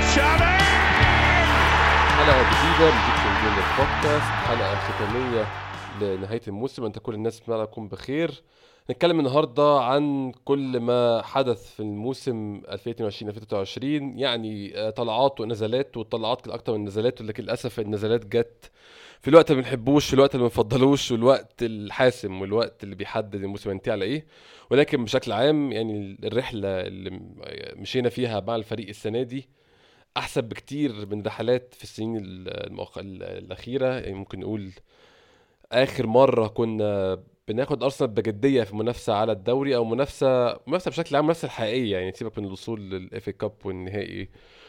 حلقة جديدة من جيل البودكاست، حلقة ختامية لنهاية الموسم. أنت كل الناس بتمنى تكون بخير. نتكلم النهاردة عن كل ما حدث في الموسم 2022-2023، يعني طلعات ونزلات، والطلعات كانت أكتر من النزلات، ولكن للأسف النزلات جت في الوقت اللي بنحبوش، في الوقت اللي بنفضلوش، والوقت الحاسم، والوقت اللي بيحدد الموسم ينتهي على إيه. ولكن بشكل عام يعني الرحلة اللي مشينا فيها مع الفريق السنة دي احسن بكتير من رحلات في السنين الاخيره. يعني ممكن نقول اخر مره كنا بناخد ارسنال بجديه في منافسه على الدوري، او منافسه بشكل عام، منافسه الحقيقيه، يعني سيبك من الوصول للاف اي كاب والنهائي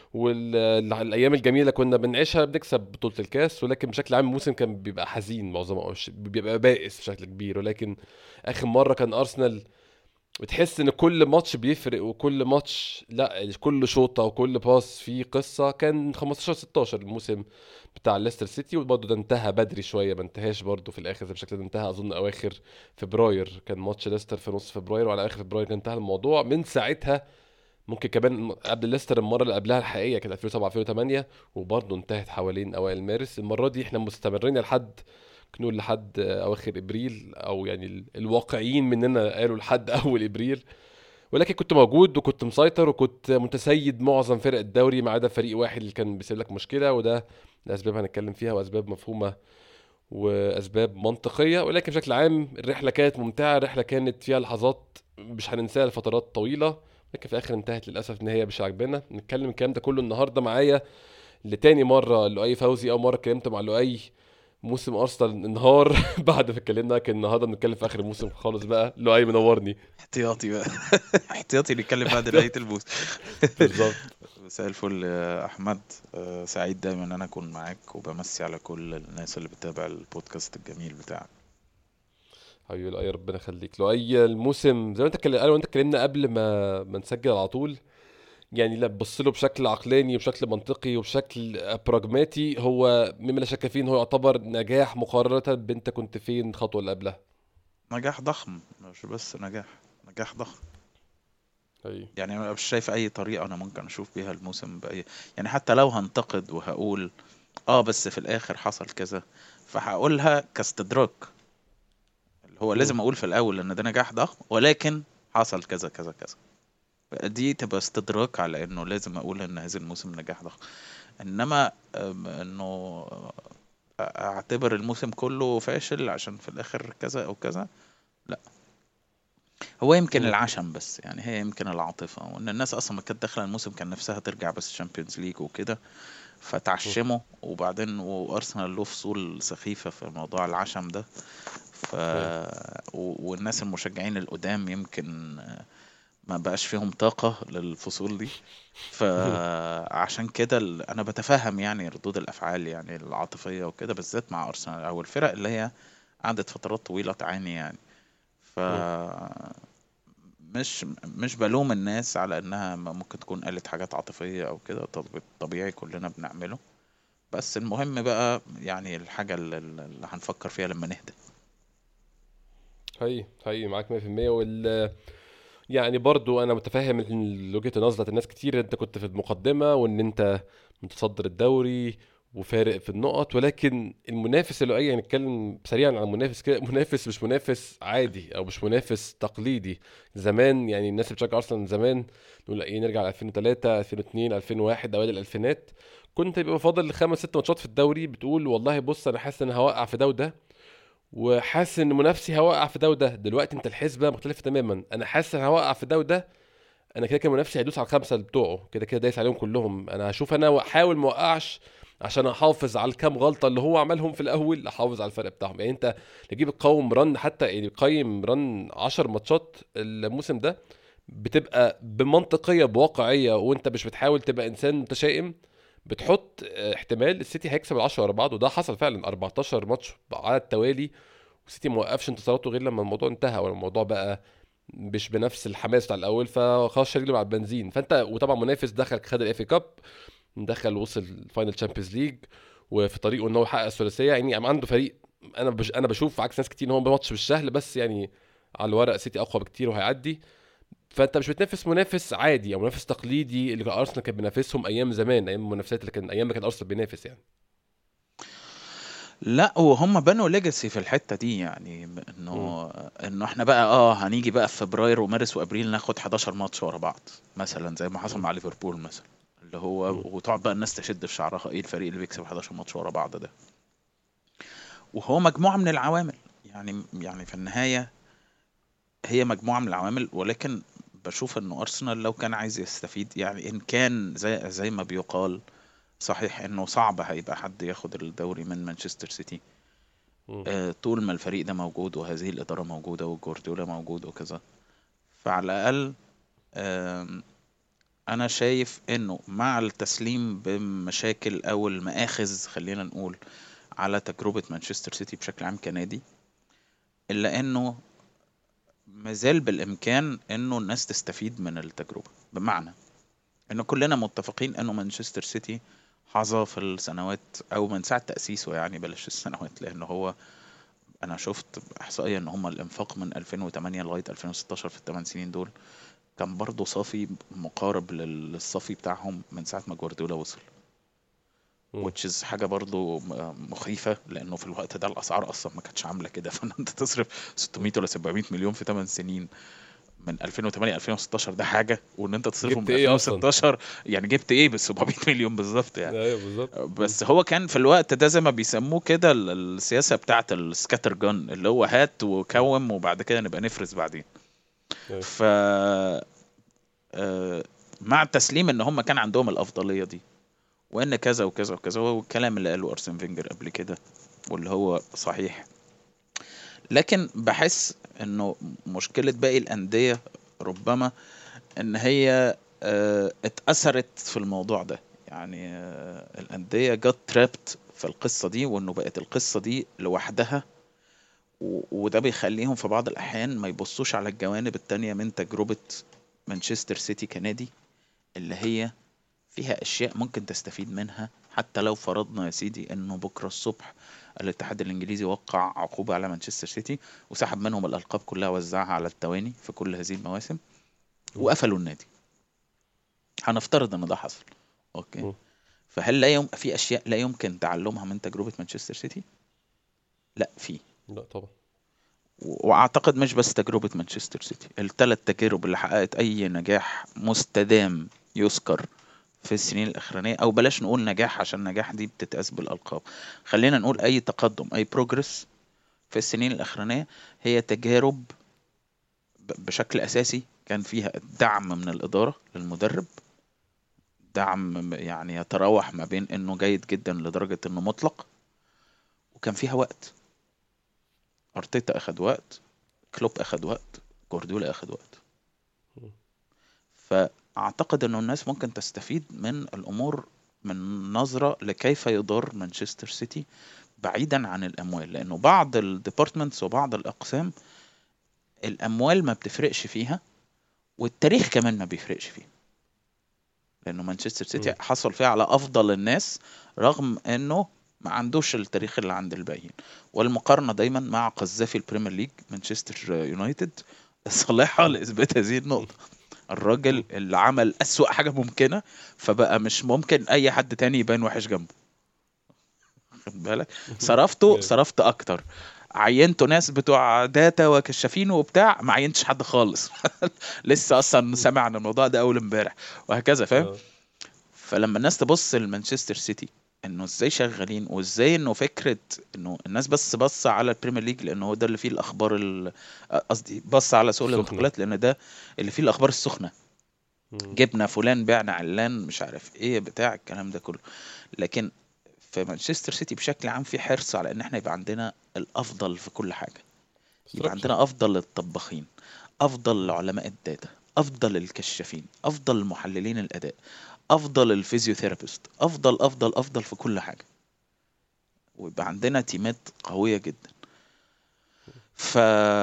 والايام الجميله كنا بنعيشها، بنكسب بطوله الكاس. ولكن بشكل عام الموسم كان بيبقى حزين معظمه، أو بيبقى بائس بشكل كبير. ولكن اخر مره كان ارسنال بتحس ان كل ماتش بيفرق، وكل ماتش، لا، كل شوطه وكل باس فيه قصه. كان 15-16 الموسم بتاع ليستر سيتي، وبرضه ده انتهى بدري شويه، ما انتهاش برضه في الاخر بشكل ده. انتهى اظن اواخر فبراير، كان ماتش ليستر في نص فبراير، وعلى اخر فبراير كان انتهى الموضوع. من ساعتها ممكن كمان قبل ليستر المره اللي قبلها الحقيقيه كانت 2007 2008، وبرضه انتهت حوالين اوائل مارس. المره دي احنا مستمرين لحد، ممكن نقول لحد اواخر ابريل، او يعني الواقعيين مننا قالوا لحد اول ابريل. ولكن كنت موجود وكنت مسيطر وكنت متسيد معظم فرق الدوري، ما عدا فريق واحد اللي كان بيسيب لك مشكله، وده لاسباب هنتكلم فيها، واسباب مفهومه واسباب منطقيه. ولكن بشكل عام الرحله كانت ممتعه، الرحله كانت فيها لحظات مش هننساها لفترات طويله، لكن في الاخر انتهت للاسف ان هي مش عاجبانا. نتكلم الكلام ده كله النهارده. معايا لتاني مره لؤي فوزي، اول مره اتكلمت مع لؤي موسم ارسنال انهار بعد ما اتكلمنا، لكن النهارده بنتكلم في اخر الموسم خالص بقى. لؤي منورني. احتياطي بقى. احتياطي نتكلم بعد نهاية الموسم. بالظبط. مساء الفل يا احمد. سعيد دايما ان انا اكون معاك، وبمسي على كل الناس اللي بتتابع البودكاست الجميل بتاعك. حبيبي لؤي، ربنا يخليك. لؤي الموسم زي ما انت انا وانت اتكلمنا قبل ما نسجل على طول، يعني لا تبص له بشكل عقلاني وبشكل منطقي وبشكل براجماتي، هو مما لا شك فيه إن هو يعتبر نجاح مقارنة بانت كنت فين الخطوة اللي قبلها. نجاح ضخم، مش بس نجاح، نجاح ضخم. اي. يعني انا مش شايف اي طريقة انا ممكن اشوف بيها الموسم بأي، يعني حتى لو هنتقد وهقول بس في الاخر حصل كذا، فهقولها كاستدراك، اللي هو مم. لازم اقول في الاول ان ده نجاح ضخم، ولكن حصل كذا كذا كذا. دي تبقى استدراك على انه لازم اقول ان هذا الموسم نجاح ضخم. انما انه اعتبر الموسم كله فاشل عشان في الاخر كذا او كذا، لا. هو يمكن مم. العشم بس، يعني هي يمكن العاطفة، وان الناس اصلا ما كانت داخله الموسم كان نفسها ترجع بس شامبيونز ليج وكده، مم. فتعشموا. وبعدين وارسنال له فصول سخيفة في موضوع العشم ده. ف اي. والناس المشجعين القدام يمكن ما بقاش فيهم طاقة للفصول دي. فعشان كده انا بتفهم يعني ردود الافعال يعني العاطفية وكده، بالذات مع ارسنال او الفرق اللي هي قعدت فترات طويلة تعاني يعني. ف مم. مش بلوم الناس على انها ممكن تكون قالت حاجات عاطفية او كده، طبيعي كلنا بنعمله. بس المهم بقى يعني الحاجة اللي هنفكر فيها لما نهدى. حقيقي معاك 100%. يعني برضو انا متفاهم وجهة النظر بتاعت الناس كتير. انت كنت في المقدمة، وان انت متصدر الدوري وفارق في النقط، ولكن المنافس اللي يعني نتكلم سريعا عن المنافس كده، منافس مش منافس عادي، او مش منافس تقليدي. زمان يعني الناس اللي بتشجع ارسنال زمان نقول ايه، نرجع ل 2003 2002 2001 اوائل الالفينات، كنت بيبقى فاضل 5 6 ماتشات في الدوري، بتقول والله بص انا حاسس ان هوقع في ده وده، وحاسس ان منافسي هوقع في ده وده. دلوقتي انت الحسبه مختلفه تماما، انا حاسس ان هوقع في ده وده، انا كده كده منافسي هيدوس على الخمسه اللي بتوعه، كده كده دايس عليهم كلهم. انا هشوف انا احاول ما اوقعش عشان احافظ على الكام غلطه اللي هو عملهم في الاول، احافظ على الفرق بتاعهم. يعني انت تجيب تقوم رن، حتى يعني قيم رن 10 ماتشات الموسم ده، بتبقى بمنطقيه بواقعيه، وانت مش بتحاول تبقى انسان متشائم، بتحط احتمال السيتي هيكسب ال10 ورا بعض، وده حصل فعلا 14 ماتش على التوالي، والسيتي ما وقفش انتصاراته غير لما الموضوع انتهى، ولا الموضوع بقى مش بنفس الحماس بتاع الاول، فخلاص رجله مع البنزين. فانت وطبعا منافس دخل خد الاف اي كاب، دخل وصل فاينل تشامبيونز ليج، وفي طريقه ان هو يحقق الثلاثيه. يعني عنده فريق، انا بشوف عكس ناس كتير ان هو ماتش مش سهل، بس يعني على الورق سيتي اقوى بكتير وهيعدي. فانت مش بتنافس منافس عادي او منافس تقليدي اللي ارسنال كان بينافسهم ايام زمان، ايام المنافسات اللي كان ايام ما كان ارسنال بينافس يعني. لا، وهم بنوا ليجاسي في الحتة دي، يعني مم. انه احنا بقى هنيجي بقى في فبراير ومارس وابريل ناخد 11 ماتش ورا بعض مثلا، زي ما حصل مم. مع ليفربول مثلا، اللي هو مم. وتقعد بقى الناس تشد في شعرها ايه الفريق اللي بيكسب 11 ماتش ورا بعض ده. وهو مجموعة من العوامل، يعني في النهاية هي مجموعة من العوامل، ولكن بشوف انه ارسنال لو كان عايز يستفيد، يعني ان كان زي ما بيقال صحيح انه صعب هيبقى حد ياخد الدوري من مانشستر سيتي، مم. طول ما الفريق ده موجود وهذه الإدارة موجودة وجوارديولا موجود وكذا. فعلى الأقل آم، أنا شايف إنه مع التسليم بمشاكل أو المآخذ خلينا نقول على تجربة مانشستر سيتي بشكل عام كنادي، إلا إنه مازال بالإمكان إنه الناس تستفيد من التجربة. بمعنى إنه كلنا متفقين إنه مانشستر سيتي حظى في السنوات أو من ساعة تأسيسه، يعني بلاش السنوات، لأنه هو انا شفت احصائيه ان هم الانفاق من 2008 لغايه 2016 في الثمان سنين دول كان برضه صافي مقارب للصافي بتاعهم من ساعه ما جوارديولا وصل. مم. which is حاجه برضه مخيفه، لانه في الوقت ده الاسعار اصلا ما كانتش عامله كده فان انت تصرف 600 ولا 700 مليون في 8 سنين من 2008 2016 ده حاجه، وان انت تصرفه جبت من ايه اصلا؟ 2016 يعني جبت ايه بال 700 مليون بالظبط يعني. ايوه بالظبط. مم. بس هو كان في الوقت ده زي ما بيسموه كده السياسة بتاعة السكاتر جون، اللي هو هات مم. وكوم وبعد كده نبقى نفرز بعدين. ايوه. ف آه، مع التسليم ان هم كان عندهم الافضلية دي، وان كذا وكذا وكذا، والكلام اللي قاله ارسن فينجر قبل كده واللي هو صحيح. لكن بحس انه مشكلة باقي الأندية ربما ان هي اتأثرت في الموضوع ده، يعني الأندية جت ترابت في القصة دي، وانه بقت القصة دي لوحدها، وده بيخليهم في بعض الأحيان ما يبصوش على الجوانب التانية من تجربة مانشستر سيتي كنادي، اللي هي فيها أشياء ممكن تستفيد منها. حتى لو فرضنا يا سيدي إنه بكرة الصبح الاتحاد الإنجليزي وقع عقوبة على مانشستر سيتي وسحب منهم الألقاب كلها وزعها على التواني في كل هذه المواسم مم. وقفلوا النادي، هنفترض إن ده حصل، أوكي. مم. فهل لا في أشياء لا يمكن تعلمها من تجربة مانشستر سيتي؟ لا، في. لا طبعا. واعتقد مش بس تجربة مانشستر سيتي، الثلاث تجارب اللي حققت اي نجاح مستدام يذكر في السنين الاخرانية، او بلاش نقول نجاح عشان نجاح دي بتتقاس بالالقاب، خلينا نقول مم. اي تقدم اي بروجرس في السنين الاخرانية، هي تجارب بشكل اساسي كان فيها دعم من الادارة للمدرب، دعم يعني يتراوح ما بين انه جيد جدا لدرجة انه مطلق، وكان فيها وقت. ارتيتا اخد وقت، كلوب اخد وقت، جوارديولا اخد وقت. مم. فأعتقد أنه الناس ممكن تستفيد من الأمور من نظرة لكيف يدار مانشستر سيتي بعيدا عن الأموال، لأنه بعض الديبارتمنتس وبعض الأقسام الأموال ما بتفرقش فيها، والتاريخ كمان ما بيفرقش فيه، لأنه مانشستر سيتي مم. حصل فيها على أفضل الناس رغم أنه ما عندوش التاريخ اللي عند الباقيين. والمقارنة دايما مع قذافي البريمير ليج مانشستر يونايتد صالحة مم. لإثبات هذه مم. النقطة. الراجل مم. اللي عمل أسوأ حاجة ممكنة، فبقى مش ممكن أي حد تاني يبان وحش جنبه، خد بالك. ايوه. صرفت أكتر، عينتوا ناس بتوع داتا وكشافين وبتاع، ما عينتش حد خالص لسه أصلا مم. سامع عن الموضوع ده أول امبارح، وهكذا، فاهم. اه. فلما الناس تبص لمانشستر سيتي انه ازاي شغالين، وازاي انه فكره انه الناس بس على البريمير ليج لانه هو ده اللي فيه الاخبار قصدي بص على سوق السخنة. الانتقالات لان ده اللي فيه الاخبار السخنه، مم. جبنا فلان بعنا علان مش عارف ايه بتاع الكلام ده كله. لكن في مانشستر سيتي بشكل عام في حرص على ان احنا يبقى عندنا الافضل في كل حاجه، يبقى ستراكشر. عندنا افضل الطباخين، افضل علماء الداتا، افضل الكشافين، افضل محللين الاداء، افضل الفيزيوثيرابيست، افضل في كل حاجه، ويبقى عندنا تيمات قويه جدا. ف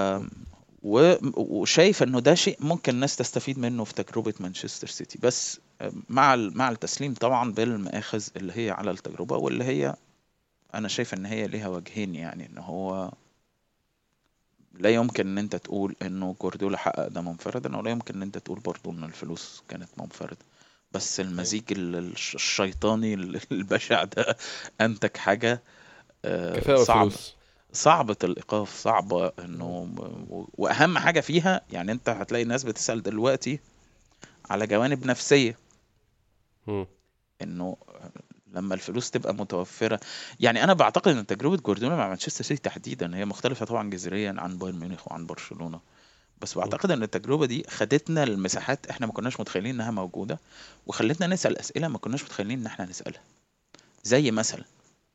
وشايف انه ده شيء ممكن الناس تستفيد منه في تجربه مانشستر سيتي، بس مع التسليم طبعا بالمآخذ اللي هي على التجربه، واللي هي انا شايف ان هي ليها وجهين، يعني ان هو لا يمكن ان انت تقول انه جوارديولا حقق ده منفردا، ولا يمكن ان انت تقول برضو ان الفلوس كانت منفردة. بس ايوه المزيج الشيطاني البشع ده انتج حاجة كفاءة صعبة، وفلوس. صعبة الإيقاف، صعبة مم. إنه وأهم حاجة فيها، يعني أنت هتلاقي ناس بتسأل دلوقتي على جوانب نفسية، مم. إنه لما الفلوس تبقى متوفرة. يعني أنا بعتقد إن تجربة جوارديولا مع مانشستر سيتي تحديدا هي مختلفة طبعا جذريا عن بايرن ميونخ وعن برشلونة، بس مم. بعتقد إن التجربة دي خدتنا لمساحات إحنا ما كناش متخيلين إنها موجودة، وخلتنا نسأل أسئلة ما كناش متخيلين إن إحنا نسألها. زي مثلا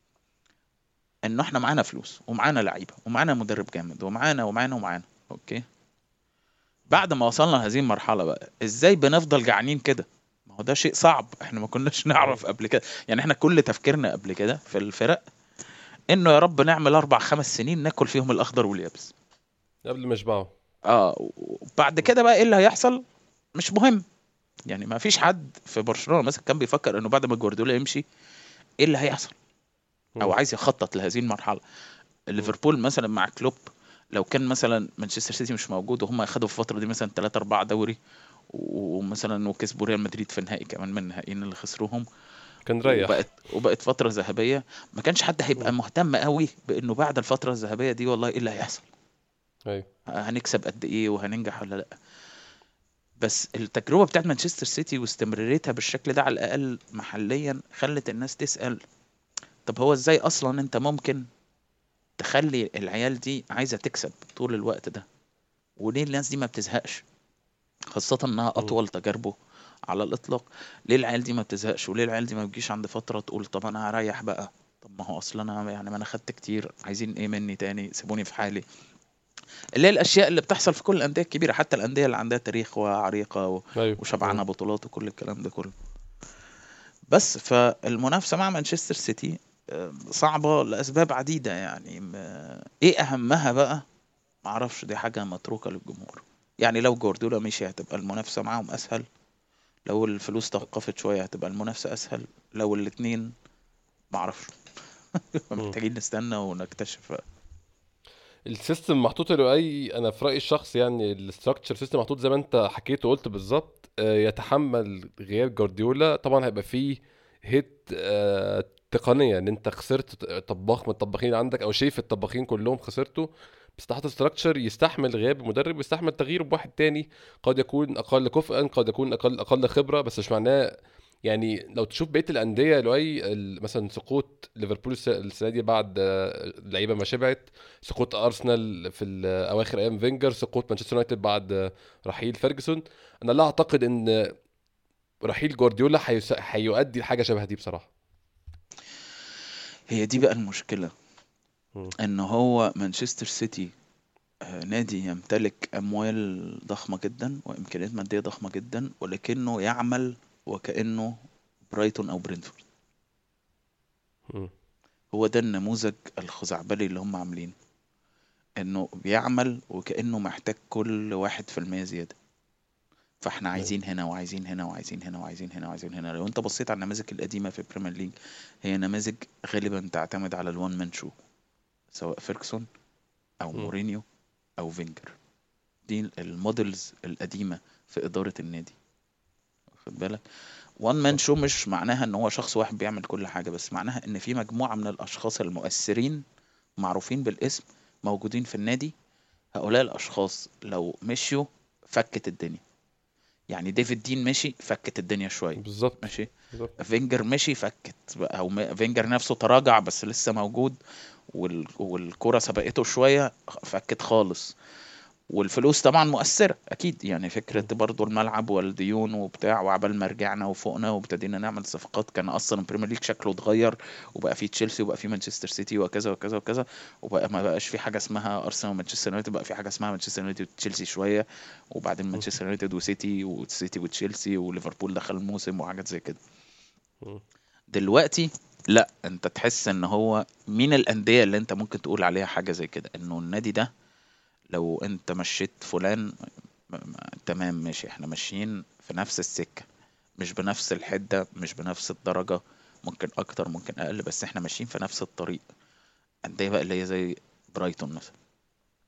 إنه إحنا معانا فلوس ومعانا لعيبة ومعانا مدرب جامد ومعانا، أوكي، بعد ما وصلنا لهذه المرحلة بقى ازاي بنفضل جعانين كده؟ ما هو ده شيء صعب، احنا ما كناش ايوه نعرف قبل كده. يعني احنا كل تفكيرنا قبل كده في الفرق انه يا رب نعمل 4 5 سنين ناكل فيهم الاخضر واليابس. قبل ما يشبعوا. اه، وبعد مم. كده بقى ايه اللي هيحصل مش مهم. يعني ما فيش حد في برشلونة مثلا كان بيفكر انه بعد ما جوارديولا يمشي ايه اللي هيحصل، او مم. عايز يخطط لهذه المرحلة. مم. ليفربول مثلا مع كلوب، لو كان مثلا مانشستر سيتي مش موجود وهم اخدوا في الفترة دي مثلا 3 4 دوري، ومثلا وكسبوا ريال مدريد في النهائي كمان من النهائيين اللي خسروهم، كان ريح. وبقت فترة ذهبية، ما كانش حد هيبقى مم. مهتم قوي بانه بعد الفترة الذهبية دي والله ايه اللي هيحصل، ايوه هنكسب قد ايه وهننجح ولا لا. بس التجربة بتاعت مانشستر سيتي واستمراريتها بالشكل ده على الاقل محليا خلت الناس تسأل، طب هو ازاي اصلا انت ممكن تخلي العيال دي عايزة تكسب طول الوقت ده، وليه الناس دي ما بتزهقش، خاصة انها مم. اطول تجاربه على الاطلاق. ليه العيال دي ما بتزهقش، وليه العيال دي ما بتجيش عند فترة تقول طب انا هريح بقى، طب ما هو اصلا انا يعني ما انا خدت كتير، عايزين ايه مني تاني، سيبوني في حالي. اللي هي الاشياء اللي بتحصل في كل الانديه الكبيره، حتى الانديه اللي عندها تاريخ وعريقه ايوه وشبعانه ايوه. بطولات وكل الكلام ده كله. بس فالمنافسه مع مانشستر سيتي صعبه لاسباب عديده، يعني ايه اهمها بقى؟ معرفش، دي حاجه متروكه للجمهور. يعني لو جوارديولا مشي هتبقى المنافسه معاهم اسهل، لو الفلوس توقفت شويه هتبقى المنافسه اسهل، لو الاتنين معرفش. مم. محتاجين نستنى ونكتشف بقى. السيستم محطوط له اي، انا في رايي الشخصي يعني الاستراكشر سيستم محطوط زي ما انت حكيت وقلت بالظبط، يتحمل غياب جوارديولا. طبعا هيبقى فيه هيت تقنيه ان انت خسرت طباخ من الطباخين عندك او شيف الطباخين كلهم خسرته، بس تحت استراكشر يستحمل غياب المدرب ويستحمل تغييره بواحد تاني قد يكون اقل كفءا، قد يكون اقل خبره، بس مش معناه يعني لو تشوف بقيه الانديه لؤي مثلا سقوط ليفربول السنه دي بعد لعيبه ما شبعت، سقوط ارسنال في اواخر ايام فينجر، سقوط مانشستر يونايتد بعد رحيل فيرجسون. انا لا اعتقد ان رحيل جوارديولا هيؤدي لحاجه شبه دي بصراحه. هي دي بقى المشكله، مم. ان هو مانشستر سيتي نادي يمتلك أموال ضخمة جدا وإمكانيات مادية ضخمة جدا، ولكنه يعمل وكأنه برايتون أو برينفورد. مم. هو ده النموذج الخزعبلي اللي هم عاملينه، إنه بيعمل وكأنه محتاج كل 1% زيادة. فاحنا ايوه عايزين هنا وعايزين هنا وعايزين هنا وعايزين هنا وعايزين هنا. لو انت بصيت على النماذج القديمة في البريمير ليج، هي نماذج غالبا تعتمد على الوان مان شو، سواء فيركسون أو مم. مورينيو أو فينجر. دي المودلز القديمة في إدارة النادي، واخد بالك. وان مان صح. شو مش معناها ان هو شخص واحد بيعمل كل حاجة، بس معناها ان في مجموعة من الاشخاص المؤثرين معروفين بالاسم موجودين في النادي. هؤلاء الاشخاص لو مشيوا فكت الدنيا. يعني ديفيد دين مشي فكت الدنيا شوية، بالظبط ماشي. بالظبط. فينجر مشي فكت او فينجر نفسه تراجع بس لسه موجود، والكرة سبقته شوية فكت خالص. والفلوس طبعا مؤثرة أكيد، يعني فكرة مم. برضو الملعب والديون وبتاع، وعبال ما رجعنا وفوقنا وابتدينا نعمل صفقات كان أصلا البريمير ليج شكله اتغير، وبقى في تشيلسي وبقى في مانشستر سيتي وكذا وكذا وكذا، وبقى ما بقاش في حاجة اسمها أرسنال ومانشستر يونايتد، بقى في حاجة اسمها مانشستر يونايتد وتشيلسي شوية، وبعدين مم. مانشستر يونايتد وسيتي وتشيلسي وليفربول دخل الموسم وحاجات زي كده. مم. دلوقتي لا، انت تحس ان هو مين الأندية اللي انت ممكن تقول عليها حاجة زي كده، انه النادي ده لو انت مشيت فلان تمام ماشي، احنا ماشيين في نفس السكة، مش بنفس الحدة مش بنفس الدرجة، ممكن اكتر ممكن اقل، بس احنا ماشيين في نفس الطريق. أندية بقى اللي هي زي برايتون مثلا،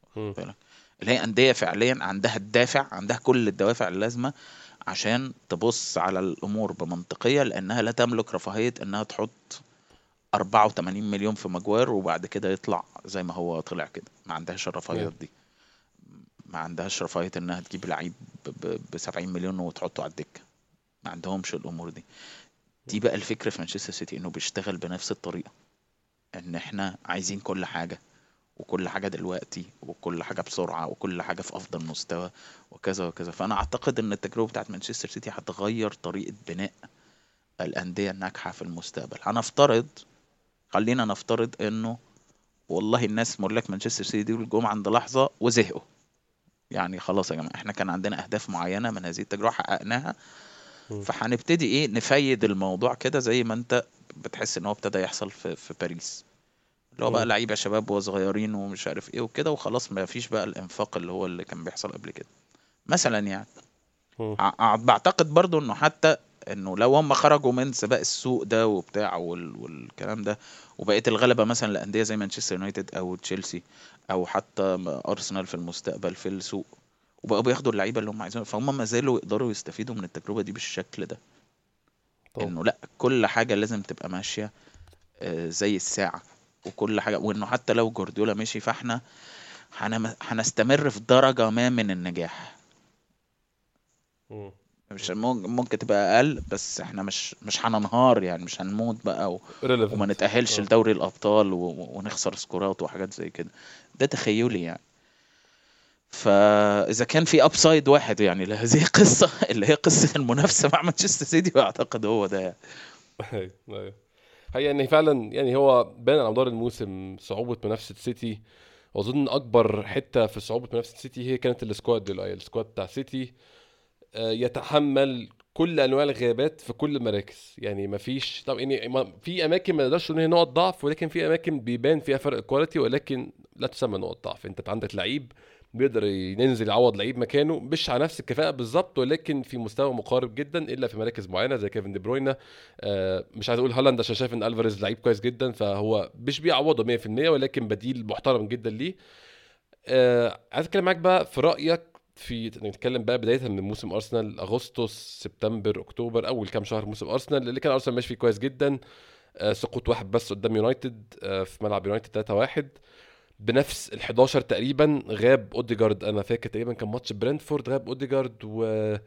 مم. بالك؟ اللي هي أندية فعليا عندها الدافع، عندها كل الدوافع اللازمة عشان تبص على الأمور بمنطقية، لأنها لا تملك رفاهية إنها تحط 84 مليون في مجوار وبعد كده يطلع زي ما هو طلع كده. ما عندهاش الرفاهيات أيوة. دي، ما عندهاش رفاهية إنها تجيب لعيب ب 70 مليون وتحطه على الدكة. ما عندهمش الأمور دي. دي بقى الفكرة في مانشستر سيتي، إنه بيشتغل بنفس الطريقة، إن إحنا عايزين كل حاجة، وكل حاجة دلوقتي، وكل حاجة بسرعة، وكل حاجة في أفضل مستوى، وكذا وكذا. فأنا أعتقد إن التجربة بتاعت مانشستر سيتي هتغير طريقة بناء الأندية الناجحة في المستقبل. هنفترض، خلينا نفترض إنه والله الناس ملاك مانشستر سيتي دول جم عند لحظة وزهقوا، يعني خلاص يا جماعة احنا كان عندنا أهداف معينة من هذه التجربة حققناها، مم. فهنبتدي ايه نفيد الموضوع كده زي ما انت بتحس ان هو ابتدى يحصل في باريس، اللي هو بقى مم. لعيبه شباب وصغيرين ومش عارف ايه وكده، وخلاص ما فيش بقى الانفاق اللي هو اللي كان بيحصل قبل كده مثلا يعني. مم. بعتقد برضو انه حتى انه لو هم خرجوا من سباق السوق ده وبتاع والكلام ده، وبقيت الغلبة مثلا لأندية زي مانشستر يونايتد او تشيلسي او حتى ارسنال في المستقبل في السوق، وبقوا بياخدوا اللعيبة اللي هم عايزينها، فهم ما زالوا يقدروا يستفيدوا من التجربة دي بالشكل ده. طبعا. انه لا، كل حاجة لازم تبقى ماشية زي الساعة، وكل حاجة، وانه حتى لو جوارديولا مشي فاحنا هنستمر في درجة ما من النجاح. مم. مش ممكن تبقى اقل، بس احنا مش هننهار يعني، مش هنموت بقى وما relevant. نتأهلش اه. لدوري الابطال ونخسر سكورات وحاجات زي كده. ده تخيلي يعني. فاذا كان في ابسايد واحد يعني لهذه القصة اللي هي قصة المنافسة مع مانشستر سيتي، واعتقد هو ده يعني. ايوه ايوه. هي ان فعلا يعني هو بان على مدار الموسم صعوبه منافسه سيتي، واظن اكبر حته في صعوبه منافسه سيتي هي كانت السكواد السكواد بتاع سيتي يتحمل كل انواع الغيابات في كل المراكز. يعني ما فيش طب يعني في اماكن ما نقدرش نقول هي نقط ضعف، ولكن في اماكن بيبان فيها فرق كواليتي ولكن لا تسمى نقط ضعف. انت عندك لعيب بيقدر ينزل يعوض لعيب مكانه، مش على نفس الكفاءه بالظبط ولكن في مستوى مقارب جدا، الا في مراكز معينه زي كيفن دي بروينا. مش عايز اقول هالاند عشان شايف ان الفاريز لعيب كويس جدا، فهو مش بيعوضه 100% ولكن بديل محترم جدا ليه. عايز اتكلم معاك بقى في رايك في نتكلم بقى بدايه من موسم ارسنال اغسطس سبتمبر اكتوبر، اول كام شهر موسم ارسنال اللي كان ارسنال ماشي فيه كويس جدا. سقوط واحد بس قدام يونايتد في ملعب يونايتد 3-1 بنفس ال 11 تقريبا. غاب اوديجارد، انا فاكر تقريبا كان ماتش برنتفورد غاب اوديجارد و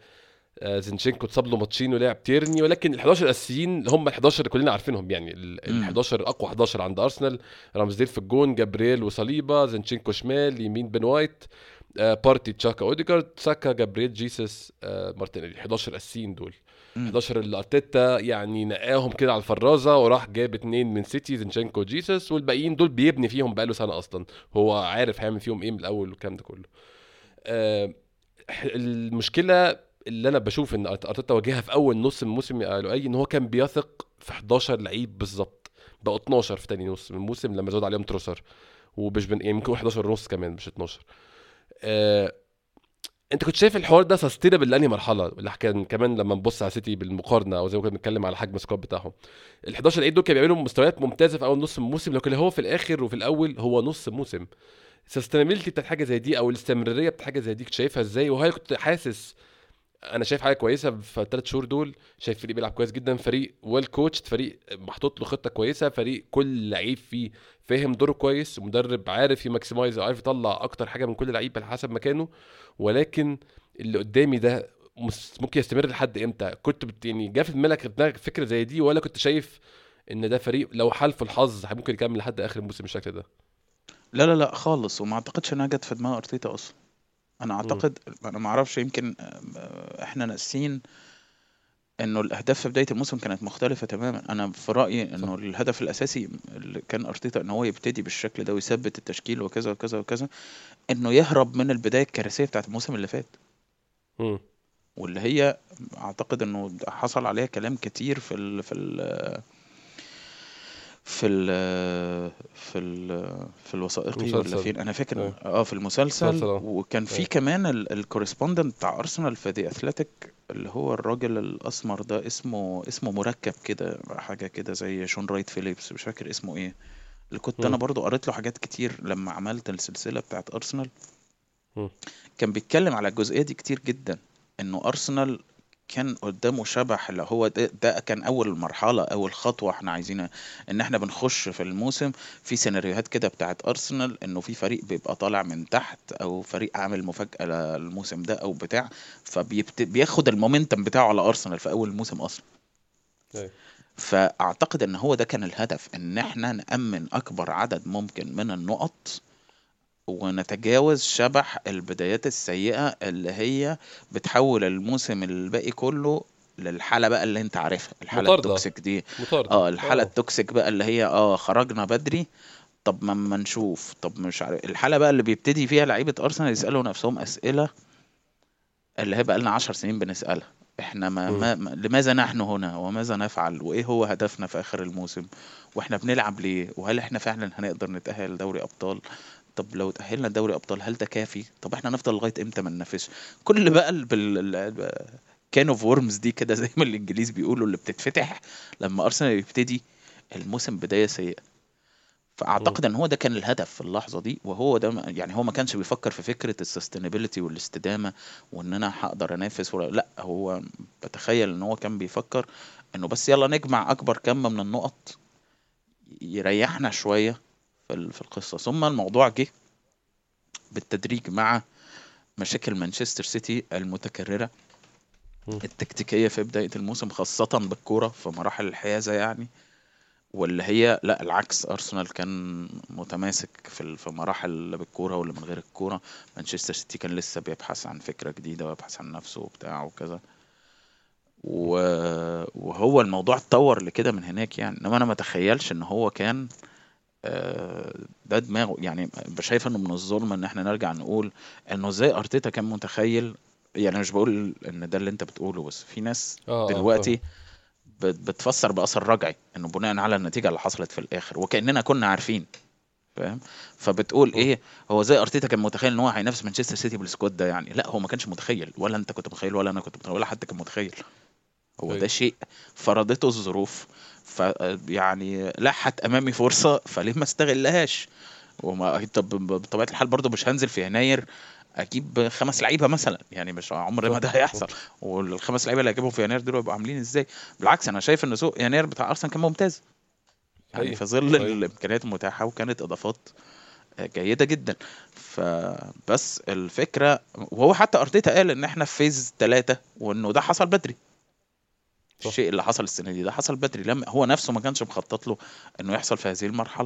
زينشينكو اتصاب له ماتشين ولعب تيرني، ولكن ال 11 الاساسيين هم ال 11 اللي كلنا عارفينهم. يعني ال امم 11 اقوى 11 عند ارسنال: رامزديل في الجون، جابرييل وصليبا، زينشينكو شمال، يمين بن وايت، بارتي، تشاكا، اوديجارد، ساكا، جابرييل، جيسس، مارتينيلي. 11 اساسيين دول. امم 11 اللي ارتيتا يعني نقاهم كده على الفرازه وراح جاب اتنين من سيتي، زينشينكو وجيسس، والباقيين دول بيبني فيهم بقاله سنه اصلا، هو عارف هيعمل فيهم ايه من الاول والكلام ده كله. آه، المشكله اللي انا بشوف ان ارتيتا واجهها في اول نص من الموسم يا لؤي ان هو كان بيثق في 11 لعيب بالظبط، بقوا 12 في تاني نص من الموسم لما زود عليهم تروسر، ومش يعني يمكن 11 ونص كمان مش 12. آه، انت كنت شايف الحوار ده سستينبل لانهي مرحله؟ اللي كان كمان لما نبص على سيتي بالمقارنه، او زي ما كنا بنتكلم على حجم السكواد بتاعهم، ال 11 لعيب دول كانوا بيعملوا مستويات ممتازه في اول نص من الموسم، لكن هو في الاخر وفي الاول هو نص موسم. السستينابيلتي بتاعت حاجه زي دي او الاستمراريه بتاعت حاجه زي دي كنت شايفها ازاي؟ وهل كنت حاسس انا شايف حاجه كويسه في الثلاث شهور دول؟ شايف فريق بيلعب كويس جدا، فريق ويل كوتشد، فريق محطوط له خطه كويسه، فريق كل لعيب فيه فاهم دوره كويس، مدرب عارف يماكسمايز وعارف يطلع اكتر حاجه من كل لعيب على حسب مكانه. ولكن اللي قدامي ده ممكن يستمر لحد امتى؟ كنت يعني جا في دماغك فكره زي دي، ولا كنت شايف ان ده فريق لو حالفه الحظ ممكن يكمل لحد اخر الموسم بالشكل ده؟ لا لا لا خالص، وما اعتقدش انها جت في دماغ ارتيتا اصلا. انا امم. اعتقد، انا ما اعرفش، يمكن احنا ناسيين انه الاهداف في بدايه الموسم كانت مختلفه تماما. انا في رايي صح. انه الهدف الاساسي اللي كان ارتيتا ان هو يبتدي بالشكل ده ويثبت التشكيل وكذا وكذا وكذا، انه يهرب من البدايه الكارثيه بتاعت الموسم اللي فات، امم. واللي هي اعتقد انه حصل عليها كلام كتير في ال في الوثائقي ولا مسلسل. فين، انا فاكر ايه. في المسلسل. مسلسل اه. وكان في ايه. كمان الكورسبوندنت بتاع ارسنال في دي اثليتيك، اللي هو الراجل الاسمر ده، اسمه مركب كده، حاجه كده زي شون رايت فيليبس، مش فاكر اسمه ايه، اللي كنت انا مم. برضو قريت له حاجات كتير لما عملت السلسلة بتاعت ارسنال، مم. كان بيتكلم على الجزئية دي كتير جدا. انه ارسنال كان قدامه شبح، اللي هو ده كان اول مرحلة، اول خطوة احنا عايزينها، ان احنا بنخش في الموسم في سيناريوهات كده بتاعت ارسنال، انه في فريق بيبقى طالع من تحت، او فريق عامل مفاجأة الموسم ده او بتاع، فبياخد المومنتم بتاعه على ارسنال في اول الموسم اصلا. أيوة. فاعتقد ان هو ده كان الهدف، ان احنا نأمن اكبر عدد ممكن من النقط، ونتجاوز شبح البدايات السيئة اللي هي بتحول الموسم الباقي كله للحالة بقى اللي انت عارفها، الحالة مطاردة. التوكسيك دي. مطاردة اه الحالة اه. التوكسيك بقى اللي هي خرجنا بدري، طب ما نشوف، طب مش عارف الحالة بقى اللي بيبتدي فيها لعيبة أرسنال يسألوا نفسهم أسئلة اللي هي بقى لنا 10 سنين بنسألها. احنا مم. لماذا نحن هنا، وماذا نفعل، وايه هو هدفنا في آخر الموسم، واحنا بنلعب ليه، وهل احنا فعلا هنقدر نتأهل دوري أبطال؟ طب لو تأهلنا دوري أبطال هل ده كافي؟ طب احنا هنفضل لغاية امتى ما ننافسش؟ كل بقى كان اوف وورمز دي كده زي ما الانجليز بيقولوا، اللي بتتفتح لما ارسنال يبتدي الموسم بداية سيئة. مم. فاعتقد ان هو ده كان الهدف في اللحظة دي، وهو ده يعني هو ما كانش بيفكر في فكرة السستينابيلتي والاستدامة، وان انا هقدر انافس ولا لا. هو بتخيل ان هو كان بيفكر انه بس يلا نجمع اكبر كم من النقط يريحنا شوية في القصة. ثم الموضوع جه بالتدريج مع مشاكل مانشستر سيتي المتكررة مم. التكتيكية في بداية الموسم، خاصة بالكورة في مراحل الحيازة يعني. واللي هي لا العكس، أرسنال كان متماسك في مراحل بالكورة واللي من غير الكورة. مانشستر سيتي كان لسه بيبحث عن فكرة جديدة ويبحث عن نفسه وبتاع وكذا، وهو الموضوع اتطور لكده من هناك يعني. انما انا ما اتخيلش ان هو كان ده دماغه يعني. شايف انه من الظلم ان احنا نرجع نقول انه ازاي ارتيتا كان متخيل. يعني مش بقول ان ده اللي انت بتقوله، بس في ناس اه اه دلوقتي فاهمك. بتفسر بأثر رجعي انه بناء على النتيجة اللي حصلت في الاخر وكأننا كنا عارفين، فاهم؟ فبتقول مم. ايه، هو زي ارتيتا كان متخيل ان هو هينافس مانشستر سيتي بالسكواد ده يعني؟ لا، هو ما كانش متخيل، ولا انت كنت متخيل، ولا انا كنت متخيل، ولا حد كان متخيل. هو ده ايوه. شيء فرضته الظروف. ف يعني لحت امامي فرصة، فليه ما استغلهاش؟ وما طب بطبيعة الحال برضه مش هنزل في يناير اجيب 5 لعيبه مثلا، يعني مش عمر ما صح ده صح. هيحصل. والخمس لعيبه اللي هجيبهم في يناير دول يبقوا عاملين ازاي؟ بالعكس انا شايف ان سوق يناير بتاع ارسنال كان ممتاز، يعني حقيقي. في ظل حقيقي. الامكانيات المتاحه، وكانت اضافات جيده جدا. فبس الفكره، وهو حتى ارتيتا قال ان احنا في فيز 3 وانه ده حصل بدري. صح. الشيء اللي حصل السنه دي ده حصل بدري، لما هو نفسه ما كانش مخطط له انه يحصل في هذه المرحله.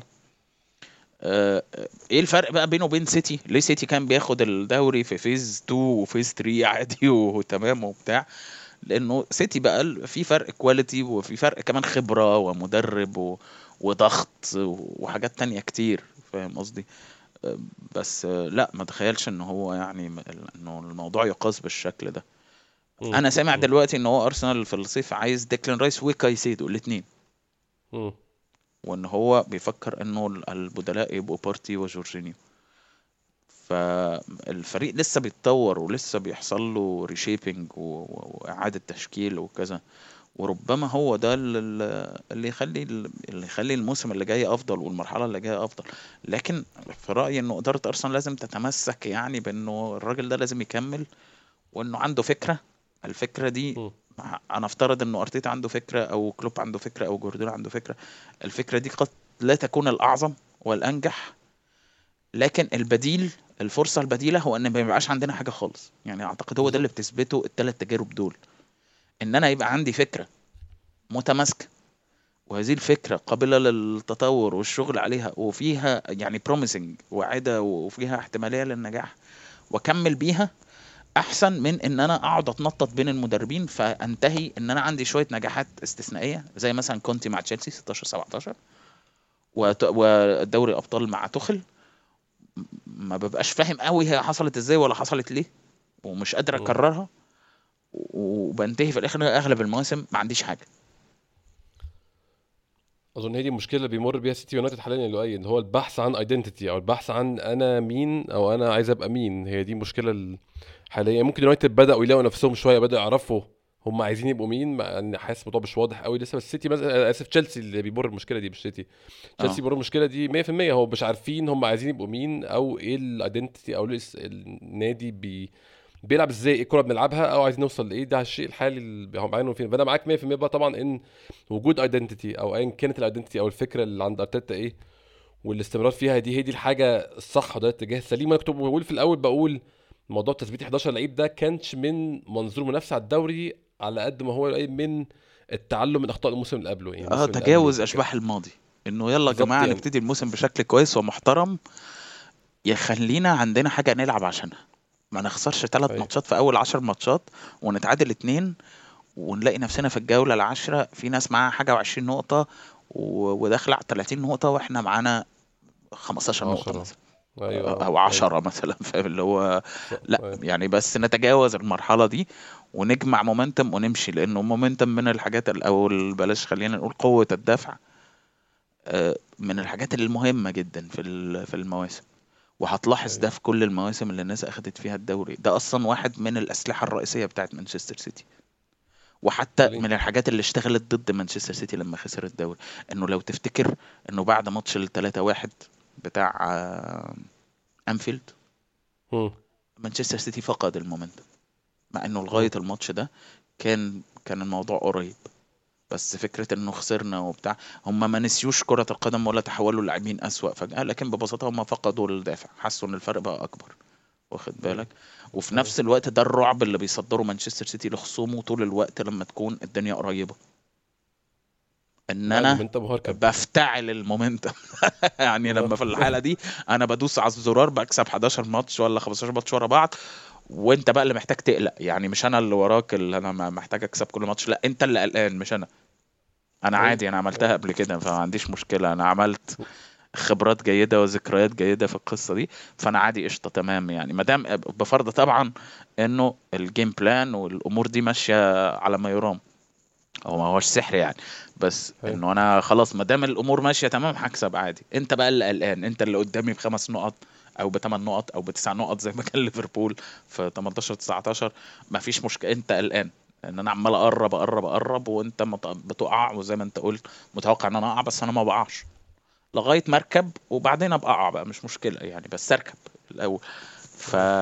ايه الفرق بقى بينه وبين سيتي؟ ليه سيتي كان بياخد الدوري في فيز 2 وفيز 3 عادي وتمام وبتاع؟ لانه سيتي بقى في فرق كواليتي، وفي فرق كمان خبرة ومدرب وضغط وحاجات تانية كتير، فاهم قصدي؟ أه، بس لا ما تخيلش ان هو يعني انه الموضوع يقاس بالشكل ده. مم. انا سامع مم. دلوقتي ان هو ارسنال في الصيف عايز ديكلان رايس وكايسيدو الاثنين، مم. وان هو بيفكر انه البدلاء يبقوا بارتي وجورجينيو. فالفريق لسه بيتطور ولسه بيحصل له ريشيبنج وإعادة تشكيل وكذا، وربما هو ده اللي يخلي الموسم اللي جاي أفضل والمرحلة اللي جاية أفضل. لكن في رأيي إنه إدارة أرسنال لازم تتمسك يعني بإنه الراجل ده لازم يكمل، وإنه عنده فكرة. الفكرة دي مم. أنا أفترض إنه أرتيتا عنده فكرة، أو كلوب عنده فكرة، أو جوارديولا عنده فكرة. الفكرة دي قد لا تكون الأعظم والأنجح، لكن البديل، الفرصة البديلة هو ان ما يبقاش عندنا حاجة خالص. يعني اعتقد هو ده اللي بالظبط. بتثبته الثلاث تجارب دول، ان انا يبقى عندي فكرة متماسكة، وهذه الفكرة قابلة للتطور والشغل عليها، وفيها يعني بروميسنج واعدة، وفيها احتمالية للنجاح، واكمل بيها، احسن من ان انا اقعد اتنطط بين المدربين فانتهي ان انا عندي شوية نجاحات استثنائية زي مثلا كونتي مع تشيلسي 16 17، مم. ودوري ابطال مع توخل، ما ببقاش فاهم قوي هي حصلت ازاي ولا حصلت ليه، ومش قادر مم. اكررها، وبنتهي في الاخر اغلب المواسم ما عنديش حاجه. اظن هي دي المشكله اللي بيمر بيها سيتي يونايتد حاليا يا لؤي، اللي هو البحث عن ايدنتيتي او البحث عن انا مين او انا عايز ابقى مين. هي دي المشكله حاليا. ممكن يونايتد بداوا يلاقوا نفسهم شويه، بداوا يعرفوا هم عايزين يبقوا مين، يعني حاسس الموضوع مش واضح قوي لسه. بس السيتي مثلا، اسف، تشيلسي اللي بيمر المشكله دي، مش سيتي، تشيلسي اه بيمر المشكله دي 100%. هو مش عارفين هم عايزين يبقوا مين، او ايه الايدنتيتي، او النادي بيلعب ازاي، ايه الكوره بنلعبها، او عايزين نوصل لايه. ده الشيء الحالي اللي هم عايزينه فين. فانا معاك 100% بقى طبعا ان وجود ايدنتيتي، او ايا كانت الايدنتيتي او الفكره اللي عند ارتيتا ايه، والاستمرار فيها، دي هي دي الحاجه الصح، وده الاتجاه السليم. انا كنت بقول في الاول، بقول موضوع تثبيت 11 لعيب ده كانش من منظور منافسه على الدوري على قد ما هو قريب من التعلم من اخطاء الموسم اللي قبله، يعني اه، الموسم اللي قبله تجاوز اشباح الماضي، انه يلا يا بالظبط جماعه يعني. نبتدي الموسم بشكل كويس ومحترم، يخلينا عندنا حاجه نلعب عشانها، ما نخسرش ثلاث ايوه ماتشات في اول 10 ماتشات ونتعادل اتنين، ونلاقي نفسنا في الجوله العاشره في ناس معاها حاجه و20 نقطه وداخله على 30 نقطه، واحنا معانا 15 نقطه 10. مثلا، ايوه او ايوه 10 مثلا. فاهم اللي هو لا ايوه يعني، بس نتجاوز المرحله دي ونجمع مومنتم ونمشي، لانه مومنتم من الحاجات او بلاش خلينا نقول قوه الدفع، من الحاجات المهمه جدا في المواسم. وهتلاحظ ايوه ده في كل المواسم اللي الناس اخدت فيها الدوري، ده اصلا واحد من الاسلحه الرئيسيه بتاعت مانشستر سيتي. وحتى سليم. من الحاجات اللي اشتغلت ضد مانشستر سيتي لما خسر الدوري، انه لو تفتكر انه بعد ماتش ال 3-1 بتاع انفيلد، مم. مانشستر سيتي فقد المومنتم، مع انه مم. لغايه الماتش ده كان الموضوع قريب. بس فكرة انه خسرنا وبتاع، هم ما نسيوش كرة القدم ولا تحولوا لاعبين اسوأ فجأة، لكن ببساطة هم فقدوا الدافع، حسوا ان الفرق بقى اكبر، واخد مم. بالك. وفي ايوه نفس الوقت ده الرعب اللي بيصدره مانشستر سيتي لخصومه طول الوقت لما تكون الدنيا قريبة، ان مع انا المومنتم هركب. بفتعل المومنتم. يعني لما بالظبط. في الحالة دي انا بدوس على الزرار بكسب 11 ماتش ولا 15 ماتش ورا بعض، وانت بقى اللي محتاج تقلق، يعني مش انا اللي وراك اللي انا محتاج اكسب كل ماتش، لا انت اللي قلقان مش انا ايوه عادي، انا عملتها ايوه قبل كده فما عنديش مشكلة، انا عملت خبرات جيدة وذكريات جيدة في القصة دي، فانا عادي قشطة تمام، يعني ما دام بفرض طبعا انه الجيم بلان والامور دي ماشية على ما يرام، هو ما هوش سحر يعني، بس ايوه انه انا خلاص ما دام الامور ماشية تمام هكسب عادي. انت بقى اللي قلقان، انت اللي قدامي ب5 نقط او ب8 نقط او ب9 نقط زي ما كان ليفربول في 18 19، ما فيش مشكلة، انت قلقان ان انا عمال اقرب اقرب اقرب وانت بتقع، وزي ما انت قلت متوقع ان انا اقع بس انا ما بقعش لغايه ما اركب، وبعدين ابقى اقع بقى مش مشكله يعني، بس اركب الاول. ف مم.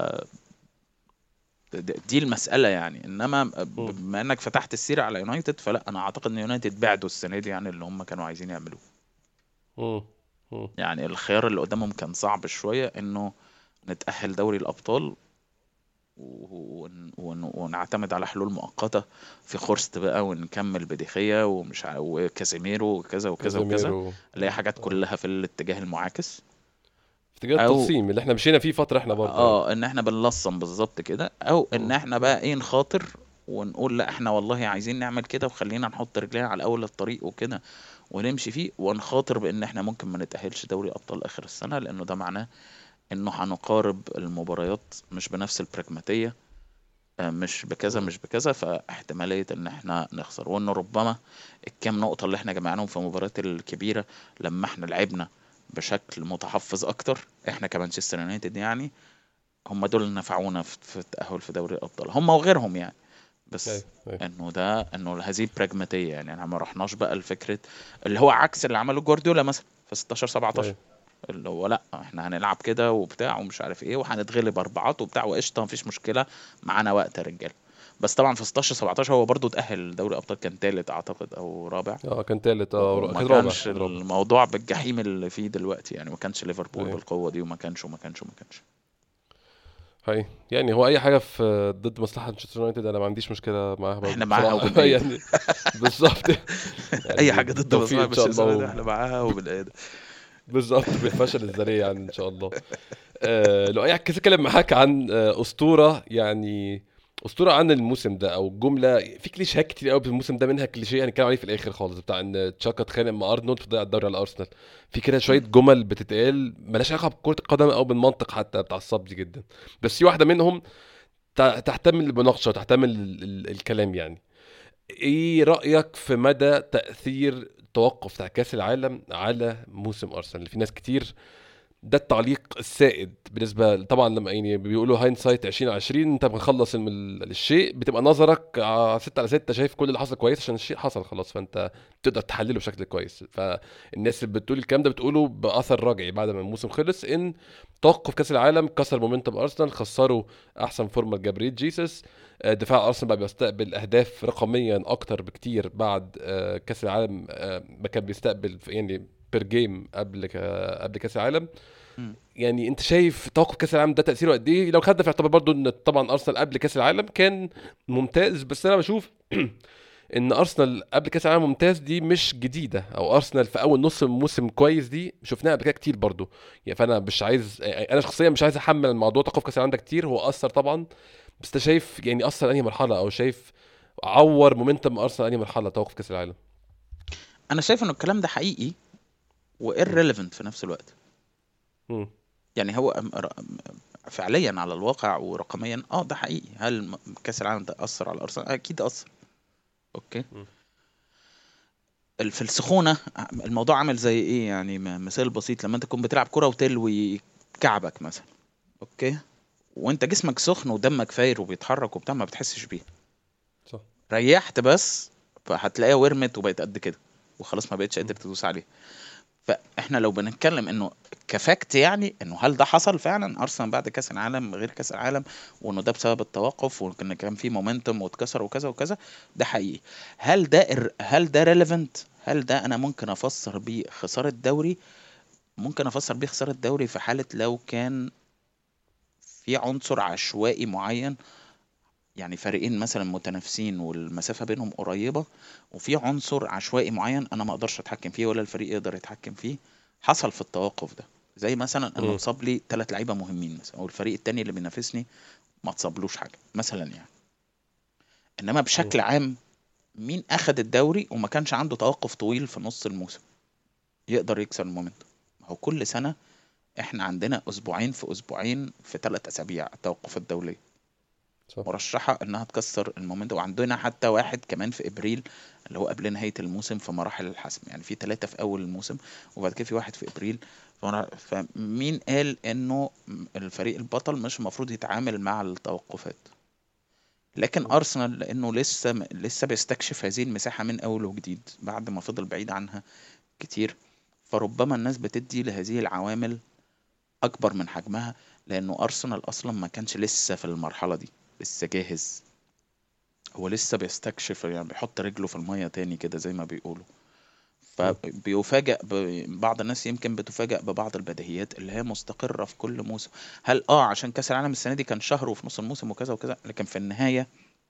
دي المساله يعني. انما مم. بما انك فتحت السيره على يونايتد، فلا انا اعتقد ان يونايتد بعدوا السنه دي يعني اللي هم كانوا عايزين يعملوه. مم. مم. يعني الخيار اللي قدامهم كان صعب شويه، انه نتاهل دوري الابطال ونعتمد على حلول مؤقته في خورست بقى، ونكمل بديخية وكازيميرو وكذا وكذا وكذا، كازيميرو. اللي هي حاجات اه، كلها في الاتجاه المعاكس. في اتجاه او التصميم اللي احنا مشينا فيه فتره احنا برضه يعني. ان احنا بنلصم بالظبط كده، او ان مم. احنا مم. بقى ايه نخاطر ونقول لا احنا والله عايزين نعمل كده، وخلينا نحط رجلينا على اول الطريق وكده ونمشي فيه، ونخاطر بان احنا ممكن ما نتأهلش دوري ابطال اخر السنة، لانه ده معناه انه هنقارب المباريات مش بنفس البراجماتية، مش بكذا مم. مش بكذا، فاحتمالية ان احنا نخسر، وانه ربما الكام نقطة اللي احنا جمعناهم في المباريات الكبيرة لما احنا لعبنا بشكل متحفظ اكتر، احنا كمانشستر يونايتد يعني، هم دول اللي نفعونا في التأهل في دوري الأبطال، هم وغيرهم يعني. ايوه بس ايوه انه هذه براجماتية، يعني احنا ما رحناش بقى الفكرة اللي هو عكس اللي عمله جوارديولا مثلا في 16 17، ايوه اللي هو لا احنا هنلعب كده وبتاع ومش عارف ايه، وهنتغلب اربعات وبتاع وقشطه مفيش مشكله، معانا وقت يا رجاله. بس طبعا في 16 17 هو برضو اتأهل دوري ابطال، كان تالت اعتقد او رابع، اه، كان تالت، وما كان رابع كانش كان رابع. الموضوع بالجحيم اللي فيه دلوقتي يعني، ما كانش ليفربول ايوه بالقوه دي، وما كانش. هاي، يعني هو اي حاجه في ضد مصلحه مانشستر يونايتد انا ما عنديش مشكله معاها برضه احنا معاها بصراحه. وبنأيد. يعني بالظبط. اي يعني حاجه ضد بالتوفيق مصلحه ان شاء مانشستر يونايتد الله. احنا معاها وبنأيد. بالظبط، بالفشل الذريع يعني ان شاء الله. لو اي عايز اتكلم معاك عن اسطوره يعني، اسطوره عن الموسم ده، او جمله في كليشيهات كتير قوي في الموسم ده، منها كليشيه هنتكلم عليه في الاخر خالص، بتاع ان تشاكا اتخانق مع ارنولد فضيع الدوري على ارسنال. في كده شويه مم. جمل بتتقال مالهاش علاقه بكره القدم او بالمنطق حتى، بتاع الصبر جدا. بس في واحده منهم تحتمل المناقشه وتحتمل الكلام يعني. ايه رايك في مدى تاثير التوقف بتاع كاس العالم على موسم ارسنال؟ في ناس كتير ده التعليق السائد بالنسبه طبعا لما يعني بيقولوا هايندسايت 2020، انت بنخلص الشيء بتبقى نظرك 6/6 شايف كل اللي حصل كويس عشان الشيء حصل خلاص، فانت تقدر تحلله بشكل كويس. فالناس اللي بتقول الكلام ده بتقوله باثر راجعي بعد ما الموسم خلص، ان توقف كاس العالم كسر مومنتم ارسنال، خسروا احسن فورمه جابريل جيسوس. دفاع ارسنال بقى بيستقبل اهداف رقميا اكتر بكتير بعد كاس العالم ما كان بيستقبل يعني بير جيم قبل كاس العالم. مم. يعني انت شايف توقف كاس العالم ده تاثيره قد ايه؟ لو خدنا في اعتبار برضو ان طبعا ارسنال قبل كاس العالم كان ممتاز، بس انا بشوف ان ارسنال قبل كاس العالم ممتاز دي مش جديده، او ارسنال في اول نص موسم كويس دي شفناها قبل كده كتير برضو. يعني فانا مش عايز، انا شخصيا مش عايز احمل الموضوع توقف كاس العالم ده كتير، هو اثر طبعا، بس انت شايف يعني اثر انهي مرحله، او شايف عور مومنتم ارسنال انهي مرحله توقف كاس العالم؟ انا شايف انه الكلام ده حقيقي و مم. irrelevant في نفس الوقت. مم. يعني هو فعليا على الواقع ورقميا ده حقيقي. هل كاس العالم ده اثر على ارسنال؟ اكيد اثر. اوكي. مم. في السخونه الموضوع عامل زي ايه؟ يعني مثال بسيط، لما انت تكون بتلعب كرة وتلوي كعبك مثلا، اوكي، وانت جسمك سخن ودمك فاير وبيتحرك وبتاع، ما بتحسش بيه. صح. ريحت بس فهتلاقيها ورمت وبقت قد كده وخلاص ما بقتش مم. قادر تدوس عليها. فاحنا لو بنتكلم انه كفاكت، يعني انه هل ده حصل فعلا ارسنال بعد كاس العالم غير كاس العالم، وانه ده بسبب التوقف، وان كان في مومنتوم واتكسر وكذا وكذا، ده حقيقي. هل ده ريليفنت؟ هل ده انا ممكن افسر بيه خسارة دوري؟ ممكن افسر بيه خسارة دوري في حالة لو كان في عنصر عشوائي معين، يعني فريقين مثلا متنافسين والمسافة بينهم قريبة، وفي عنصر عشوائي معين انا ما اقدرش اتحكم فيه ولا الفريق يقدر يتحكم فيه، حصل في التوقف ده. زي مثلا انه مم. اتصاب لي 3 لعيبة مهمين مثلا، او الفريق التاني اللي بينافسني ما اتصابلوش حاجة مثلا يعني. انما مم. بشكل عام، مين اخد الدوري وما كانش عنده توقف طويل في نص الموسم يقدر يكسر المومنتوم؟ ما هو كل سنة احنا عندنا اسبوعين في اسبوعين في 3 اسابيع التوقف الدولي صح. مرشحة انها تكسر المومنتوم. وعندنا حتى واحد كمان في ابريل اللي هو قبل نهاية الموسم في مراحل الحسم، يعني في 3 في اول الموسم وبعد كده في واحد في ابريل. فمين قال انه الفريق البطل مش المفروض يتعامل مع التوقفات؟ لكن مم. ارسنال لانه لسه بيستكشف هذه المساحة من اول وجديد بعد ما فضل بعيد عنها كتير، فربما الناس بتدي لهذه العوامل اكبر من حجمها، لانه ارسنال اصلا ما كانش لسه في المرحلة دي لسه جاهز. هو لسه بيستكشف، يعني بيحط رجله في المية تاني كده زي ما بيقولوا. مم. فبيفاجأ بعض الناس يمكن بتفاجأ ببعض البديهيات اللي هي مستقرة في كل موسم. هل عشان كأس العالم السنة دي كان شهر وفي نص الموسم وكذا وكذا، لكن في النهاية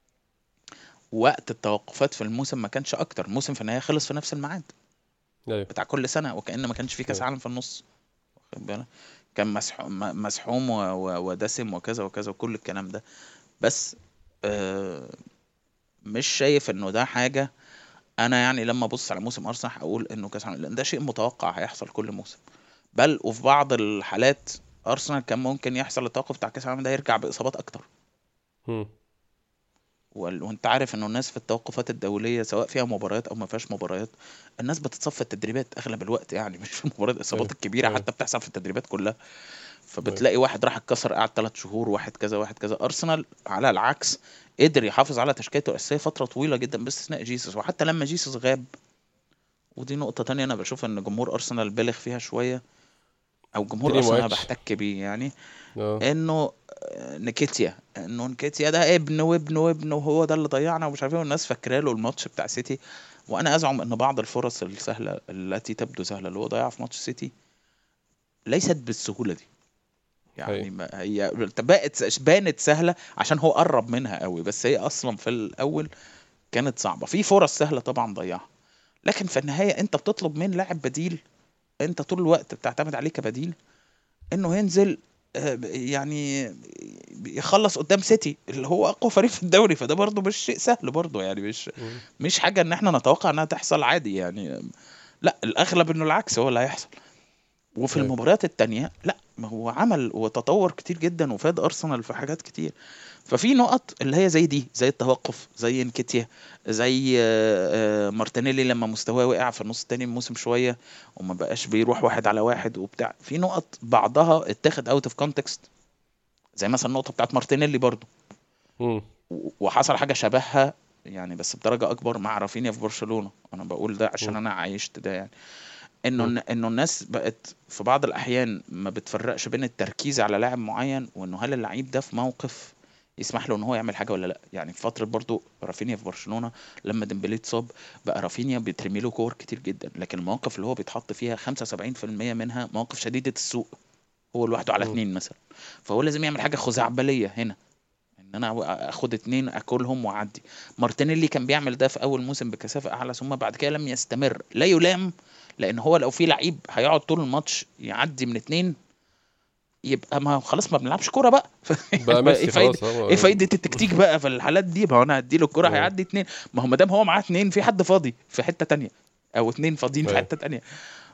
وقت التوقفات في الموسم ما كانش اكتر. الموسم في النهاية خلص في نفس الميعاد ايوه. بتاع كل سنة، وكأن ما كانش في كأس ايوه. عالم في النص. واخد بالك؟ كان مسحوم ودسم وكذا وكذا وكل الكلام ده. بس آه، مش شايف انه ده حاجة. انا يعني لما ابص على موسم ارسنال هقول انه كاس العالم، لان ده شيء متوقع هيحصل كل موسم. بل وفي بعض الحالات ارسنال كان ممكن يحصل التوقف بتاع كاس العالم ده يرجع باصابات اكتر. مم. وانت عارف انه الناس في التوقفات الدوليه سواء فيها مباريات او ما فيهاش مباريات، الناس بتتصاب في التدريبات اغلب الوقت، يعني مش في المباريات. الاصابات ايوه. الكبيره ايوه. حتى بتحصل في التدريبات كلها. ايوه. فبتلاقي واحد راح اتكسر قعد 3 شهور، واحد كذا واحد كذا. ارسنال على العكس قدر يحافظ على تشكيلته الاساسيه فتره طويله جدا باستثناء جيسوس. وحتى لما جيسوس غاب، ودي نقطة تانية أنا بشوف إن جمهور أرسنال بالغ فيها شوية، أو جمهور الدنيا ما أرسنال أنا وقتش. بحتك بيه يعني. اه. إنه نكيتيا ده ابن وابن وابن وهو ده اللي ضيعنا ومش عارف إيه، والناس فاكرة له الماتش بتاع سيتي. وأنا أزعم إن بعض الفرص السهلة التي تبدو سهلة اللي هو ضيعها في ماتش سيتي ليست بالسهولة دي. هي. يعني ما هي بانت سهلة عشان هو قرب منها قوي، بس هي أصلا في الأول كانت صعبة. في فرص سهلة طبعا ضيعها، لكن في النهاية أنت بتطلب من لاعب بديل، انت طول الوقت بتعتمد عليه كبديل انه ينزل يعني يخلص قدام سيتي اللي هو اقوى فريق في الدوري. فده برضه مش شيء سهل برضه، يعني مم. مش حاجة ان احنا نتوقع انها تحصل عادي يعني. لا، الاغلب انه العكس هو اللي هيحصل. وفي ايوه. المباريات التانية لا، ما هو عمل وتطور كتير جدا وفاد ارسنال في حاجات كتير. ففي نقط اللي هي زي دي، زي التوقف، زي انكيتيا، زي مارتينيلي لما مستواه وقع في النص التاني من الموسم شوية وما بقاش بيروح واحد على واحد وبتاع. في نقط بعضها اتاخد اوت اوف كونتكست، زي مثلا النقطة بتاعت مارتينيلي برضو، امم. وحصل حاجة شبهها يعني بس بدرجة أكبر مع رافينيا في برشلونة. أنا بقول ده عشان امم. أنا عايشت ده يعني. امم. إنه الناس بقت في بعض الأحيان ما بتفرقش بين التركيز على لاعب معين وإنه هل اللعيب ده في موقف يسمح له إن هو يعمل حاجة ولا لأ. يعني في فترة برضو رافينيا في برشلونة لما ديمبلي اتصاب، بقى رافينيا بيترمي له كور كتير جدا، لكن المواقف اللي هو بيتحط فيها 75% منها مواقف شديدة السوء، هو لوحده على امم. اتنين مثلا. فهو لازم يعمل حاجة خزعبلية هنا، ان انا اخد اتنين اكلهم واعدي. مارتينيلي كان بيعمل ده في اول موسم بكثافه اعلى، ثم بعد كده لم يستمر. لا يلام، لان هو لو في لعيب هيقعد طول الماتش يعدي من اتنين يبقى ما خلاص ما بنلعبش كوره بقى. يعني بقى ايه ميسي فايده، خلاص ايه فايده التكتيك بقى في الحالات دي؟ ما هو انا هديله الكوره اه. هيعدي اتنين، ما هو ما دام هو معاه اتنين في حد فاضي في حته تانية او اتنين فاضيين في ايوه. حته تانية.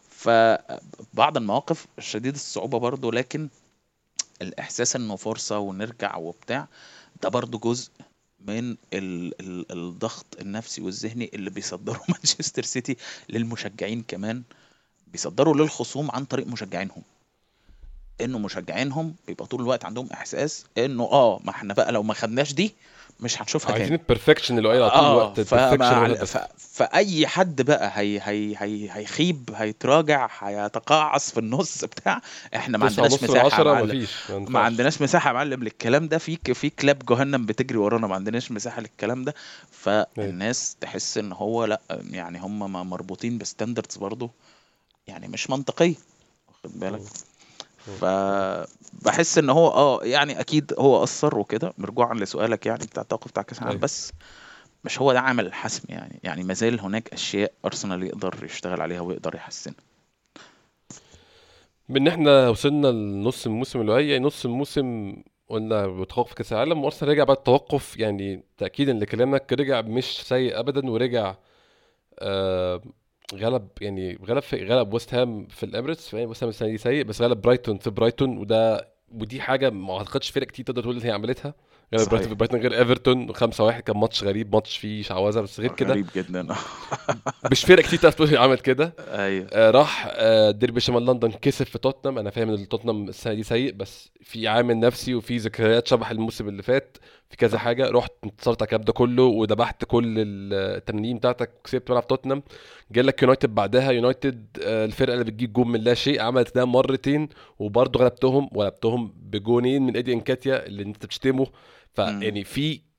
فبعض المواقف شديد الصعوبه برضو، لكن الاحساس انه فرصه ونرجع وبتاع، ده برضو جزء من الضغط النفسي والذهني اللي بيصدره مانشستر سيتي للمشجعين كمان، بيصدروا للخصوم عن طريق مشجعينهم. انه مشجعينهم بيبقى طول الوقت عندهم احساس انه ما احنا بقى لو ما خدناش دي مش هنشوفها عايزين تاني. البرفكشن اللي قايل على طول الوقت، البرفكشن هو الهدف. فاي حد بقى هي هيخيب، هيتراجع، هيتقاعس في النص بتاع، احنا ما تسعة عندناش ونص من مساحه يا عشرة معلم. مفيش، ما ما ينفعش. عندناش مساحه يا معلم للكلام ده، في كلاب جهنم بتجري ورانا، ما عندناش مساحه للكلام ده. ايوه. فالناس تحس ان هو لا، يعني هم مربوطين بستاندردز برضه يعني مش منطقيه، واخد بالك. مم. مم. فبحس ان هو يعني اكيد هو اثر وكده، رجوعا لسؤالك يعني بتاع التوقف بتاع كاس العالم، ايوه. بس مش هو ده عامل الحسم يعني ما زال هناك اشياء ارسنال يقدر يشتغل عليها ويقدر يحسنها. بان احنا وصلنا لنص الموسم اللي هي نص الموسم، قلنا بتوقف كاس العالم، وارسنال رجع بعد التوقف، يعني تاكيدا لكلامك رجع مش سيء ابدا، ورجع آه غلب، يعني غلب ويست هام في الاميريتس. يعني ويست هام السنه دي سيء، بس غلب برايتون في برايتون، ودي حاجه ما اعتقدش فرق كتير تقدر تقول ان هي عملتها. غلب برايتون في صحيح. برايتون غير ايفرتون 5-1، كان ماتش غريب، ماتش فيه شعوذه، بس غير كده غريب جدا. مش فرق كتير تقدر تقول هي عملت كده. ايوه. راح ديربي شمال لندن كسب في توتنهام. انا فاهم ان توتنهام السنه دي سيء، بس في عامل نفسي وفي ذكريات شبه الموسم اللي فات في كذا صح. حاجه. رحت انتصرت على الكلام ده كله وذبحت كل التنانين بتاعتك وكسبت ملعب توتنهام. جالك يونايتد بعدها، يونايتد الفرقه اللي بتجيب جون من لا شيء، عملت ده مرتين وبرضه غلبتهم بجونين من ايدي انكاتيا اللي انت بتشتمه. امم. فيعني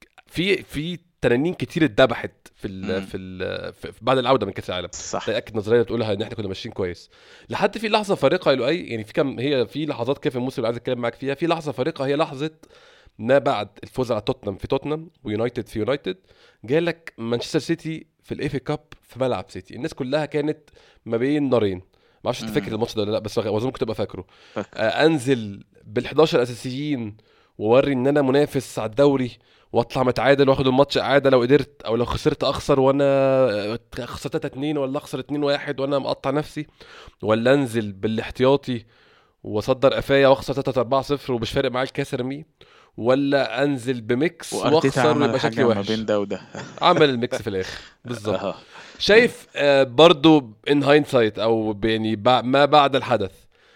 في تنانين كتير اتذبحت امم. بعد العوده من كاس العالم. صح. ده اكد نظريه بتقولها ان احنا كنا ماشيين كويس لحد في لحظه فارقه يا لؤي. يعني في كم، هي في لحظات كده في الموسم اللي عايز اتكلم معاك فيها، في لحظه فارقه هي لحظه ما بعد الفوز على توتنهام في توتنهام ويونايتد في يونايتد، جالك مانشستر سيتي في الاف كاب في ملعب سيتي. الناس كلها كانت ما بين نارين. ما اعرفش انت فاكر امم. الماتش ده ولا لا، بس اظن ممكن تبقى فاكره. فاكر. انزل بال11 اساسيين واوري ان انا منافس على الدوري، واطلع متعادل واخد الماتش اعاده لو قدرت، او لو خسرت اخسر وانا خسرت 3-2 ولا اخسر 2-1 وانا مقطع نفسي، ولا انزل بالاحتياطي واصدر قفايا واخسر 3-4-0 ومش فارق معايا الكاس ارميه، ولا انزل بميكس وارتيتا واخسر عمل ويبقى شكلي حاجه ما بين وحش. ده وده. عمل الميكس في الاخر بالظبط. اه. شايف برضو ان هايندسايت او يعني ما بعد الحدث،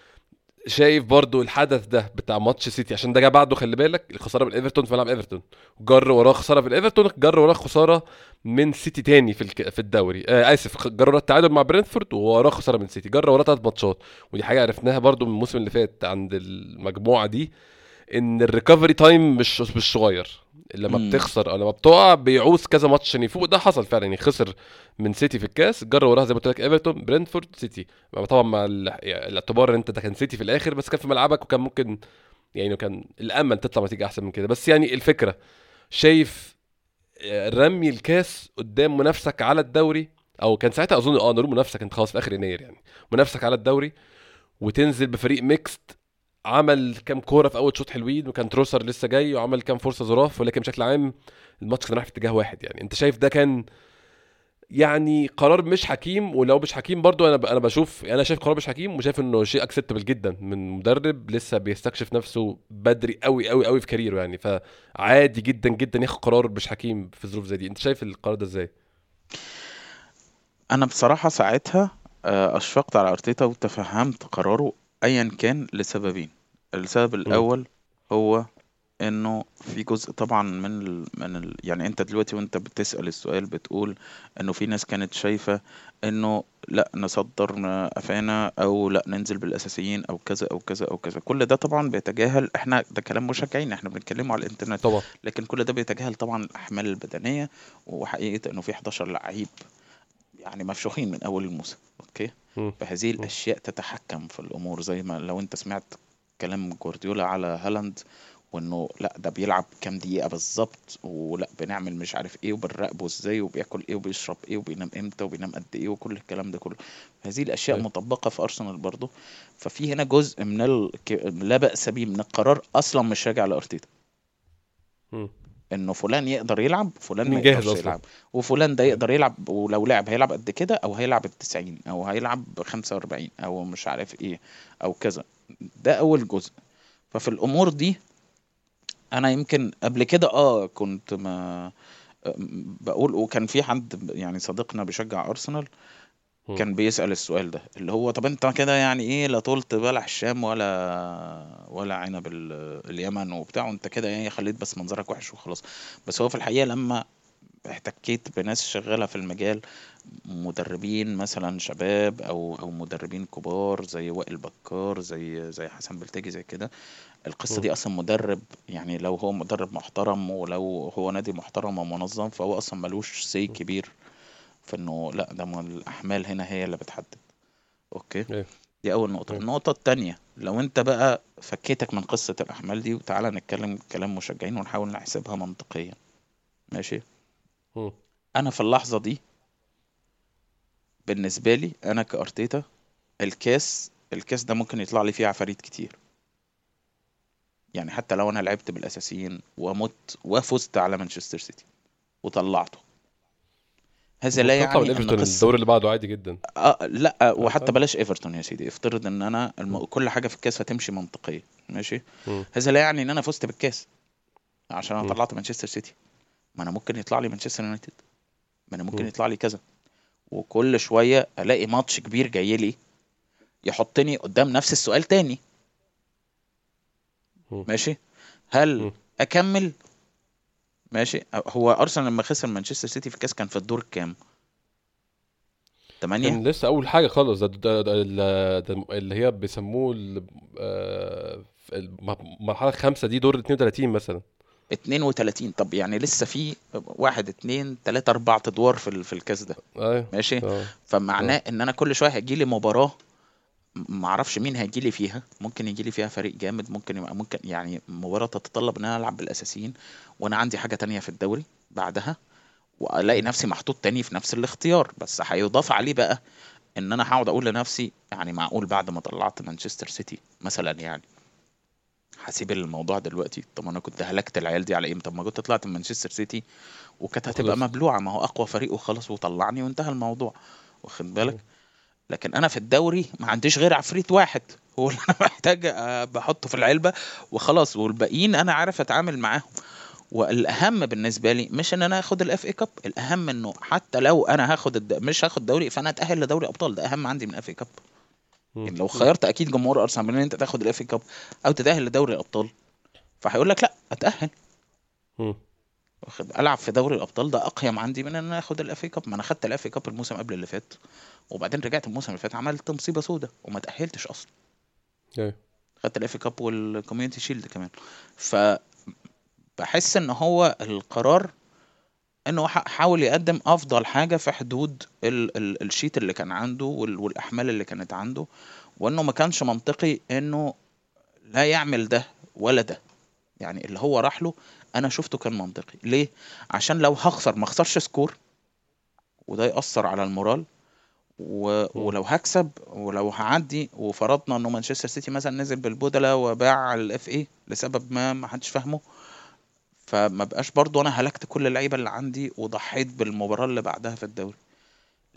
شايف برضو الحدث ده بتاع ماتش سيتي، عشان ده جه بعده خلي بالك الخساره من ايفرتون في ملعب ايفرتون، جر وراه خساره في الايفرتون، جر وراه خساره من سيتي تاني في الدوري، اسف، جر وراه التعادل مع برينتفورد ووراه خساره من سيتي، جر وراه 3 ماتشات. ودي حاجه عرفناها برضو من الموسم اللي فات عند المجموعه دي، ان الريكفري تايم مش صغير. لما امم. بتخسر او لما بتقع بيعوز كذا ماتش عشان يفوق. ده حصل فعلا، يعني خسر من سيتي في الكاس، جرى وراها زي ما قلت لك ايفرتون، برينتفورد، سيتي. طبعا مع يعني الاعتبار ان انت ده كان سيتي في الاخر، بس كان في ملعبك وكان ممكن يعني كان الامل تطلع نتيجه احسن من كده. بس يعني الفكره، شايف رمي الكاس قدام منافسك على الدوري، او كان ساعتها اظن نقول منافسك انت خلاص في اخر يناير، يعني منافسك على الدوري، وتنزل بفريق ميكست عمل كام كوره في اول شوط حلوين، وكان تروسر لسه جاي وعمل كام فرصه ظراف، ولكن بشكل عام الماتش كان رايح في اتجاه واحد. يعني انت شايف ده كان يعني قرار مش حكيم، ولو مش حكيم برضو انا بشوف، انا شايف قرار مش حكيم، وشايف انه شيء اكسبتبل جدا من مدرب لسه بيستكشف نفسه بدري قوي قوي قوي في كاريره يعني. فعادي جدا جدا ياخد قرار مش حكيم في ظروف زي دي. انت شايف القرار ده ازاي؟ انا بصراحة ساعتها اشفقت على ارتيتا وتفهمت قراره ايا كان لسببين. السبب مم. الاول هو انه في جزء طبعا يعني انت دلوقتي وانت بتسأل السؤال بتقول انه في ناس كانت شايفة انه لا نصدر قفانا او لا ننزل بالاساسيين او كذا او كذا او كذا. كل ده طبعا بيتجاهل، احنا ده كلام مشجعين احنا بنتكلمه على الانترنت، طبعا. لكن كل ده بيتجاهل طبعا الاحمال البدنية وحقيقة انه في 11 لعيب يعني مفشوخين من اول الموسم. اوكي، مم. فهذه مم. الاشياء تتحكم في الامور، زي ما لو انت سمعت كلام جوارديولا على هالاند، وانه لا ده بيلعب كام دقيقة بالظبط، ولا بنعمل مش عارف ايه وبنراقبه ازاي وبياكل ايه وبيشرب ايه وبينام امتى وبينام قد ايه وكل الكلام ده كله. هذه الاشياء أيوة. مطبقة في ارسنال برضه. ففي هنا جزء من لا بأس به من القرار اصلا مش راجع لارتيتا، مم. انه فلان يقدر يلعب فلان ما مين جاهز يقدرش اصلا؟ يلعب، وفلان ده أيوة. يقدر يلعب، ولو لعب هيلعب قد كده او هيلعب ال90 او هيلعب ب45 او مش عارف ايه او كذا. ده اول جزء. ففي الامور دي انا يمكن قبل كده كنت ما بقول، وكان في حد يعني صديقنا بيشجع ارسنال مم. كان بيسأل السؤال ده اللي هو طب انت كده يعني ايه، لا طولت بلح الشام ولا عنب اليمن وبتاع، وانت كده يعني خليت بس منظرك وحش وخلاص. بس هو في الحقيقة لما احتكيت بناس شغالة في المجال، مدربين مثلا شباب او مدربين كبار زي وائل بكار زي حسن بلتاجي زي كده، القصة مم. دي اصلا مدرب يعني لو هو مدرب محترم ولو هو نادي محترم ومنظم فهو اصلا ملوش سي مم. كبير في انه لا ده الاحمال هنا هي اللي بتحدد. اوكي، ايوه. دي اول نقطة. ايوه. النقطة التانية، لو انت بقى فكيتك من قصة الاحمال دي وتعالى نتكلم كلام مشجعين ونحاول نحسبها منطقيا. ماشي، مم. انا في اللحظة دي بالنسبة لي انا كارتيتا، الكاس ده ممكن يطلع لي فيه عفاريت كتير. يعني حتى لو انا لعبت بالاساسيين ومت وفزت على مانشستر سيتي وطلعته، هذا لا ممكن اطلع من يعني ان ايفرتون قصة الدور اللي بعده عادي جدا. لا عادي وحتى عادي. بلاش ايفرتون يا سيدي، افترض ان انا مم. كل حاجة في الكاس هتمشي منطقية. ماشي، مم. هذا لا يعني ان انا فزت بالكاس عشان انا مم. طلعت مانشستر سيتي. ما انا ممكن يطلع لي مانشستر يونايتد، ما انا ممكن مم. يطلع لي كذا، وكل شوية الاقي ماتش كبير جاي لي يحطني قدام نفس السؤال تاني. مم. ماشي، هل مم. اكمل؟ ماشي، هو ارسنال لما خسر مانشستر سيتي في الكاس كان في الدور الكام؟ 8. كان لسه اول حاجه خالص، ده اللي هي بيسموه المرحله الخامسه دي، دور 32 مثلا. 32. طب يعني لسه في واحد اتنين تلاتة اربع ادوار في الكاس ده. ايوه. ماشي، اه. اه. فمعناه ان انا كل شويه هيجي لي مباراه ما اعرفش مين هيجي لي فيها، ممكن يجي لي فيها فريق جامد، ممكن يعني مباراه تتطلب ان انا العب بالاساسيين وانا عندي حاجه تانية في الدوري بعدها، والاقي مم. نفسي محطوط تاني في نفس الاختيار. بس هيضاف عليه بقى ان انا هقعد اقول لنفسي يعني معقول بعد ما طلعت مانشستر سيتي مثلا يعني هسيب الموضوع دلوقتي؟ طب انا كنت هلكت العيال دي على ايه؟ طب ما كنت طلعت من مانشستر سيتي وكانت هتبقى وخلصت. مبلوعه، ما هو اقوى فريق وخلاص وطلعني وانتهى الموضوع. واخد بالك؟ مم. لكن انا في الدوري ما عنديش غير عفريت واحد هو اللي انا محتاج بحطه في العلبه وخلاص، والباقيين انا عارف اتعامل معاهم. والاهم بالنسبه لي مش ان انا اخد الاف اي كاب، الاهم انه حتى لو انا مش هاخد دوري فانا اتاهل لدوري ابطال، ده اهم عندي من اف اي كاب. مم. يعني لو مم. خيرت اكيد جمهور ارسنال بين ان انت تاخد الاف اي كاب او تتاهل لدوري الابطال فهيقول لك لا اتاهل. مم. العب في دوري الابطال ده اقيم عندي من ان انا اخد الاف اي كاب. ما انا خدت الاف اي كاب الموسم قبل اللي فات، وبعدين رجعت الموسم اللي فات عملت مصيبه سودة وما تاهلتش اصلا. ايوه. خدت الاف اي كاب والكوميونتي شيلد كمان. فبحس ان هو القرار انه حاول يقدم افضل حاجه في حدود ال الشيت اللي كان عنده والاحمال اللي كانت عنده، وانه ما كانش منطقي انه لا يعمل ده ولا ده. يعني اللي هو راح له انا شفته كان منطقي ليه؟ عشان لو هخسر ما اخسرش سكور وده يأثر على المورال، مم. ولو هكسب ولو هعدي، وفرضنا انه مانشستر سيتي مثلا نزل بالبودلة وباع الاف اي لسبب ما حدش فاهمه، فما بقاش برضو انا هلكت كل اللعيبه اللي عندي وضحيت بالمباراه اللي بعدها في الدوري.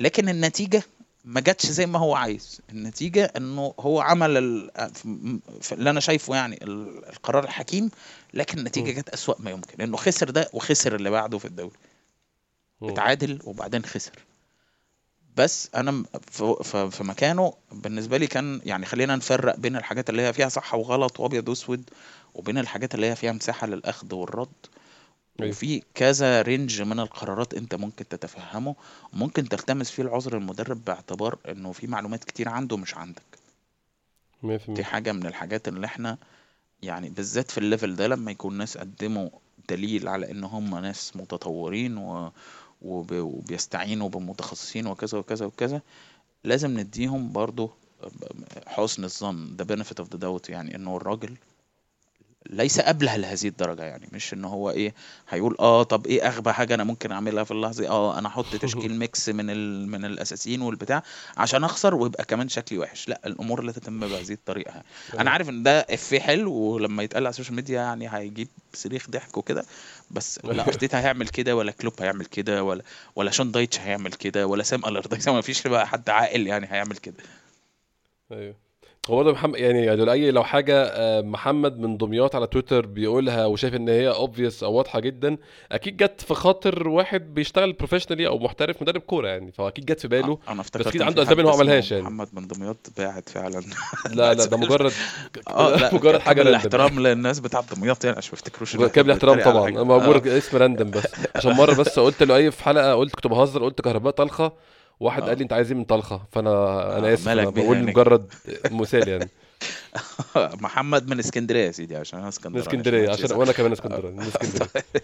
لكن النتيجة ما جاتش زي ما هو عايز. النتيجة انه هو عمل اللي انا شايفه يعني القرار الحكيم، لكن النتيجة مم. جت اسوأ ما يمكن، انه خسر ده وخسر اللي بعده في الدوري، مم. اتعادل وبعدين خسر. بس انا في مكانه بالنسبة لي كان يعني خلينا نفرق بين الحاجات اللي هي فيها صح وغلط وابيض واسود، وبين الحاجات اللي هي فيها مساحة للاخذ والرد. ايوه وفي كذا رينج من القرارات انت ممكن تتفهمه، وممكن تلتمس فيه العذر المدرب باعتبار انه في معلومات كتير عنده مش عندك. دي 100%. حاجة من الحاجات اللي احنا يعني بالذات في الليفل ده، لما يكون ناس قدموا دليل على ان هم ناس متطورين وبيستعينوا بمتخصصين وكذا وكذا وكذا، لازم نديهم برضو حسن الظن، the benefit of the doubt، يعني انه الراجل ليس أبله لهذه الدرجة. يعني مش ان هو ايه هيقول طب ايه اغبى حاجة انا ممكن اعملها في اللحظة دي؟ انا احط تشكيل ميكس من الاساسيين والبتاع عشان اخسر ويبقى كمان شكلي وحش. لا، الامور لا تتم بهذه الطريقة. انا ايوه عارف ان ده افيه حلو، ولما يتقال على السوشيال ميديا يعني هيجيب صريخ ضحك وكده، بس لا ارتيتا هيعمل كده، ولا كلوب هيعمل كده، ولا شون دايتش هيعمل كده، ولا سام الردايس، ما فيش بقى حد عاقل يعني هيعمل كده. ايوه. هو برضه محمد يعني لو حاجه محمد من دمياط على تويتر بيقولها وشايف ان هي اوبفيس او واضحه جدا، اكيد جت في خاطر واحد بيشتغل بروفيشنالي او محترف مدرب كوره يعني، فاكيد جت في باله. انا بس افتكرت اكيد ان عنده في اسباب ان حد هو ما اسمه عملهاش يعني. محمد من دمياط باعت فعلا. لا لا، بس ده مجرد لا، مجرد حاجه كامل راندم. الاحترام للناس بتاع دمياط يعني، عشان ما يفتكروش ان احنا كامل الاحترام بنتريق على طبعا، حاجه. انا مجرد اسم راندم بس عشان مره بس قلت له اي في حلقه، قلت كنت بهزر، قلت كهرباء طلخه، واحد قال اه لي انت عايز ايه من طلخه، فانا اسف، مالك انا بيها بقول يا نجم. مجرد مثال يعني. محمد من اسكندريه يا سيدي، عشان انا من اسكندراني عشان ما اسكندريه، حدش عشان يزعل. وانا كمان آه، اسكندراني من اسكندريه. طيب.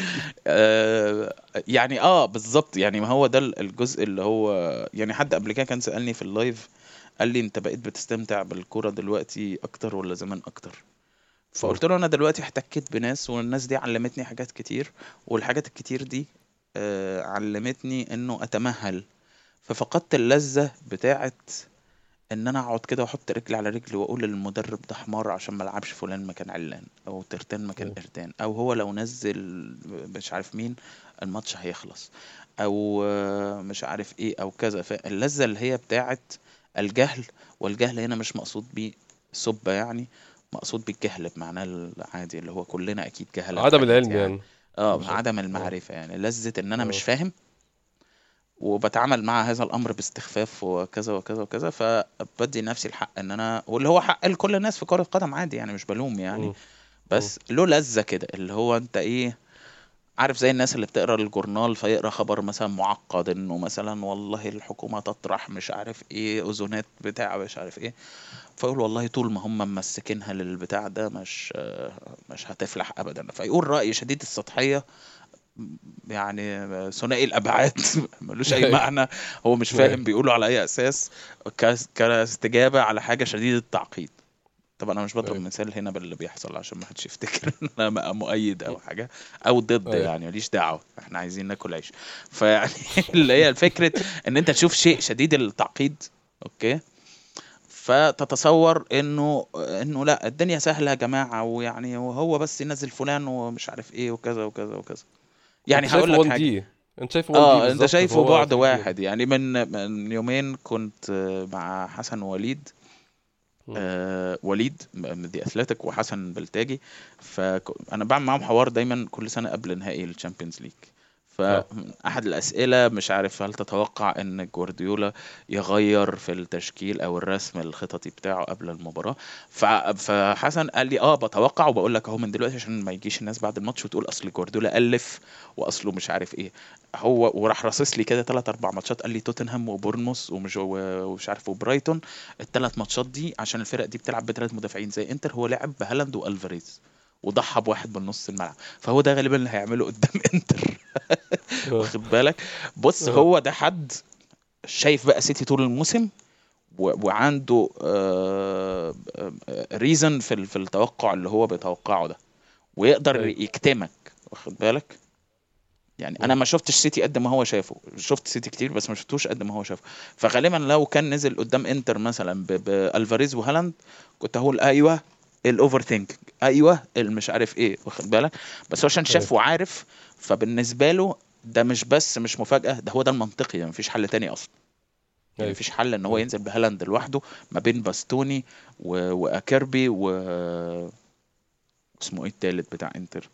يعني بالظبط، يعني ما هو ده الجزء اللي هو يعني حد قبل كده كان سألني في اللايف، قال لي انت بقيت بتستمتع بالكرة دلوقتي اكتر ولا زمان اكتر؟ مم. فقلت له انا دلوقتي احتكيت بناس، والناس دي علمتني حاجات كتير، والحاجات الكتير دي علمتني انه اتمهل. ففقدت اللذة بتاعت ان انا اقعد كده واحط رجلي على رجلي واقول للمدرب ده حمار عشان ما لعبش فلان مكان علان، او ترتان مكان ايوه ارتان، او هو لو نزل مش عارف مين الماتش هيخلص، او مش عارف ايه او كذا. فاللذة اللي هي بتاعت الجهل، والجهل هنا مش مقصود بيه سبة يعني، مقصود بالجهل بمعناه العادي اللي هو كلنا اكيد جهلة في عدم حاجات العلم يعني. يعني، مش عدم اكتر. اه المعرفة، يعني لذة ان انا مش اه فاهم وبتعامل مع هذا الامر باستخفاف وكذا وكذا وكذا، فبدي نفسي الحق ان انا، واللي هو حق لكل الناس في كرة قدم عادي يعني، مش بلوم يعني. مم. مم. بس له لذة كده، اللي هو انت ايه، عارف زي الناس اللي بتقرا الجورنال فيقرا خبر مثلا معقد، انه مثلا والله الحكومة تطرح مش عارف ايه اذونات بتاع مش عارف ايه، فيقول والله طول ما هم ممسكينها للبتاع ده مش هتفلح ابدا، فيقول رأي شديد السطحية يعني ثنائي الابعاد. ملوش اي ايوه معنى، هو مش ايوه فاهم بيقولوا على اي اساس، كاستجابه على حاجه شديده التعقيد. طبعا انا مش بضرب ايوه مثال هنا باللي بيحصل عشان ما حدش يفتكر ان انا مؤيد او حاجه او ضد، ايوه. يعني ماليش دعوه، احنا عايزين ناكل عيش. فيعني اللي هي الفكره ان انت تشوف شيء شديد التعقيد، اوكي، فتتصور انه لا الدنيا سهله يا جماعه، ويعني وهو بس ينزل فلان ومش عارف ايه وكذا وكذا وكذا. انت يعني هقول شايفه لك 1 حاجه، دي، انت شايفه 1 دي انت بالظبط، شايفه فهو بعد 3 دي. واحد يعني. من يومين كنت مع حسن وليد، وليد دي اثليتيك وحسن بلتاجي، فانا بعمل معاهم حوار دايما كل سنه قبل نهائي الشامبيونز ليج. اه فأحد الأسئلة مش عارف هل تتوقع أن جوارديولا يغير في التشكيل أو الرسم الخططي بتاعه قبل المباراة؟ فحسن قال لي بتوقع، وبقول لك أهو من دلوقتي عشان ما يجيش الناس بعد الماتش وتقول أصل جوارديولا ألف وأصله مش عارف إيه. هو وراح راصص لي كده 3 4 ماتشات، قال لي توتنهام وبورنموث ومش عارف وبرايتون، ال3 ماتشات دي عشان الفرق دي بتلعب ب3 مدافعين زي انتر، هو لعب بهالاند والفاريز وضحى بواحد بالنص الملعب، فهو ده غالبا اللي هيعمله قدام انتر. اه واخد بالك؟ بص اه هو ده حد شايف بقى سيتي طول الموسم، وعنده ريزن في التوقع اللي هو بيتوقعه ده، ويقدر ايوه يكتمك. واخد بالك؟ يعني انا اه ما شفتش سيتي قد ما هو شافه، شفت سيتي كتير بس ما شفتوش قد ما هو شافه. فغالبا لو كان نزل قدام انتر مثلا بالفاريز وهالاند، كنت هقول ايوه الاوفر ثينك، ايوه مش عارف ايه. واخد بالك؟ بس هو عشان ايوه شاف وعارف، فبالنسبه له ده مش بس مش مفاجأة، ده هو ده المنطقي، يعني مفيش حل تاني اصلا. يعني ايوه مفيش حل ان هو ايوه ينزل بهالاند لوحده ما بين باستوني واكيربي اسمه ايه التالت بتاع انتر؟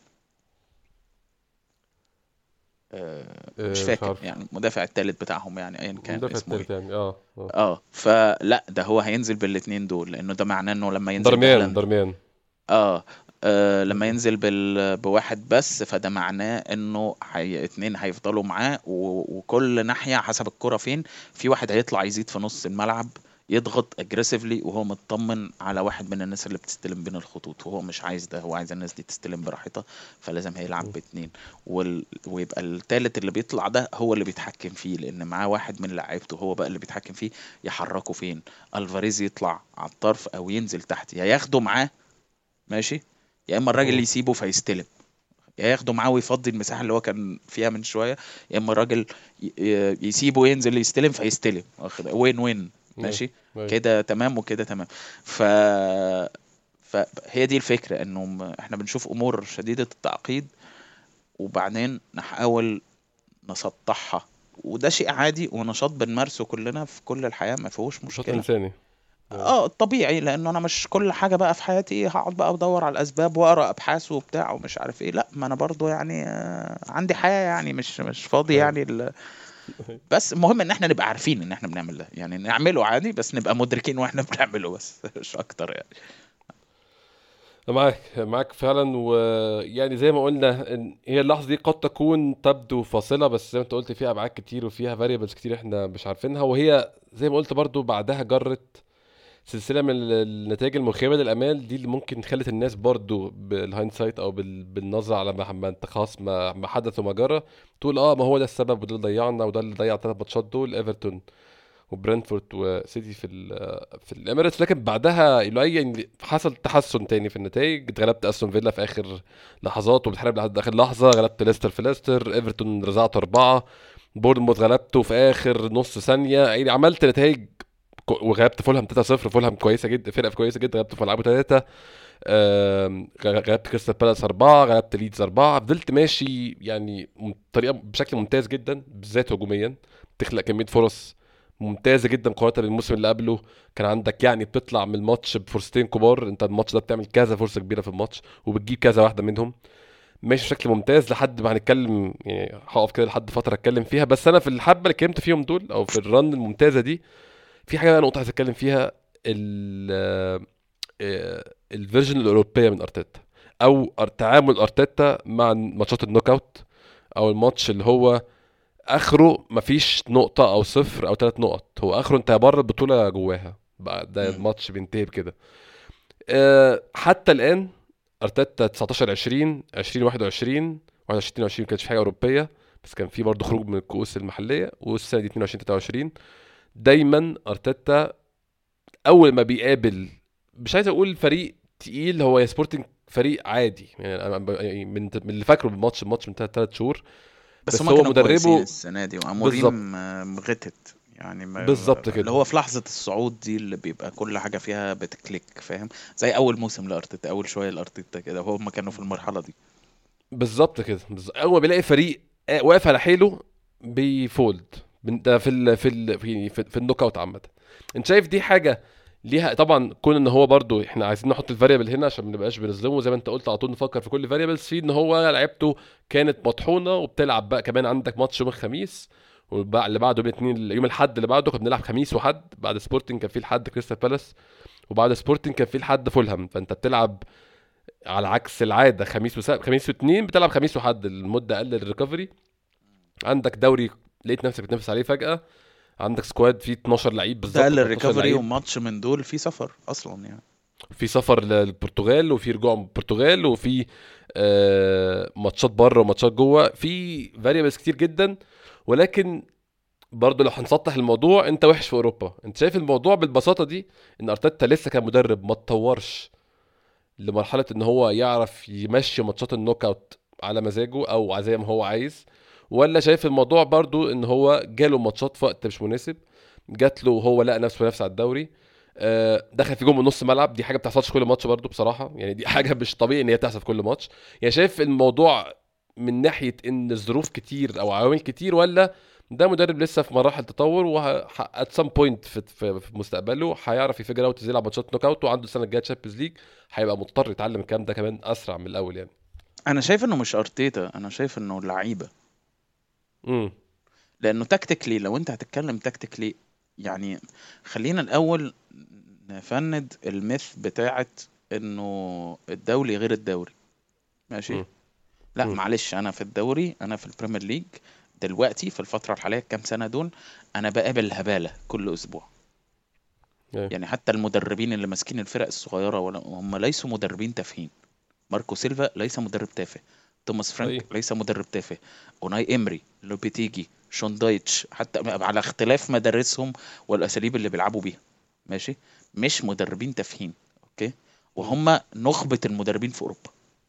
مش مش فاكر عارف. يعني المدافع التالت بتاعهم، يعني ايا كان المدافع اسمه ايه. التالت يعني فلا ده هو هينزل بالاتنين دول، لانه ده معناه انه لما ينزل درميان بهالاند درميان. اه, لما ينزل بواحد بس، فده معناه انه اتنين هيفضلوا معاه، وكل ناحية حسب الكرة فين، في واحد هيطلع يزيد في نص الملعب يضغط اجريسيفلي، وهو مطمن على واحد من الناس اللي بتستلم بين الخطوط، وهو مش عايز ده، هو عايز الناس دي تستلم براحتها، فلازم هيلعب باتنين. ويبقى التالت اللي بيطلع ده هو اللي بيتحكم فيه، لان معاه واحد من لعيبته هو بقى اللي بيتحكم فيه يحركه فين. الفاريز يطلع على الطرف او ينزل تحت، يا ياخده معاه ماشي، يا اما الراجل اللي يسيبه فيستلم، يا ياخده معاه ويفضي المساحه اللي هو كان فيها من شويه، يا اما الراجل يسيبه ينزل يستلم فيستلم، واخد وين وين. ايوه ماشي ايوه. كده تمام وكده تمام. ف فهي دي الفكره، انه احنا بنشوف امور شديده التعقيد وبعدين نحاول نسطحها، وده شيء عادي ونشاط بنمارسه كلنا في كل الحياه، ما فيهوش نشاط مشكله. انساني. ايوه طبيعي، لانه انا مش كل حاجه بقى في حياتي هقعد بقى ادور على الاسباب واقرا ابحاث وبتاع ومش عارف ايه، لا ما انا برضو يعني عندي حياه، يعني مش فاضي ايوه. يعني بس المهم ان احنا نبقى عارفين ان احنا بنعمل ده، يعني نعمله عادي بس نبقى مدركين واحنا بنعمله بس مش اكتر يعني. معاك فعلا. ويعني زي ما قلنا إن هي اللحظه دي قد تكون تبدو فاصله، بس زي ما انت قلت فيها ابعاد كتير وفيها فاريبلز كتير احنا مش عارفينها، وهي زي ما قلت برضو بعدها جرت سلسله من النتائج المخيبه للامال دي اللي ممكن خلت الناس برضو بالهايندسايت او بالنظره على ما انت خلاص ما حدث وما جرى، تقول ما هو ده السبب وده اللي ضيعنا وده اللي ضيع الثلاث ماتشات دول، ايفرتون وبرنتفورد وسيتي في الاميريتس. لكن بعدها يعني حصل تحسن تاني في النتائج، اتغلبت استون فيلا في اخر لحظات وبتحارب لحد اخر لحظه، غلبت ليستر في ليستر، ايفرتون رزعته 4، بورنموث غلبته في اخر نص ثانيه، يعني عملت نتائج وغلبت فولهام 3-0. فولهام كويسه جدا، فرقه كويسه جدا، غلبت في ملعبه 3. غلبت كريستال بالاس 4، غلبت ليدز 4، فضلت ماشي يعني بطريقه بشكل ممتاز جدا بالذات هجوميا، بتخلق كميه فرص ممتازه جدا مقارنه بالموسم اللي قبله. كان عندك يعني بتطلع من الماتش بفرصتين كبار، انت الماتش ده بتعمل كذا فرصه كبيره في الماتش وبتجيب كذا واحده منهم، ماشي بشكل ممتاز لحد ما هنتكلم يعني هقف كده لحد فتره اتكلم فيها. بس انا في الحبه اللي اتكلمت فيهم دول او في الرن الممتازه دي، في حاجه بقى نقطه عايز اتكلم فيها، الفيرجن الاوروبيه من ارتيتا، او تعامل ارتيتا مع ماتشات النوك اوت، او الماتش اللي هو اخره مفيش نقطه او صفر او 3 نقط، هو اخره انت بره البطوله جواها بقى، ده مم. الماتش بينتهي بكده. حتى الان ارتيتا 19 20 20 21 21 22 ما كانش في حاجه اوروبيه، بس كان في برضه خروج من الكؤوس المحليه، والسنه دي 22 23 دايما ارتيتا اول ما بيقابل، مش عايز اقول فريق تقيل، هو يا سبورتنج فريق عادي يعني، انا يعني من اللي فاكره الماتش من 3 شهور، بس بس هما هو كانوا كويسين مدربه. السنه دي، واموريم بالظبط غتت يعني بالظبط اللي كده. هو في لحظة الصعود دي اللي بيبقى كل حاجة فيها بتكليك، فاهم؟ زي أول موسم لأرتيتا، أول شوية لأرتيتا كده، وهم كانوا في المرحلة دي. بالظبط كده اول ما بيلاقي فريق واقف على حيله بيفولد ده في النوك اوت عامه. انت شايف دي حاجه ليها طبعا، كون ان هو برضو احنا عايزين نحط الفاريبل هنا عشان ما نبقاش بنظلمه، زي ما انت قلت على طول نفكر في كل فاريبلز، في ان هو لعيبته كانت مطحونه وبتلعب بقى كمان، عندك ماتش يوم الخميس اللي بعده يوم الاثنين، يوم الاحد اللي بعده كنا بنلعب خميس وحد، بعد سبورتنج كان في الحد كريستال بالاس، وبعد سبورتنج كان في الحد فولهام، فانت بتلعب على عكس العاده خميس واثنين، بتلعب خميس وحد المده اقل للريكفري، عندك دوري لقيت نفسك بتنافس عليه فجاه، عندك سكواد فيه 12 لعيب ده بالظبط، 13 الريكفري، لعيب، وماتش من دول في سفر أصلا يعني. في سفر للبرتغال وفي رجوع من البرتغال وفي ماتشات بره وماتشات جوه، في فاريبلز كتير جدا. ولكن برضه لو هنسطح الموضوع، انت وحش في اوروبا، انت شايف الموضوع بالبساطه دي، ان ارتيتا لسه كان مدرب ما اتطورش لمرحله ان هو يعرف يمشي ماتشات النوك اوت على مزاجه او زي ما هو عايز، ولا شايف الموضوع برضو ان هو جاله ماتشات في وقت مش مناسب، جات له وهو لقى نفسه نفسه على الدوري، دخل في جول من نص ملعب، دي حاجه بتحصلش كل ماتش برضو بصراحه، يعني دي حاجه مش طبيعي ان هي تحصل في كل ماتش. يعني شايف الموضوع من ناحيه ان الظروف كتير او عوامل كتير، ولا ده مدرب لسه في مراحل تطور ات سام بوينت في مستقبله هيعرف يفجر اوت ازاي يلعب ماتشات نوك اوت، وعنده السنه الجايه تشامبيونز ليج هيبقى مضطر يتعلم الكلام ده كمان اسرع من الاول يعني. انا شايف انه مش ارتيتا، انا شايف انه لعيبه. امم. لانه تكتيكلي، لو انت هتتكلم تكتيكلي يعني، خلينا الاول نفند الميث بتاعت انه الدولي غير الدوري. ماشي. امم. لا امم. معلش، انا في الدوري، انا في البريمير ليج دلوقتي في الفتره الحاليه كام سنه دول، انا بقابل هباله كل اسبوع. ايوه. يعني حتى المدربين اللي ماسكين الفرق الصغيره ولا هم ليسوا مدربين تافهين. ماركو سيلفا ليس مدرب تافه، توماس فرانك ايوه. ليس مدرب تافه، اوناي امري، لوبيتيجي، شون دايتش، حتى على اختلاف مدارسهم والاساليب اللي بيلعبوا بيها. ماشي. مش مدربين تافهين. اوكي. امم. وهم نخبة المدربين في اوروبا.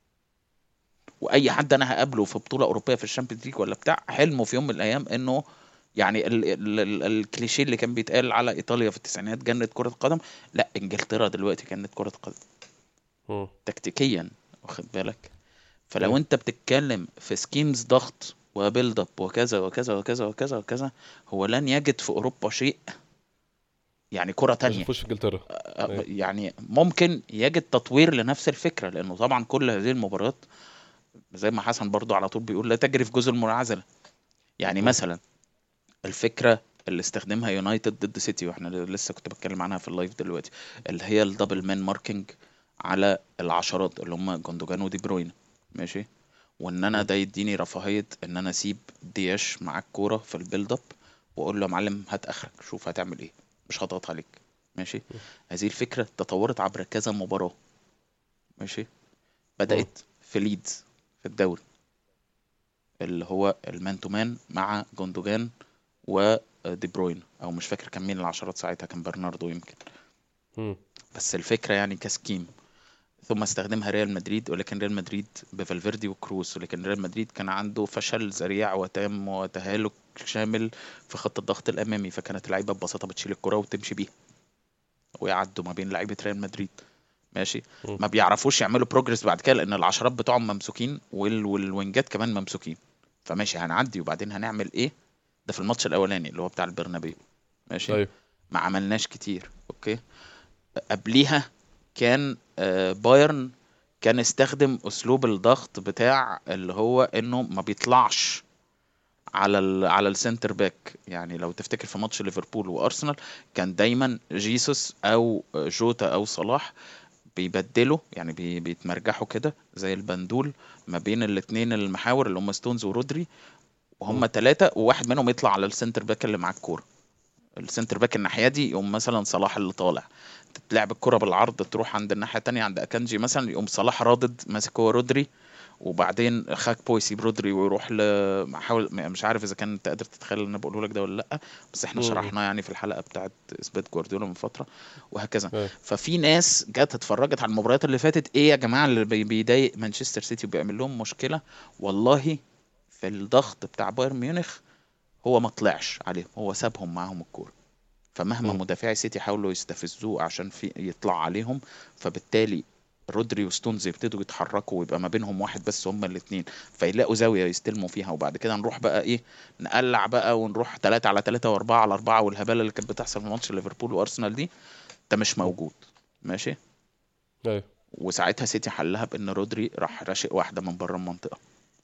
واي حد انا هقابله في بطولة اوروبيه في الشامبيونز ليج ولا بتاع، حلمه في يوم من الايام انه يعني الكليشيه اللي كان بيتقال على ايطاليا في التسعينات جنة كرة قدم، لا انجلترا دلوقتي جنة كرة قدم امم. تكتيكيا. واخد بالك؟ فلو ايوه. انت بتتكلم في سكيمز ضغط وبيلد اب وكذا وكذا وكذا وكذا وكذا، هو لن يجد في اوروبا شيء يعني كرة ما تانية. شافوش في انجلترا. ايوه. يعني ممكن يجد تطوير لنفس الفكرة، لانه طبعا كل هذه المباريات زي ما حسن برضو على طول بيقول لا تجري في جزء المنعزلة. يعني امم. مثلا الفكرة اللي استخدمها يونايتد ضد سيتي، واحنا لسه كنت بتكلم عنها في اللايف دلوقتي، اللي هي الدبل مان ماركينج على العشرات اللي هم جوندوجان ودي بروين. ماشي. وان انا امم. ده يديني رفاهية ان انا اسيب دياش معاك كورة في البيلد اب، واقول له يا معلم هات اخرك، شوف هتعمل ايه، مش هضغط عليك. ماشي. هذه الفكرة تطورت عبر كذا مباراة. ماشي. امم. بدأت في ليدز في الدوري، اللي هو المان تو مان مع جوندوجان ودي بروين، او مش فاكر كان مين العشرات ساعتها، كان برناردو يمكن. امم. بس الفكرة يعني كسكيم. ثم استخدمها ريال مدريد، ولكن ريال مدريد بفالفيردي وكروس، ولكن ريال مدريد كان عنده فشل ذريع وتام وتهالك شامل في خط الضغط الامامي، فكانت اللعيبه ببساطه بتشيل الكره وتمشي بيها ويعدوا ما بين لعيبه ريال مدريد. ماشي. امم. ما بيعرفوش يعملوا بروجرس بعد كده، لان العشرات بتوعهم ممسوكين والوينجات كمان ممسوكين. فماشي هنعدي وبعدين هنعمل ايه؟ ده في الماتش الاولاني اللي هو بتاع البرنابيو. ماشي. ايوه. ما عملناش كتير. اوكي. قبليها كان بايرن كان استخدم اسلوب الضغط بتاع اللي هو انه ما بيطلعش على السنتر باك. يعني لو تفتكر في ماتش ليفربول وارسنال، كان دايما جيسوس او جوتا او صلاح بيبدلوا، يعني بيتمرجحوا كده زي البندول ما بين الاتنين المحاور اللي هم ستونز ورودري، امم. وهم ثلاثة، وواحد منهم يطلع على السنتر باك اللي معاه الكورة. السنتر باك الناحيه دي يقوم مثلا صلاح اللي طالع، تتلعب الكره بالعرض تروح عند الناحيه التانية عند اكانجي مثلا، يقوم صلاح رادد ماسك هو رودري، وبعدين خاك بو يسيب رودري ويروح حاول، مش عارف اذا كان انت قادر تتخيل اللي انا بقوله لك ده ولا لا، بس احنا امم. شرحناه يعني في الحلقه بتاعت اثبات جوارديولا من فتره، وهكذا. ايوه. ففي ناس جت اتفرجت على المباريات اللي فاتت، ايه يا جماعه اللي بيضايق مانشستر سيتي وبيعمل لهم مشكله؟ والله في الضغط بتاع بايرن ميونخ هو ما طلعش عليهم، هو سابهم معاهم الكوره. فمهما امم. مدافعي سيتي حاولوا يستفزوه عشان في يطلع عليهم، فبالتالي رودري وستونز يبتدوا يتحركوا ويبقى ما بينهم واحد بس هما الاثنين، فيلاقوا زاوية يستلموا فيها، وبعد كده نروح بقى ايه، نقلع بقى ونروح 3 على 3 و4 على 4 والهبالة اللي كانت بتحصل في ماتش ليفربول وارسنال دي، ده مش امم. موجود. ماشي. ايوه. وساعتها سيتي حلها بان رودري راح راشق واحدة من بره المنطقة.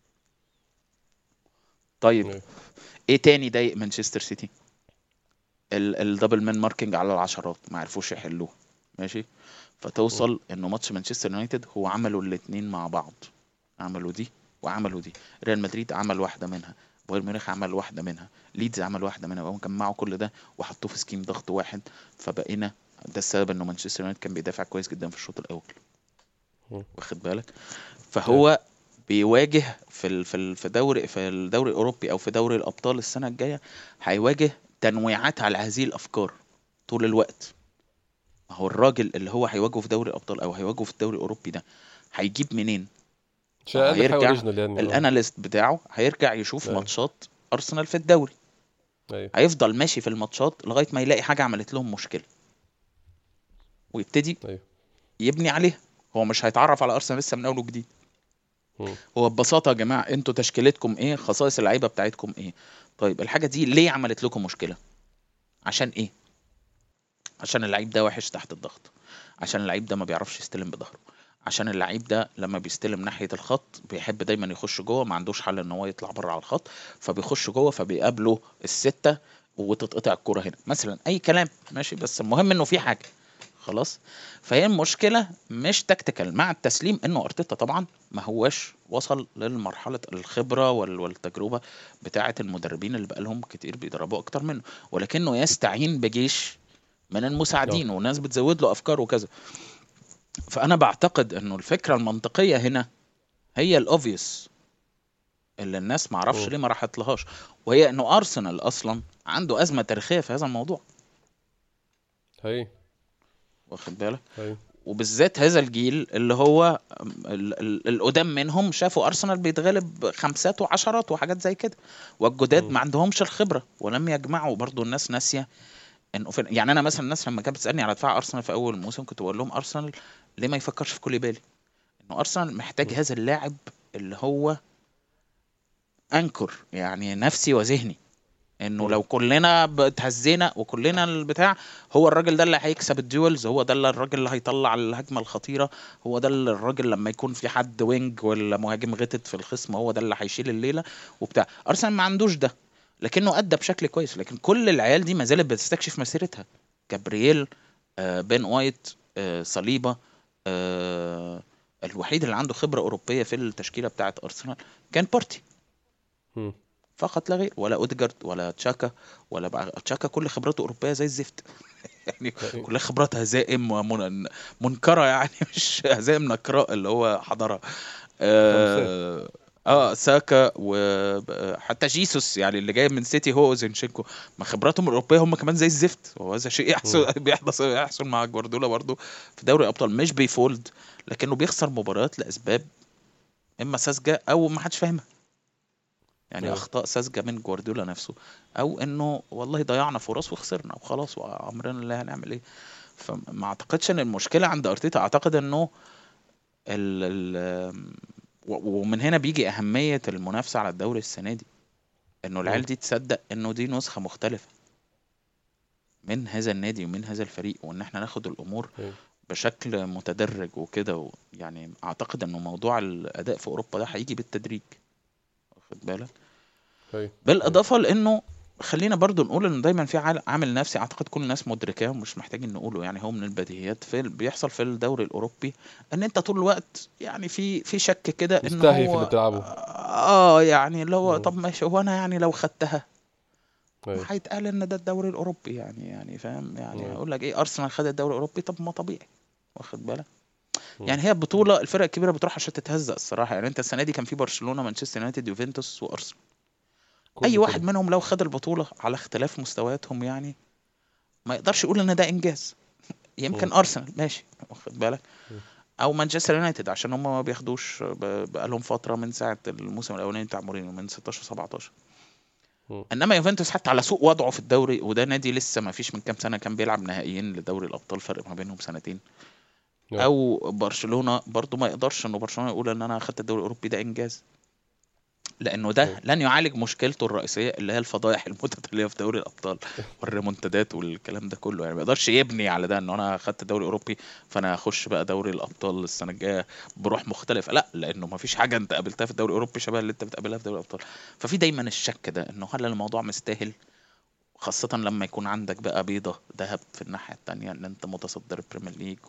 طيب ايوه. ايه تاني ضايق مانشستر سيتي؟ الدبل مان ماركينج على العشرات ما عرفوش يحلوه. ماشي. امم. فتوصل انه ماتش مانشستر يونايتد هو عملوا الاتنين مع بعض، عملوا دي وعملوا دي. ريال مدريد عمل واحدة منها، بايرن ميونخ عمل واحدة منها، ليدز عمل واحدة منها، وهم جمعوا كل ده وحطوه في سكيم ضغط واحد. فبقينا ده السبب انه مانشستر يونايتد كان بيدافع كويس جدا في الشوط الاول. امم. واخد بالك؟ ايوه. فهو بيواجه في دوري، في الدوري الاوروبي او في دوري الابطال السنة الجاية، هيواجه تنويعات على هذه الافكار طول الوقت. ما هو الراجل اللي هو هيواجهه في دوري الابطال او هيواجهه في الدوري الاوروبي ده هيجيب منين؟ مش ما هو اقل حاجه هيرجع اوريجينال يعني. اه. الاناليست بتاعه هيرجع يشوف ايوه. ماتشات ارسنال في الدوري، ايوه. هيفضل ماشي في الماتشات لغايه ما يلاقي حاجه عملت لهم مشكله ويبتدي ايوه. يبني عليها. هو مش هيتعرف على ارسنال لسه من اول وجديد. مم. هو ببساطه يا جماعه انتوا تشكيلتكم ايه، خصائص اللعيبه بتاعتكم ايه. طيب الحاجه دي ليه عملت لكم مشكله؟ عشان ايه؟ عشان اللعيب ده وحش تحت الضغط، عشان اللعيب ده ما بيعرفش يستلم بظهره، عشان اللعيب ده لما بيستلم ناحية الخط بيحب دايما يخش جوه، ما عندوش حل ان هو يطلع بره على الخط، فبيخش جوه فبيقابله الستة وتتقطع الكرة هنا مثلا، اي كلام ماشي، بس المهم انه في حاجة خلاص. فهي المشكلة مش تكتيكال مع التسليم، انه ارتيتا طبعا ما هواش وصل للمرحلة الخبرة والتجربة بتاعة المدربين اللي بقالهم كتير بيدربوا اكتر منه، ولكنه يستعين بجيش من اه. المساعدين وناس بتزود له افكار وكذا. فانا بعتقد انه الفكره المنطقيه هنا هي الاوفيوس اللي الناس ما اعرفش مم. ليه ما راحت لهاش، وهي انه ارسنال اصلا عنده ازمه تاريخيه في هذا الموضوع، هي واخد بالك؟ هي وبالذات هذا الجيل اللي هو القدام منهم شافوا ارسنال بيتغلب خمسات وعشرات وحاجات زي كده، والجداد مم. ما عندهمش الخبره ولم يجمعوا. برضو الناس ناسيه انه يعني انا مثلا الناس لما كانت بتسالني على دفاع ارسنال في اول الموسم كنت بقول لهم ارسنال ليه ما يفكرش في كوليبالي، انه ارسنال محتاج مم. هذا اللاعب اللي هو انكر يعني نفسي وذهني، انه مم. لو كلنا اتهزينا وكلنا البتاع، هو الراجل ده اللي هيكسب الديولز، هو ده اللي الراجل اللي هيطلع الهجمه الخطيره، هو ده اللي الراجل لما يكون في حد وينج ولا مهاجم غتت في الخصم هو ده اللي هيشيل الليله وبتاع. ارسنال ما عندوش ده، لكنه ادى بشكل كويس. لكن كل العيال دي ما زالت بتستكشف مسيرتها، جابرييل، بين وايت، صليبه، الوحيد اللي عنده خبره اوروبيه في التشكيله بتاعه ارسنال كان بارتي مم. فقط لا غير، ولا اوديجارد ولا تشاكا، ولا بقى تشاكا كل خبراته اوروبيه زي الزفت يعني هي كلها خبرات هزائم منكره يعني مش هزائم نكراء اللي هو حضرها. خمسات. ساكا وحتى جيسوس يعني اللي جاي من سيتي هو زينشينكو، ما خبراتهم الاوروبيه هم كمان زي الزفت، وهذا شيء يحصل مم. يحصل مع جوارديولا برضه في دوري الابطال، مش بيفولد لكنه بيخسر مباريات لاسباب اما ساذجه او ما حدش فاهمها، يعني اه. اخطاء ساذجه من جوارديولا نفسه، او انه والله ضيعنا فرص وخسرنا وخلاص وامرنا الله هنعمل ايه. فما اعتقدش ان المشكله عند ارتيتا، اعتقد انه ال ال ومن هنا بيجي اهميه المنافسه على الدوري السنه دي، انه مم. العيال دي تصدق انه دي نسخه مختلفه من هذا النادي ومن هذا الفريق، وان احنا ناخد الامور هي بشكل متدرج وكده يعني اعتقد انه موضوع الاداء في اوروبا ده هيجي بالتدريج، واخد بالك؟ هي هي بالاضافه لانه خلينا برضو نقول انه دايما في عامل نفسي اعتقد كل الناس مدركاه ومش محتاجين نقوله، يعني هو من البديهيات في بيحصل في الدوري الاوروبي، ان انت طول الوقت يعني في شك كده ان مستهي في اللي هو بتلعبه. يعني اللي هو مم. طب ماشي، هو انا يعني لو خدتها ما هي هيتقال ان ده الدوري الاوروبي، يعني فاهم، يعني هي اقول لك ايه ارسنال خد الدوري الاوروبي، طب ما طبيعي، واخد بالك؟ مم. يعني هي بطولة الفرق الكبيرة بتروح عشان تتهزق الصراحة، يعني انت السنة دي كان في برشلونة، مانشستر يونايتد، يوفنتوس، وارسنال، اي كله واحد كده. منهم لو خد البطولة على اختلاف مستوياتهم يعني ما يقدرش يقول ان ده انجاز. مم. يمكن ارسنال ماشي، واخد بالك، مم. او مانشستر يونايتد عشان هم ما بياخدوش بقالهم فترة من ساعة الموسم الاولاني بتاع مورينيو من 16 17. مم. انما يوفنتوس حتى على سوء وضعه في الدوري، وده نادي لسه ما فيش من كام سنة كان بيلعب نهائيين لدوري الابطال فرق ما بينهم سنتين، اه. او برشلونة برضو ما يقدرش انه برشلونة يقول ان انا اخدت الدوري الاوروبي ده انجاز، لانه ده هي لن يعالج مشكلته الرئيسيه اللي هي الفضائح المتتاليه في دوري الابطال والريمونتادات والكلام ده كله، يعني ما يقدرش يبني على ده انه انا اخدت دوري اوروبي فانا هخش بقى دوري الابطال السنه الجايه بروح مختلفه، لا، لانه ما فيش حاجه انت قابلتها في الدوري الاوروبي شبه اللي انت بتقابلها في دوري الابطال. ففي دايما الشك ده انه هل الموضوع مستاهل، خاصة لما يكون عندك بقى بيضة ذهب في الناحية التانية ان انت متصدر البريمير ليج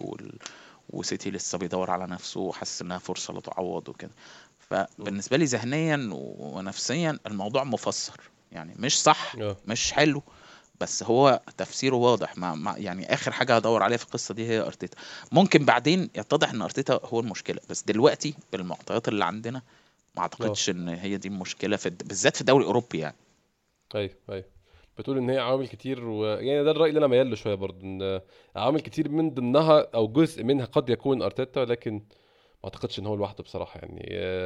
وسيتي لسه بيدور على نفسه وحاسس انها فرصة لتعوض وكده. مم. فبالنسبة لي ذهنيا ونفسيا الموضوع مفسر، يعني مش صح اه. مش حلو، بس هو تفسيره واضح. يعني اخر حاجة هدور عليها في القصة دي هي ارتيتا، ممكن بعدين يتضح ان ارتيتا هو المشكلة، بس دلوقتي بالمعطيات اللي عندنا ما اه. اعتقدش ان هي دي المشكلة بالذات في الدوري الاوروبي يعني. ايوه ايوه. بتقول ان هي عوامل كتير يعني ده الرأي اللي انا ميال له شويه برضه، ان عوامل كتير من ضمنها او جزء منها قد يكون ارتيتا، لكن ما اعتقدش ان هو لوحده بصراحه. يعني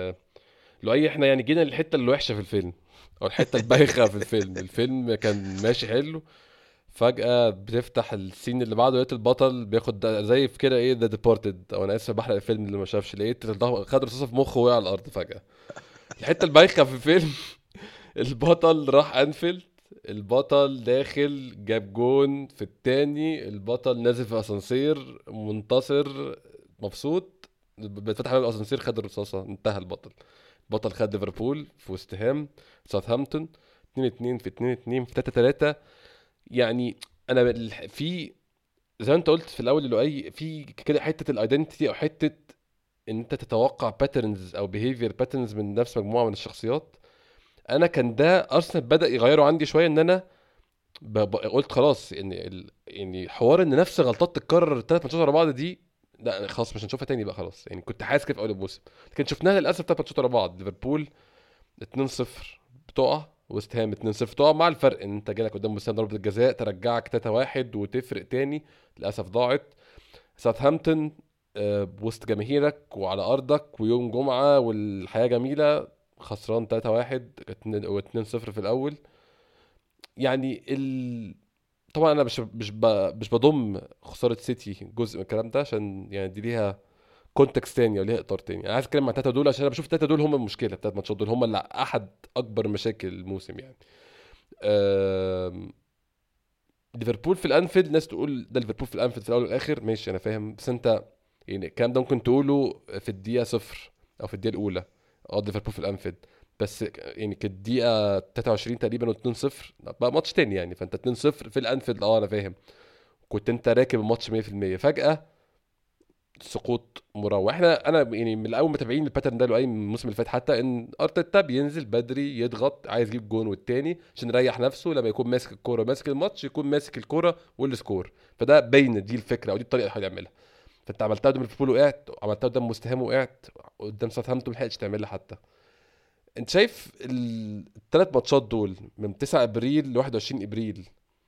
لو احنا يعني جينا للحته اللي وحشه في الفيلم او الحته البايخه في الفيلم، الفيلم كان ماشي حلو، فجأة بتفتح السين اللي بعده لقيت البطل بياخد زي في كده ايه ذا ديبورتد، او انا اسف بحرق الفيلم اللي ما شافش، لقيت خد رصاصة في مخه وقع على الارض فجأة. الحتة البايخة في الفيلم البطل راح انفيلد، البطل داخل جاب جون في التاني، البطل نازل في اسانسير منتصر مبسوط، بيتفتح عليه الاسانسير خد الرصاصة انتهى البطل. البطل خد ليفربول في وست هام، ساوثهامبتون 2-2 في 2-2 في 3-3. يعني انا في زي ما انت قلت في الاول اللي اي في كده حته الايدنتيتي او حته ان انت تتوقع باترنز او بيهيفير باترنز من نفس مجموعه من الشخصيات. انا كان ده ارسنال بدا يغيره عندي شويه، ان انا قلت خلاص ان يعني حوار ان نفس غلطات تتكرر الثلاث ماتشات ورا بعض دي، لا خلاص مش هنشوفها تاني بقى خلاص. يعني كنت حاسس كده في اول الموسم، لكن شفناها للاسف ثلاث ماتشات ورا بعض. ليفربول 2-0 بتقع، وست هام 2-0 بتقع، مع الفرق ان انت جالك قدام وست هام ضربة الجزاء ترجعك 3-1 وتفرق تاني، للاسف ضاعت. ساوثهامبتون بوسط جماهيرك وعلى ارضك ويوم جمعة والحياة جميلة، خسران 3-1 و2-0 في الاول. يعني طبعا انا مش بضم خسارة سيتي جزء من الكلام ده، عشان يعني دي ليها كونتكست تاني او ليها اطار تاني. انا عايز اتكلم عن التلاته دول عشان انا بشوف التلاته دول هم المشكله، التلات ماتشات دول هم اللي احد اكبر مشاكل الموسم يعني. آم، ليفربول في الانفيلد، ناس تقول ده ليفربول في الانفيلد في الاول والاخر، ماشي انا فاهم، بس انت يعني الكلام ده ممكن تقوله في الدقيقه صفر او في الدقيقه الاولى. اه ليفربول في الانفيلد، بس يعني كانت الدقيقه 23 تقريبا و2-0 بقى ماتش تاني يعني. فانت 2-0 في الانفيلد، اه انا فاهم، كنت انت راكب الماتش 100%، فجاه سقوط مروع. انا يعني من الاول متابعين الباترن ده لاي من الموسم اللي فات، حتى ان ارتيتا بينزل بدري يضغط عايز يجيب جون والتاني عشان يريح نفسه، لما يكون ماسك الكوره ماسك الماتش يكون ماسك الكوره والسكور. فده باين دي الفكره او دي الطريقه اللي حاول يعملها. فانت عملتها قدام ليفربول وقعت، عملتها قدام وست هام وقعت، قدام ساوثهامبتون ما لحقتش تعملها حتى. انت شايف الثلاث ماتشات دول من 9 ابريل ل 21 ابريل،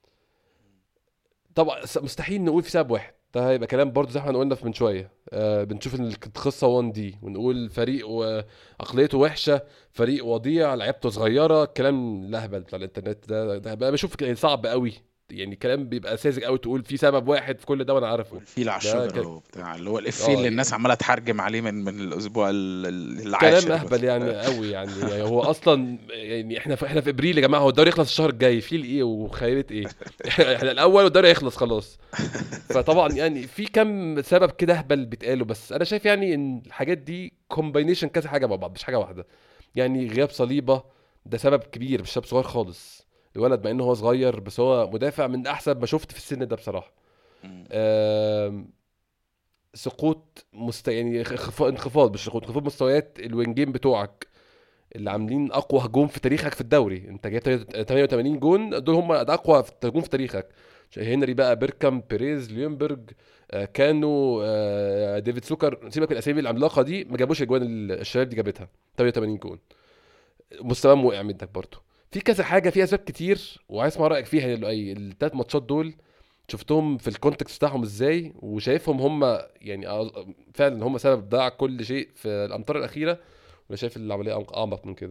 طبعا مستحيل نقول في سبب واحد، ده هيبقى كلام برضه زي ما احنا قلنا من شويه. بنشوف ان القصه 1 دي ونقول فريق وعقليته وحشه، فريق وضيع، لعيبته صغيره، الكلام الاهبل بتاع الانترنت ده بقى بشوف صعب قوي. يعني كلام بيبقى ساذج قوي تقول في سبب واحد في كل ده وانا عارفه. والفيل على ده الشجرة وبتاع اللي هو الإفيه اه اللي الناس عمالة تحرجم عليه من الأسبوع كلام العاشر اهبل بس. يعني قوي يعني هو اصلا يعني احنا في ابريل يا جماعه، هو الدوري يخلص الشهر الجاي في ايه وخيرت ايه؟ احنا الاول والدوري هيخلص خلاص. فطبعا يعني في كم سبب كده اهبل بيتقالوا، بس انا شايف يعني ان الحاجات دي كومباينيشن كذا حاجه مع بعض مش حاجه واحده. يعني غياب صليبه ده سبب كبير، مش سبب صغير خالص. الولد مع انه هو صغير بس هو مدافع من احسن ما شفت في السن ده بصراحه. مم. آم، سقوط يعني انخفاض مش سقوط، انخفاض مستويات الوينجين بتوعك اللي مم. عاملين اقوى هجوم في تاريخك في الدوري. انت جايب 88 جون، دول هم اقوى هجوم في تاريخك. هنري بقى، بيركام، بيريز، ليونبرج، كانو، ديفيد سوكر، سيبك من الاسامي العملاقه دي، ما جابوش اجوان الشباب دي جابتها 88 جون. مستواهم وقع منك برضه. في كذا حاجه، في اسباب كتير وعايز اسمع رايك فيها. اي الثلاث ماتشات دول شفتهم في الكونتكست بتاعهم ازاي، وشايفهم هم يعني فعلا هم سبب ضياع كل شيء في الامطار الاخيره، ولا شايف العمليه اعمق من كده؟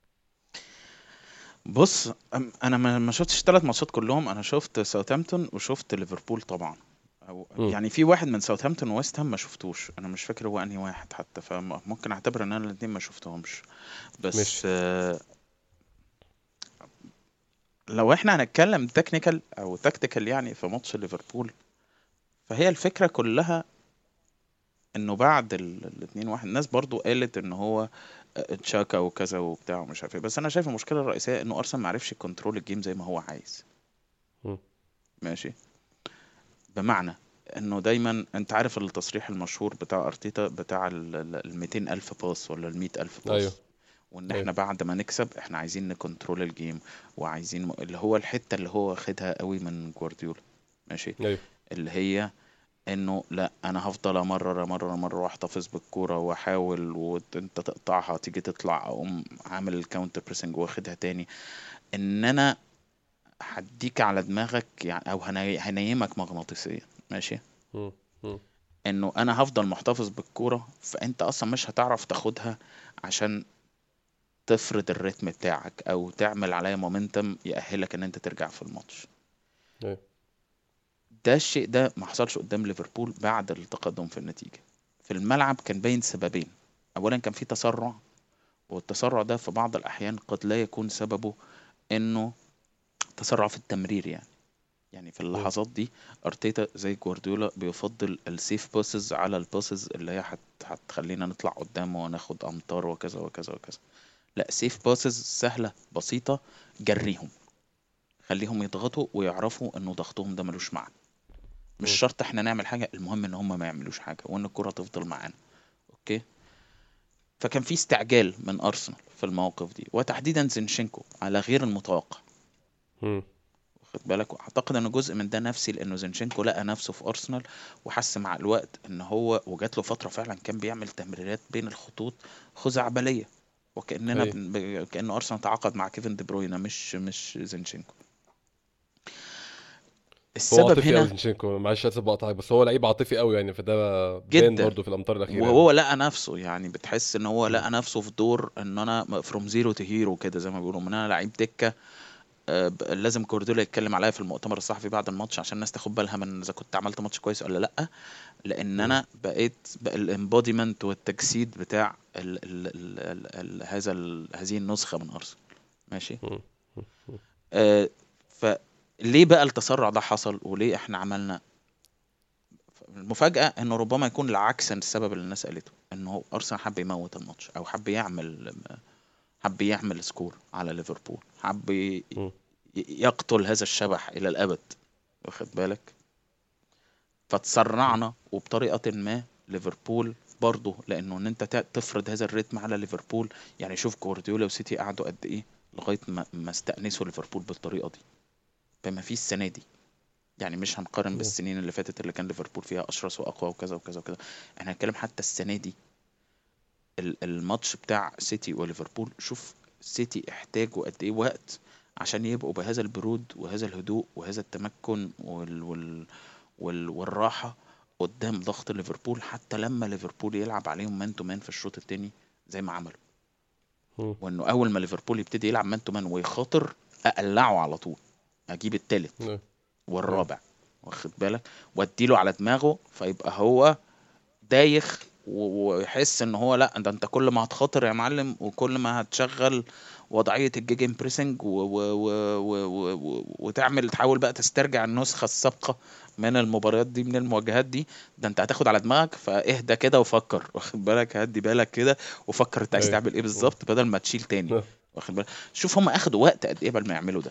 بص، انا ما شفتش الثلاث ماتشات كلهم. انا شفت ساوثهامبتون وشفت ليفربول طبعا. او امم يعني في واحد من ساوثهامبتون وويست هام ما شفتوش، انا مش فاكر هو انهي واحد حتى، فممكن اعتبر ان انا الاثنين ما شفتهمش. بس ماشي. لو احنا هنتكلم تكنيكال او تكتيكال يعني في ماتش ليفربول، فهي الفكرة كلها انه بعد الاتنين واحد الناس برضو قالت ان هو تشاكا وكذا وبتاع ومش عارف ايه. بس انا شايف المشكله الرئيسيه انه ارسنال ما عرفش يكنترول الجيم زي ما هو عايز. مم. ماشي. بمعنى انه دايما انت عارف التصريح المشهور بتاع ارتيتا بتاع ال 200 الف باص ولا ال 100 الف ايوه. باص، وان ايوه. احنا بعد ما نكسب احنا عايزين نكنترول الجيم، وعايزين اللي هو الحته اللي هو واخدها قوي من جوارديولا. ماشي. ايوه. اللي هي انه لا انا هفضل امرر واحتفظ بالكوره واحاول، وانت تقطعها تيجي تطلع اقوم عامل الكاونتر بريسنج واخدها تاني. ان انا هديك على دماغك يعني، او هنيمك مغناطيسيا. ماشي. مم. مم. انه انا هفضل محتفظ بالكوره، فانت اصلا مش هتعرف تاخدها عشان تفرض الريتم بتاعك او تعمل عليها مومنتم يأهلك ان انت ترجع في الماتش. ايوه. ده الشيء ده ما حصلش قدام ليفربول بعد التقدم في النتيجة. في الملعب كان باين سببين. اولا كان في تسرع، والتسرع ده في بعض الاحيان قد لا يكون سببه انه تسرع في التمرير يعني في مم. اللحظات دي ارتيتا زي جوارديولا بيفضل السيف باسز على الباسز اللي هي هتخلينا نطلع قدام وناخد امتار وكذا وكذا وكذا. لا، سيف باسز سهلة بسيطة، جريهم، خليهم يضغطوا ويعرفوا انه ضغطهم ده ملوش معنى. مش مم. شرط احنا نعمل حاجة، المهم ان هم ما يعملوش حاجة وان الكرة تفضل معانا. اوكي. فكان في استعجال من ارسنال في المواقف دي، وتحديدا زينشينكو على غير المتوقع. مم. واخد بالك؟ واعتقد ان جزء من ده نفسي، لانه زينشينكو لقى نفسه في ارسنال وحس مع الوقت ان هو، وجات له فتره فعلا كان بيعمل تمريرات بين الخطوط خزعبليه، وكاننا ايوه. كأن ارسنال تعاقد مع كيفن دي بروينا مش زينشينكو. هو السبب عاطفي قوي هنا زينشينكو، معلش اسف بقطعك، بس هو لعيب عاطفي قوي يعني، فده بان جدا. برضو في الامتار الاخيره يعني. وهو لقى نفسه، يعني بتحس ان هو مم. لقى نفسه في دور ان انا فروم زيرو تو هيرو كده زي ما بيقولوا، من انا لعيب دكه. لازم جوارديولا يتكلم عليا في المؤتمر الصحفي بعد الماتش عشان الناس تاخد بالها من اذا كنت عملت ماتش كويس ولا لا. لان مم. انا بقيت الامبوديمنت والتجسيد بتاع هذه النسخه من ارسنال. ماشي. مم. مم. آه فليه بقى التسرع ده حصل وليه احنا عملنا؟ المفاجاه انه ربما يكون العكس السبب اللي الناس قالته، انه ارسنال حب يموت الماتش، او حب يعمل سكور على ليفربول، حب مم. يقتل هذا الشبح الى الابد. واخد بالك؟ مم. فتسرعنا، وبطريقة ما ليفربول برضه، لانه ان انت تفرض هذا الريتم على ليفربول. يعني شوف جوارديولا وسيتي قعدوا قد ايه لغاية ما استأنسوا ليفربول بالطريقة دي، بما فيه السنة دي. يعني مش هنقارن مم. بالسنين اللي فاتت اللي كان ليفربول فيها اشرس واقوى وكذا وكذا وكذا. احنا هنتكلم حتى السنة دي. الماتش بتاع سيتي وليفربول، شوف سيتي احتاجوا قد ايه وقت عشان يبقوا بهذا البرود وهذا الهدوء وهذا التمكن والراحة قدام ضغط ليفربول، حتى لما ليفربول يلعب عليهم مان تو مان في الشوط التاني زي ما عملوا. مم. وانه اول ما ليفربول يبتدي يلعب مان تو مان ويخاطر، اقلعه على طول، اجيب التالت ايوه. ايوه. والرابع. واخد بالك؟ واديله على دماغه، فيبقى هو دايخ ويحس ان هو لا، ده انت كل ما هتخاطر يا معلم وكل ما هتشغل وضعية الجيجن بريسنج وتعمل تحاول بقى تسترجع النسخة السابقة من المباريات دي، من المواجهات دي، ده انت هتاخد على دماغك. فاهدى كده وفكر، واخد بالك؟ هدي بالك كده وفكر انت عايز ايوه. تعمل ايه مم. بالظبط بدل ما تشيل تاني. واخد بالك؟ شوف هم اخدوا وقت قد ايه قبل ما يعملوا ده،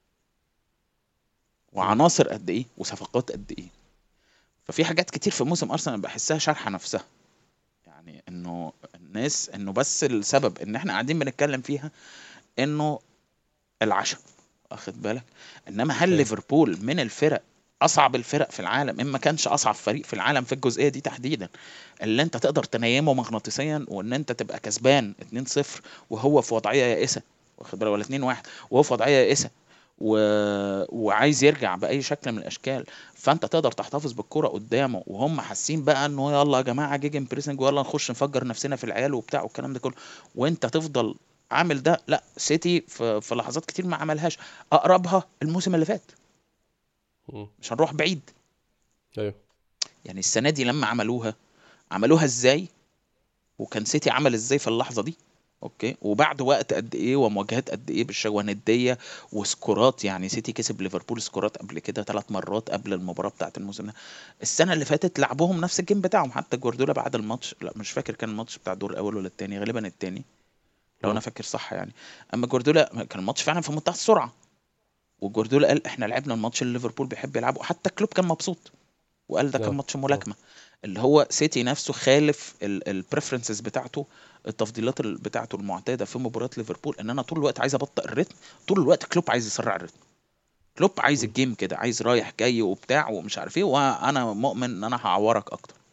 مم. وعناصر قد ايه وصفقات قد ايه. ففي حاجات كتير في موسم ارسنال بحسها شارحة نفسها، يعني انه الناس، انه بس السبب ان احنا قاعدين بنتكلم فيها انه العشم. واخد بالك؟ انما هل ايوه. ليفربول من الفرق، اصعب الفرق في العالم، اما كانش اصعب فريق في العالم في الجزئيه دي تحديدا، اللي انت تقدر تنيمه مغناطيسيا، وان انت تبقى كسبان 2-0 وهو في وضعيه يائسه، واخد بالك؟ ولا 2-1 وهو في وضعيه يائسه و... وعايز يرجع باي شكل من الاشكال، فانت تقدر تحتفظ بالكرة قدامه، وهم حاسين بقى انه يلا يا جماعه جيجن بريسنج ويلا نخش نفجر نفسنا في العيال وبتاع والكلام ده كله، وانت تفضل عامل ده. لا، سيتي في لحظات كتير ما عملهاش. اقربها الموسم اللي فات، مم. مش هنروح بعيد. ايوه. يعني السنه دي لما عملوها ازاي، وكان سيتي عمل ازاي في اللحظه دي. اوكي. وبعد وقت قد ايه ومواجهات قد ايه بالشجوه نديه وسكورات. يعني سيتي كسب ليفربول سكورات قبل كده 3 مرات قبل المباراه بتاعه الموسم ده. السنه اللي فاتت لعبوهم نفس الجيم بتاعهم، حتى جوارديولا بعد الماتش، لا مش فاكر كان الماتش بتاع الدور الاول ولا الثاني، غالبا الثاني لو انا مم. فاكر صح يعني. اما جوارديولا كان الماتش فعلا في منتهى السرعه، وجوارديولا قال احنا لعبنا الماتش اللي ليفربول بيحب يلعبه. حتى كلوب كان مبسوط وقال ده كان اه. ماتش اه. ملاكمه. اللي هو سيتي نفسه خالف البريفرنسز بتاعته، التفضيلات بتاعته المعتاده في مباراه ليفربول، ان انا طول الوقت عايز ابطئ الريتم. طول الوقت كلوب عايز يسرع الريتم، كلوب عايز مم. الجيم كده، عايز رايح جاي وبتاع ومش عارف ايه، وانا مؤمن ان انا هعورك اكتر.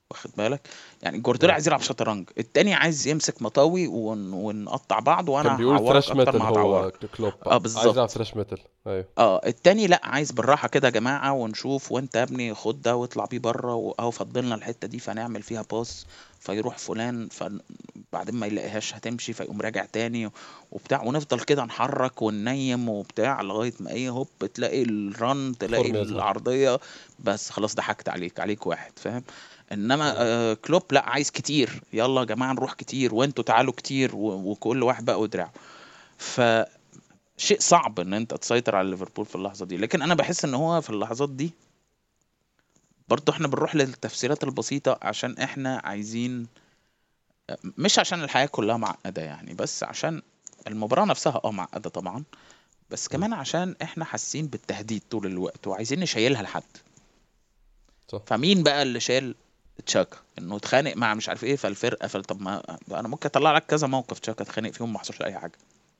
واخد بالك؟ يعني جوارديولا مم. عايز يلعب شطرنج، التاني عايز يمسك مطاوي ونقطع بعض، كان وانا بيقول هعورك ثراش اكتر ميتال ما هتعورك. هو كلوب اه بقى عايز يلعب بالظبط. ثراش ميتال. ايوه. التاني لا، عايز بالراحه كده يا جماعه ونشوف، وانت يا ابني خد ده واطلع بيه بره، واهو فضلنا الحته دي فنعمل فيها باس، فيروح فلان بعدين ما يلاقيهاش هتمشي فيقوم راجع تاني وبتاع، ونفضل كده نحرك وننيم وبتاع لغايه ما ايه هوب تلاقي الرن، تلاقي فورم يظهر. العرضيه، بس خلاص ضحكت عليك واحد فاهم. انما مم. كلوب لا، عايز كتير، يلا يا جماعه نروح كتير وانتوا تعالوا كتير، وكل واحد بقى ودراعه. ف شيء صعب ان انت تسيطر على ليفربول في اللحظه دي، لكن انا بحس ان هو في اللحظات دي برضه احنا بنروح للتفسيرات البسيطه، عشان احنا عايزين، مش عشان الحياه كلها معقده يعني، بس عشان المباراه نفسها معقده طبعا، بس مم. كمان عشان احنا حاسين بالتهديد طول الوقت وعايزين نشيلها لحد. صح. فمين بقى اللي شال؟ تشاكا، انه اتخانق مع مش عارف ايه فالفرقه، طب ما انا ممكن اطلع لك كذا موقف تشاكا اتخانق فيهم ما حصلش اي حاجه،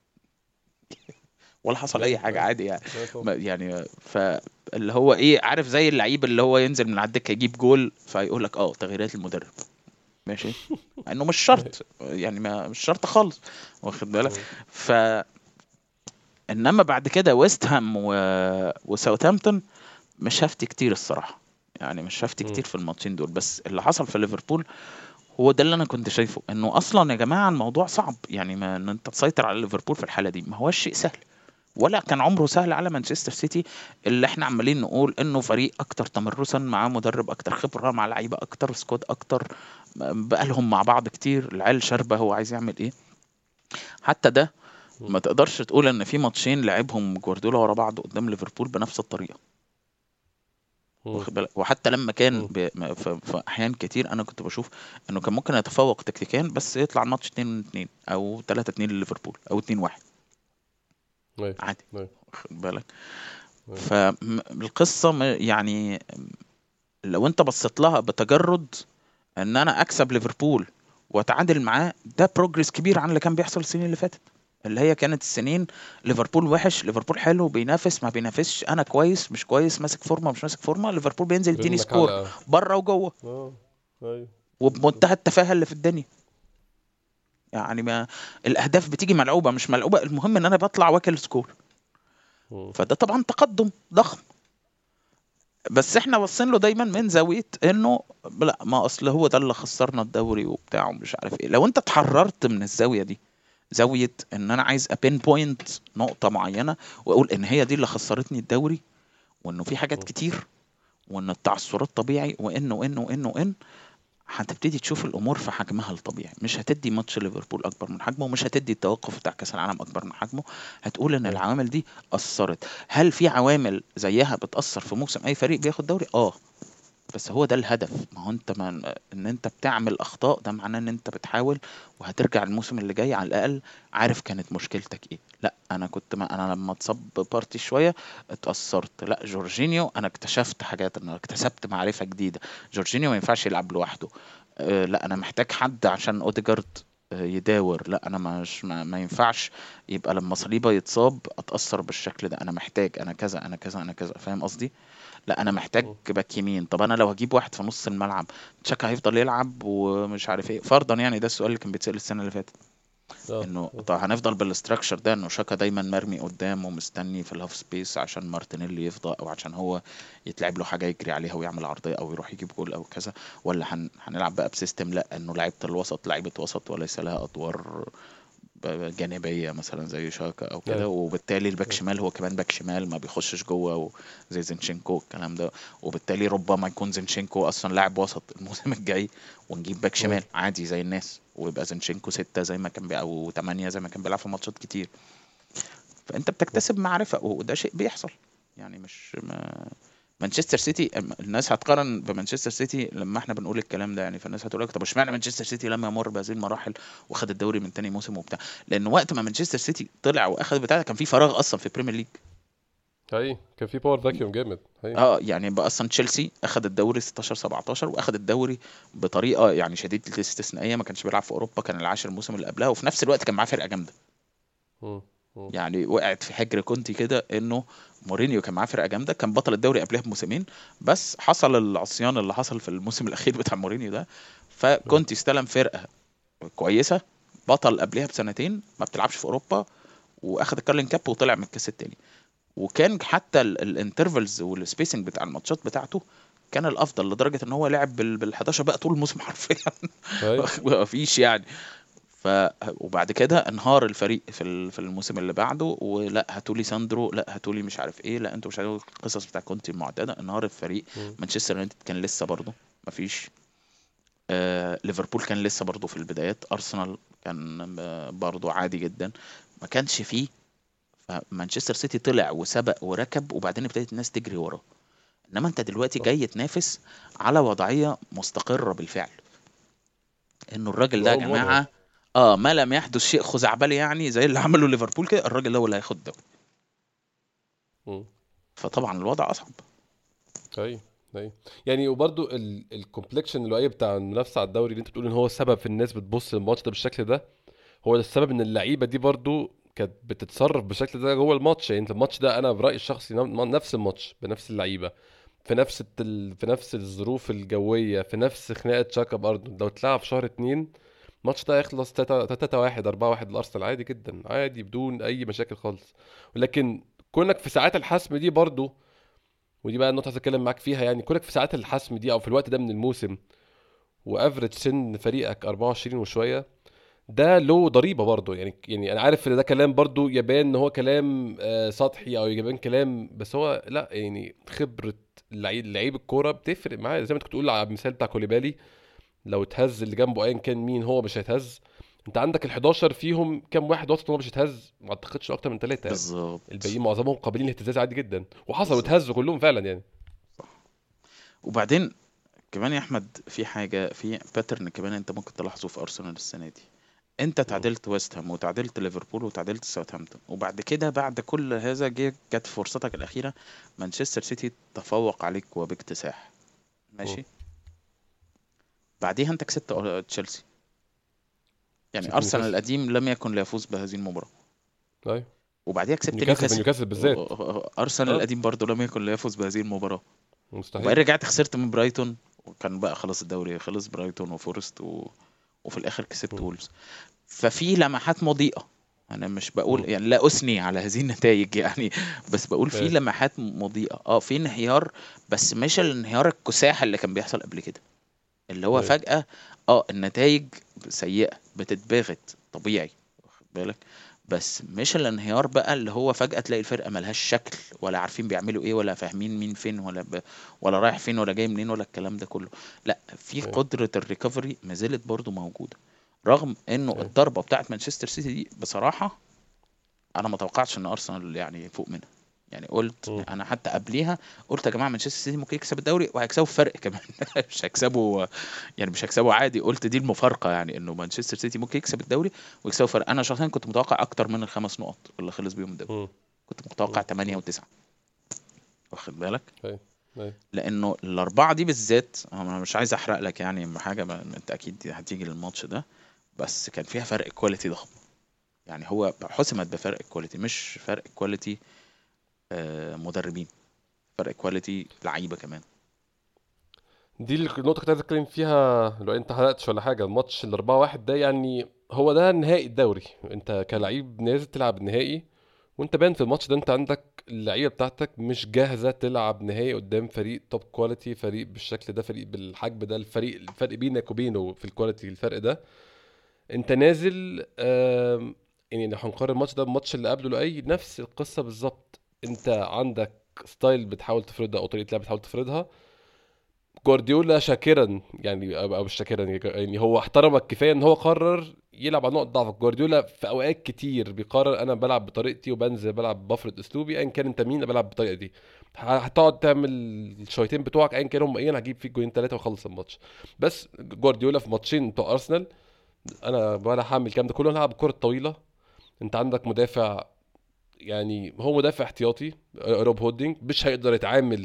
ولا حصل اي جامد. حاجه ايوه. عادي يعني. ايوه طبعا. يعني فاللي هو ايه، عارف زي اللعيب اللي هو ينزل من على الدكه يجيب جول فيقول لك تغييرات المدرب، ماشي، مع انه مش ايوه. شرط يعني، ما مش شرط خالص، واخد بالك؟ مم. ف انما بعد كده ويست هام وساوثهامبتون مش هفتي كتير الصراحه، يعني مش هفتي مم. كتير في الماتشين دول، بس اللي حصل في ليفربول هو ده اللي انا كنت شايفه، انه اصلا يا جماعه الموضوع صعب، يعني ما ان انت تسيطر على ليفربول في الحاله دي ما هوش شيء سهل، ولا كان عمره سهل على مانشستر سيتي، اللي احنا عمالين نقول انه فريق اكتر تمرسا، معاه مدرب اكتر خبرة، مع لعيبة اكتر، سكواد اكتر، بقالهم مع بعض كتير، العيال شاربة هو عايز يعمل ايه. حتى ده مم. ما تقدرش تقول ان في ماتشين لعبهم جوارديولا ورا بعض قدام ليفربول بنفس الطريقة، مم. واخد بالك؟ وحتى لما كان مم. في احيان كتير انا كنت بشوف انه كان ممكن يتفوق تكتيكيا، بس يطلع الماتش 2-2 او 3-2 لليفربول او 2-1 ايوه. عادي، ايوه. واخد بالك؟ ايوه. فالقصة يعني لو انت بصيت لها بتجرد ان انا اكسب ليفربول واتعادل معاه، ده بروجرس كبير عن اللي كان بيحصل السنين اللي فاتت، اللي هي كانت السنين ليفربول وحش، ليفربول حلو، بينافس ما بينافسش، انا كويس مش كويس، ماسك فورمه مش ماسك فورمه، ليفربول بينزل يديني رنك سكور على. بره وجوه، اه. ايوه. وبمنتهى التفاهه اللي في الدنيا، يعني ما الاهداف بتيجي ملعوبه مش ملعوبه، المهم ان انا بطلع واكل سكور، مم. فده طبعا تقدم ضخم. بس احنا باصين له دايما من زاويه انه لا، ما اصل هو ده اللي خسرنا الدوري وبتاع ومش عارف ايه. لو انت اتحررت من الزاويه دي، زاويه ان انا عايز ابين بوينت نقطه معينه واقول ان هي دي اللي خسرتني الدوري، وانه في حاجات مم. كتير، وان التعثرات طبيعي، وان هتبتدي تشوف الامور في حجمها الطبيعي، مش هتدي ماتش ليفربول اكبر من حجمه، ومش هتدي التوقف بتاع كاس العالم اكبر من حجمه، هتقول ان ايوه. العوامل دي اثرت. هل في عوامل زيها بتاثر في موسم اي فريق بياخد دوري؟ بس هو ده الهدف، ما هو انت ما ان انت بتعمل اخطاء ده معناه ان انت بتحاول، وهترجع الموسم اللي جاي على الاقل عارف كانت مشكلتك ايه. لا انا كنت، ما انا لما اتصاب بارتي شويه اتأثرت، لا جورجينيو انا اكتشفت حاجات، انا اكتسبت معرفة جديدة، جورجينيو ما ينفعش يلعب لوحده، لا انا محتاج حد عشان اوديجارد يداور، لا انا ما ينفعش يبقى لما صليبه يتصاب اتأثر بالشكل ده، انا محتاج انا كذا انا كذا انا كذا، فاهم قصدي؟ لا انا محتاج مم. باك يمين، طب انا لو هجيب واحد في نص الملعب تشاكا هيفضل يلعب ومش عارف ايه فرضا، يعني ده السؤال اللي كان بيتسأل السنه اللي فاتت، اه. انه اه. طب هنفضل بالاستراكشر ده انه شاكا دايما مرمي قدام ومستني في الهاف سبيس عشان مارتينيلي يفضى، او عشان هو يتلعب له حاجه يجري عليها ويعمل عرضيه او يروح يجيب جول او كذا، ولا هنلعب بقى بسيستم لا، انه لعيبه الوسط لعيبه وسط وليس لها ادوار جانبيه مثلا زي شاكا او كده، ايوه. وبالتالي الباك ايوه. شمال هو كمان باك شمال ما بيخشش جوه زي زينشينكو الكلام ده، وبالتالي ربما يكون زينشينكو اصلا لاعب وسط الموسم الجاي، ونجيب باك مم. شمال عادي زي الناس، ويبقى زينشينكو ستة زي ما كان او تمانية زي ما كان بيلعب في ماتشات كتير. فانت مم. بتكتسب معرفة، وده شيء بيحصل، يعني مش مانشستر سيتي الناس هتقارن بمانشستر سيتي لما احنا بنقول الكلام ده، يعني فالناس هتقول لك طب اشمعنى مانشستر سيتي لما يمر بهذه المراحل واخد الدوري من تاني موسم وبتاع، لان وقت ما مانشستر سيتي طلع واخد بتاع ده كان في فراغ اصلا في البريمير ليج. هاي كان في باور فاكيوم جامد. هاي. يعني بقى اصلا تشيلسي اخد الدوري 16 17 واخد الدوري بطريقه يعني شديده الاستثنائيه، ما كانش بيلعب في اوروبا، كان العاشر الموسم اللي قبلها، وفي نفس الوقت كان معاه فرقه جامده، مم. مم. يعني وقعت في حجر كونتي كده انه مورينيو كان معاه فرقه جامده، كان بطل الدوري قبلها بموسمين، بس حصل العصيان اللي حصل في الموسم الاخير بتاع مورينيو ده، مم. فكنت استلم فرقه كويسه، بطل قبلها بسنتين ما بتلعبش في اوروبا، واخد الكارلين كاب وطلع من الكاس التاني، وكان حتى الانترفلز والسبيسنج بتاع الماتشات بتاعته كان الافضل، لدرجه ان هو لعب بال 11 بقى طول الموسم حرفيا. اي. ما فيش يعني. ف وبعد كده انهار الفريق في في الموسم اللي بعده، ولا هاتولي ساندرو، لا هاتولي مش عارف ايه، لا انتوا مش عارف القصص بتاع كونتي المعتاده، انهار الفريق. مم. مانشستر يونايتد كان لسه برضه ما فيش. ليفربول كان لسه برضه في البدايات، ارسنال كان برضه عادي جدا، ما كانش فيه. فمانشستر سيتي طلع وسبق وركب، وبعدين ابتدت الناس تجري وراه. انما انت دلوقتي صح. جاي تنافس على وضعيه مستقره بالفعل، انه الراجل ده يا لأول مرة. جماعه ما لم يحدث شيء خزعبلي يعني زي اللي عمله ليفربول كده، الراجل ده هو اللي هياخد الدوري. مم. فطبعا الوضع اصعب. اي. اي. يعني وبرضو الكومبلكشن الوعي بتاع المنافسه على الدوري اللي انت بتقول ان هو السبب في الناس بتبص للماتش ده بالشكل ده، هو ده السبب ان اللعيبه دي برضو كانت بتتصرف بالشكل ده جوه الماتش. يعني انت الماتش ده انا برايي الشخصي نفس الماتش بنفس اللعيبه في نفس في نفس الظروف الجويه في نفس خناقه شاكا برضو لو اتلعب في شهر اتنين الماتش ده هيخلص 3-1 4-1 الارسنال عادي جدا، عادي بدون اي مشاكل خالص. ولكن كونك في ساعات الحسم دي برضو، ودي بقى النقطة اللي هتكلم معاك فيها، يعني كونك في ساعات الحسم دي او في الوقت ده من الموسم وافريج سن فريقك 24 وشوية، ده له ضريبة برضه. يعني انا عارف ان ده كلام برضه يبان ان هو كلام سطحي او يبان كلام، بس هو لا، يعني خبرة لعيب الكورة بتفرق معاه. زي ما انت كنت تقول على المثال بتاع كوليبالي، لو اتهز اللي جنبه ايا كان مين هو مش هيتهز. انت عندك ال 11 فيهم كام واحد وسط هو مش هيتهز؟ ما اعتقدش اكتر من ثلاثة يعني. بالظبط. الباقيين معظمهم قابلين للاهتزاز عادي جدا، وحصل بالظبط. واتهزوا كلهم فعلا يعني. صح. وبعدين كمان يا احمد، في حاجه، في باترن كمان انت ممكن تلاحظه في ارسنال السنه دي. انت مم. تعادلت ويست هام، وتعادلت ليفربول، وتعادلت ساوثهامبتون، وبعد كده بعد كل هذا جت فرصتك الاخيره، مانشستر سيتي تفوق عليك وباكتساح. مم. ماشي. بعديها انت كسبت تشيلسي. يعني كسبت ارسنال نيوكاسل. القديم لم يكن ليفوز بهذه المباراه. ايوه. وبعديها كسبت نيوكاسل، في نيوكاسل. نيوكاسل بالذات. ارسنال اه. القديم برضه لم يكن ليفوز بهذه المباراه. وبعدين مستحيل. رجعت خسرت من برايتون، وكان بقى خلاص الدوري خلص، برايتون وفورست وفي الاخر كسبت مم. وولفز. ففي لمحات مضيئة. انا مش مم. بقول يعني لا اثني على هذه النتائج يعني، بس بقول في ايه. لمحات مضيئة، في انهيار، بس مش الانهيار الكساح اللي كان بيحصل قبل كده، اللي هو ايه. فجأة النتائج سيئة بتتباغت طبيعي، واخد بالك، بس مش الانهيار بقى اللي هو فجأة تلاقي الفرقة ملهاش شكل، ولا عارفين بيعملوا ايه، ولا فاهمين مين فين، ولا رايح فين، ولا جاي منين، ولا الكلام ده كله. لا، في ايه. قدرة الريكفري ما زالت برضو موجودة، رغم انه ايه. الضربة بتاعت مانشستر سيتي دي بصراحة انا ما توقعتش ان ارسنال يعني فوق منها. يعني قلت، مم. انا حتى قبليها قلت يا جماعه مانشستر سيتي ممكن يكسب الدوري، وهيكسبوا فرق كمان. مش هيكسبوا يعني، مش هيكسبوا عادي، قلت دي المفارقه يعني، انه مانشستر سيتي ممكن يكسب الدوري ويكسبوا فرق. انا شخصيا كنت متوقع اكتر من الخمس نقط اللي خلص بيهم الدوري، مم. كنت متوقع مم. 8 مم. و9، واخد بالك. ايه. ايه. لانه الاربعه دي بالذات، انا مش عايز احرق لك يعني حاجه، انت اكيد هتيجي للماتش ده، بس كان فيها فرق كواليتي ضخم. يعني هو حسمت بفرق كواليتي، مش فرق كواليتي مدربين، فرق كواليتي لعيبه كمان. دي النقطة كنت عايز اتكلم فيها. لو انت حرقتش ولا حاجة، الماتش ال 4-1 ده يعني هو ده نهائي الدوري. انت كلاعب نازل تلعب النهائي، وانت باين في الماتش ده انت عندك اللعيبة بتاعتك مش جاهزة تلعب نهائي قدام فريق توب كواليتي، فريق بالشكل ده، فريق بالحجم ده، الفرق بينك وبينه في الكواليتي الفرق ده. انت نازل يعني لو هنقارن الماتش ده بالماتش اللي قبله لأي نفس القصة بالظبط. انت عندك ستايل بتحاول تفرضها او طريقة لعب بتحاول تفرضها. جوارديولا شاكرا يعني او مش شاكرا، يعني هو احترمك كفايه ان هو قرر يلعب على نقط ضعفك. جوارديولا في اوقات كتير بيقرر انا بلعب بطريقتي وبنزل بلعب بفرض اسلوبي ايا كان انت مين، أنا بلعب بالطريقه دي. هتقعد تعمل الشويتين بتوعك ايا كان هم ايه، انا هجيب فيك جولين ثلاثه واخلص الماتش. بس جوارديولا في ماتشين بتوع ارسنال، انا ولا هعمل الكلام ده كله، انا هلعب الكره الطويله. انت عندك مدافع، يعني هو مدافع احتياطي روب هولدنج، مش هيقدر يتعامل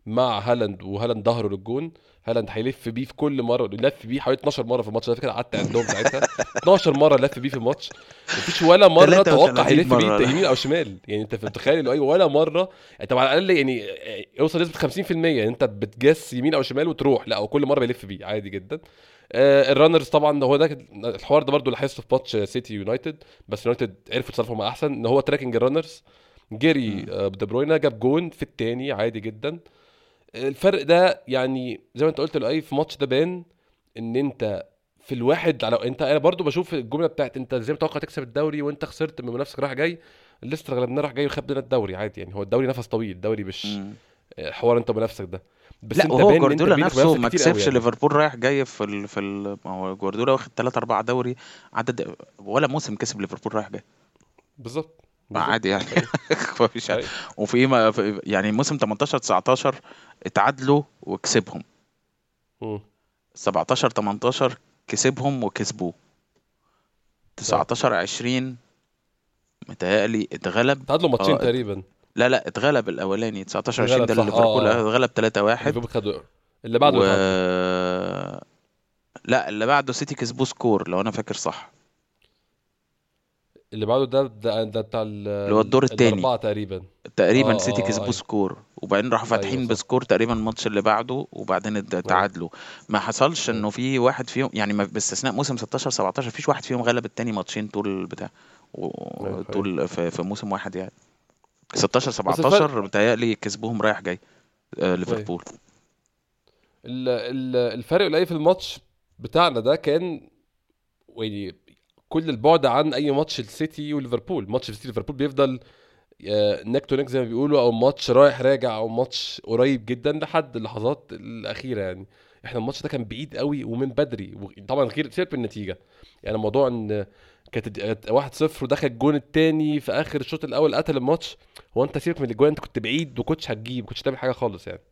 مع هالاند، وهالاند ظهره للجون، هالاند هيلف بيه في كل مره، لف بيه حوالي 12 مره في الماتش ده، فكره قعدت عندهم ساعتها 12 مره لف بيه في الماتش. مفيش ولا مره توقع 33 هيلف بيه مرة يمين او شمال، يعني انت متخيل انه اي ولا مره. يعني طب على الاقل يعني يوصل نسبه 50%، يعني انت بتجس يمين او شمال وتروح، لا هو كل مره بيلف بيه عادي جدا. الرانرز طبعا هو ده الحوار ده برضو اللي حسه في ماتش سيتي يونايتد، بس يونايتد عرفوا يتصرفوا مع احسن، ان هو تراكنج الرانرز. جري مم. دي بروينا جاب جون في التاني عادي جدا. الفرق ده يعني زي ما انت قلت له اي في ماتش ده بان ان انت في الواحد على انت. انا برضو بشوف الجمله بتاعت انت ازاي متوقع تكسب الدوري وانت خسرت من منافسك راح جاي. ليستر غلبنا راح جاي وخد لنا الدوري عادي، يعني هو الدوري نفس طويل، الدوري مش مم. حوار انت ومنافسك ده. بس لا، انت وهو باين ان انت جوارديولا بينك نفسه ومنافسك ما كتير قوي كسبش يعني. ليفربول رايح جاي ما هو جوارديولا واخد 3 4 دوري عدد، ولا موسم كسب ليفربول رايح جاي. بالظبط بالظبط. عادي يعني. ايوه ما فيش حاجة. ايوه. يعني موسم 18 19 اتعادلوا وكسبهم، مم. 17 18 كسبهم وكسبوه، ايوه 19 20 متهيألي اتغلب. تعادلوا ماتشين اه تقريبا. لا اتغلب الاولاني 19 20 اتغلب ده اللي صح ليفربول اه اه. اتغلب 3-1. ليفربول خدوا اللي بعده و اللي تعادلوا. لا، اللي بعده سيتي كسبوه سكور لو انا فاكر صح، اللي بعده ده بتاع اللي هو الدور التاني الاربعه تقريبا. تقريبا اه سيتي اه اه كسبوه ايوه. سكور، وبعدين راحوا ايوه فاتحين صح. بسكور تقريبا الماتش اللي بعده، وبعدين ايوه تعادلوا. ما حصلش ايوه انه في واحد فيهم يعني باستثناء موسم 16 17 فيش واحد فيهم غلب التاني ماتشين طول البتاع، ايوه ايوه. وطول في موسم واحد يعني. 16 بس الفرق 17 متهيألي كسبوهم رايح جاي ايوه ليفربول. الفرق القليل في الماتش بتاعنا ده كان يعني كل البعد عن اي ماتش السيتي وليفربول. ماتش السيتي ليفربول بيفضل نيك تو نيك زي ما بيقولوا، او ماتش رايح راجع، او ماتش قريب جدا لحد اللحظات الاخيره يعني. احنا الماتش ده كان بعيد قوي ومن بدري، طبعا غير سيبك من النتيجه. يعني الموضوع ان كانت 1-0 ودخل الجون التاني في اخر الشوط الاول قتل الماتش. هو انت سيبك من الاجوان، انت كنت بعيد وكنتش هتجيب، كنتش تعمل حاجه خالص يعني.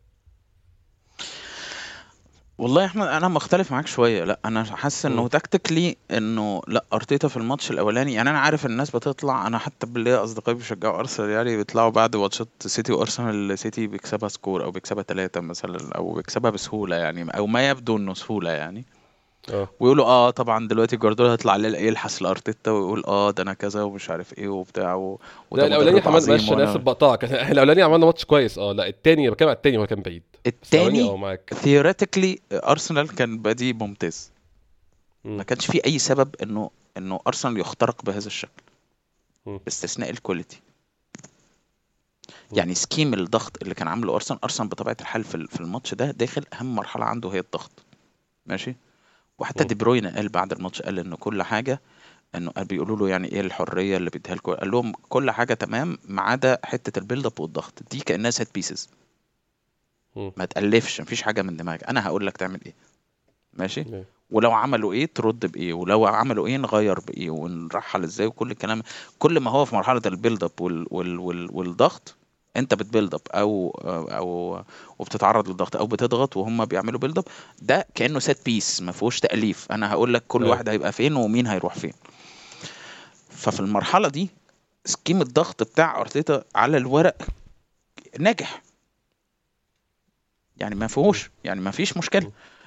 والله انا مختلف معاك شويه. لا، انا حاسس انه امم تكتيكلي انه لا، ارتيتا في الماتش الاولاني يعني انا عارف الناس بتطلع، انا حتى باللي اصدقائي بيشجعوا ارسنال يعني بيطلعوا بعد ماتشات سيتي وارسنال سيتي بيكسبها سكور او بيكسبها 3 مثلا او بيكسبها بسهوله يعني، او ما يبدو انه سهوله يعني، اه. ويقولوا طبعا دلوقتي جوارديولا هيطلع يلحس لارتيتا ويقول ده انا كذا ومش عارف ايه وبتاع لا وده الاولاني مدرب حماد عظيم ماشي، انا اسف وانا. بقطعك الاولاني عملنا ماتش كويس لا التاني، أنا بتكلم على التاني هو كان بعيد. بس الاولاني التاني معاك. ثيوريتيكلي ارسنال كان بادي ممتاز، ما امم كانش في اي سبب انه ارسنال يخترق بهذا الشكل امم باستثناء الكواليتي. امم يعني سكيم الضغط اللي كان عامله ارسنال بطبيعه الحال في الماتش ده داخل اهم مرحله عنده هي الضغط، ماشي. وحتى امم دي بروين قال بعد الماتش، قال ان كل حاجه، انه قال بيقولوا له يعني ايه الحريه اللي بيديها لكم، قال لهم كل حاجه تمام ما عدا حته البيلد اب والضغط دي كانها سيت بيسز، امم ما تالفش، مفيش حاجه من دماغك، انا هقول لك تعمل ايه، ماشي. ايوه ولو عملوا ايه ترد بايه، ولو عملوا ايه نغير بايه ونرحل ازاي، وكل الكلام. كل ما هو في مرحله البيلد اب والضغط، انت بتبيلد اب او وبتتعرض للضغط او بتضغط وهم بيعملوا بيلد اب، ده كانه سيت بيس ما فيهوش تاليف، انا هقول لك كل ايوه واحد هيبقى فين ومين هيروح فين. ففي المرحله دي سكيم الضغط بتاع ارتيتا على الورق ناجح، يعني ما امم فيهوش يعني ما فيش مشكله.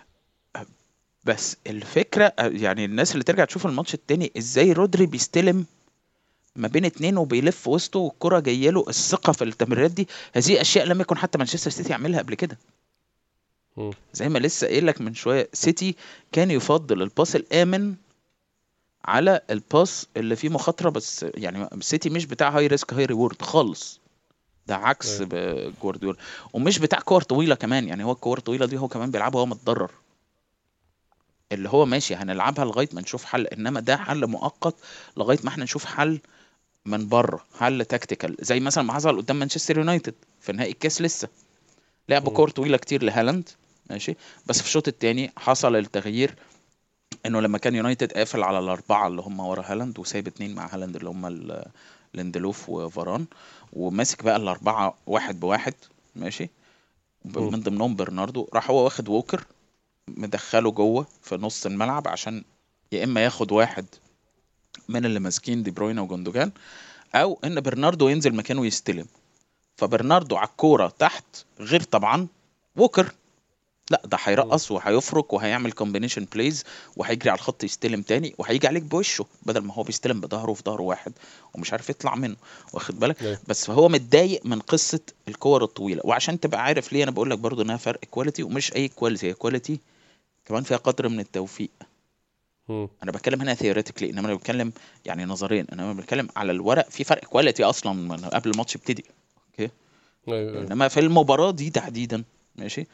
بس الفكره يعني الناس اللي ترجع تشوف الماتش التاني ازاي رودري بيستلم ما بين اتنين وبيلف وسطه والكرة جايه له، الثقة في التمريرات دي، هذه أشياء لم يكن حتى مانشستر سيتي يعملها قبل كده. امم زي ما لسه قايل لك من شوية، سيتي كان يفضل الباس الآمن على الباس اللي فيه مخاطرة، بس يعني سيتي مش بتاع هاي ريسك هاي ريورد خالص، ده عكس ايوه جوارديولا. ومش بتاع كور طويلة كمان، يعني هو الكور الطويلة دي هو كمان بيلعبها وهو متضرر، اللي هو ماشي هنلعبها لغاية ما نشوف حل، إنما ده حل مؤقت لغاية ما احنا نشوف حل من بره، حل تكتيكال، زي مثلا ما حصل قدام مانشستر يونايتد في نهائي الكاس، لسه لعبوا امم كور طويله كتير لهالاند، ماشي. بس في الشوط الثاني حصل التغيير، انه لما كان يونايتد قافل على الاربعه اللي هم ورا هالاند وسايب اتنين مع هالاند اللي هم ليندلوف وفاران، وماسك بقى الاربعه واحد بواحد، ماشي. امم من ضمنهم برناردو، راح هو واخد ووكر مدخله جوه في نص الملعب عشان يا اما ياخد واحد من اللي ماسكين دي بروين وجوندوجان، او ان برناردو ينزل مكانه يستلم. فبرناردو على الكوره تحت غير طبعا ووكر لا، ده مم. هيرقص وهيفرك وهيعمل كومبينيشن بلايز وهيجري على الخط يستلم تاني وهيجي عليك بوشه بدل ما هو بيستلم بظهره في ظهر واحد ومش عارف يطلع منه، واخد بالك؟ ايوه. بس فهو متضايق من قصة الكور الطويلة. وعشان تبقى عارف ليه انا بقول لك برضو انها فرق كواليتي، ومش اي كواليتي، هي كواليتي كمان فيها قدر من التوفيق. مم. انا بتكلم هنا ثيوريتيكلي، انما انا بتكلم يعني نظريا، انما أنا بتكلم على الورق في فرق كواليتي اصلا من قبل الماتش يبتدي. اوكي. ايوه ايوه. انما في المباراة دي تحديدا، ماشي،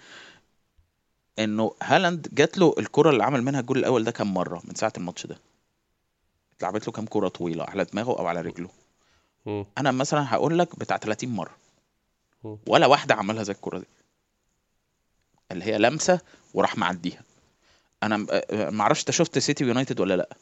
انه هالاند جات له الكرة اللي عمل منها الجول الاول ده كام مرة من ساعة الماتش ده؟ اتلعبت له كام كرة طويلة على دماغه او على رجله؟ مم. انا مثلا هقول لك بتاع 30 مرة، مم. ولا واحدة عملها زي الكرة دي اللي هي لمسة وراح معديها. انا ما اعرفش انت شفت سيتي يونايتد ولا لا.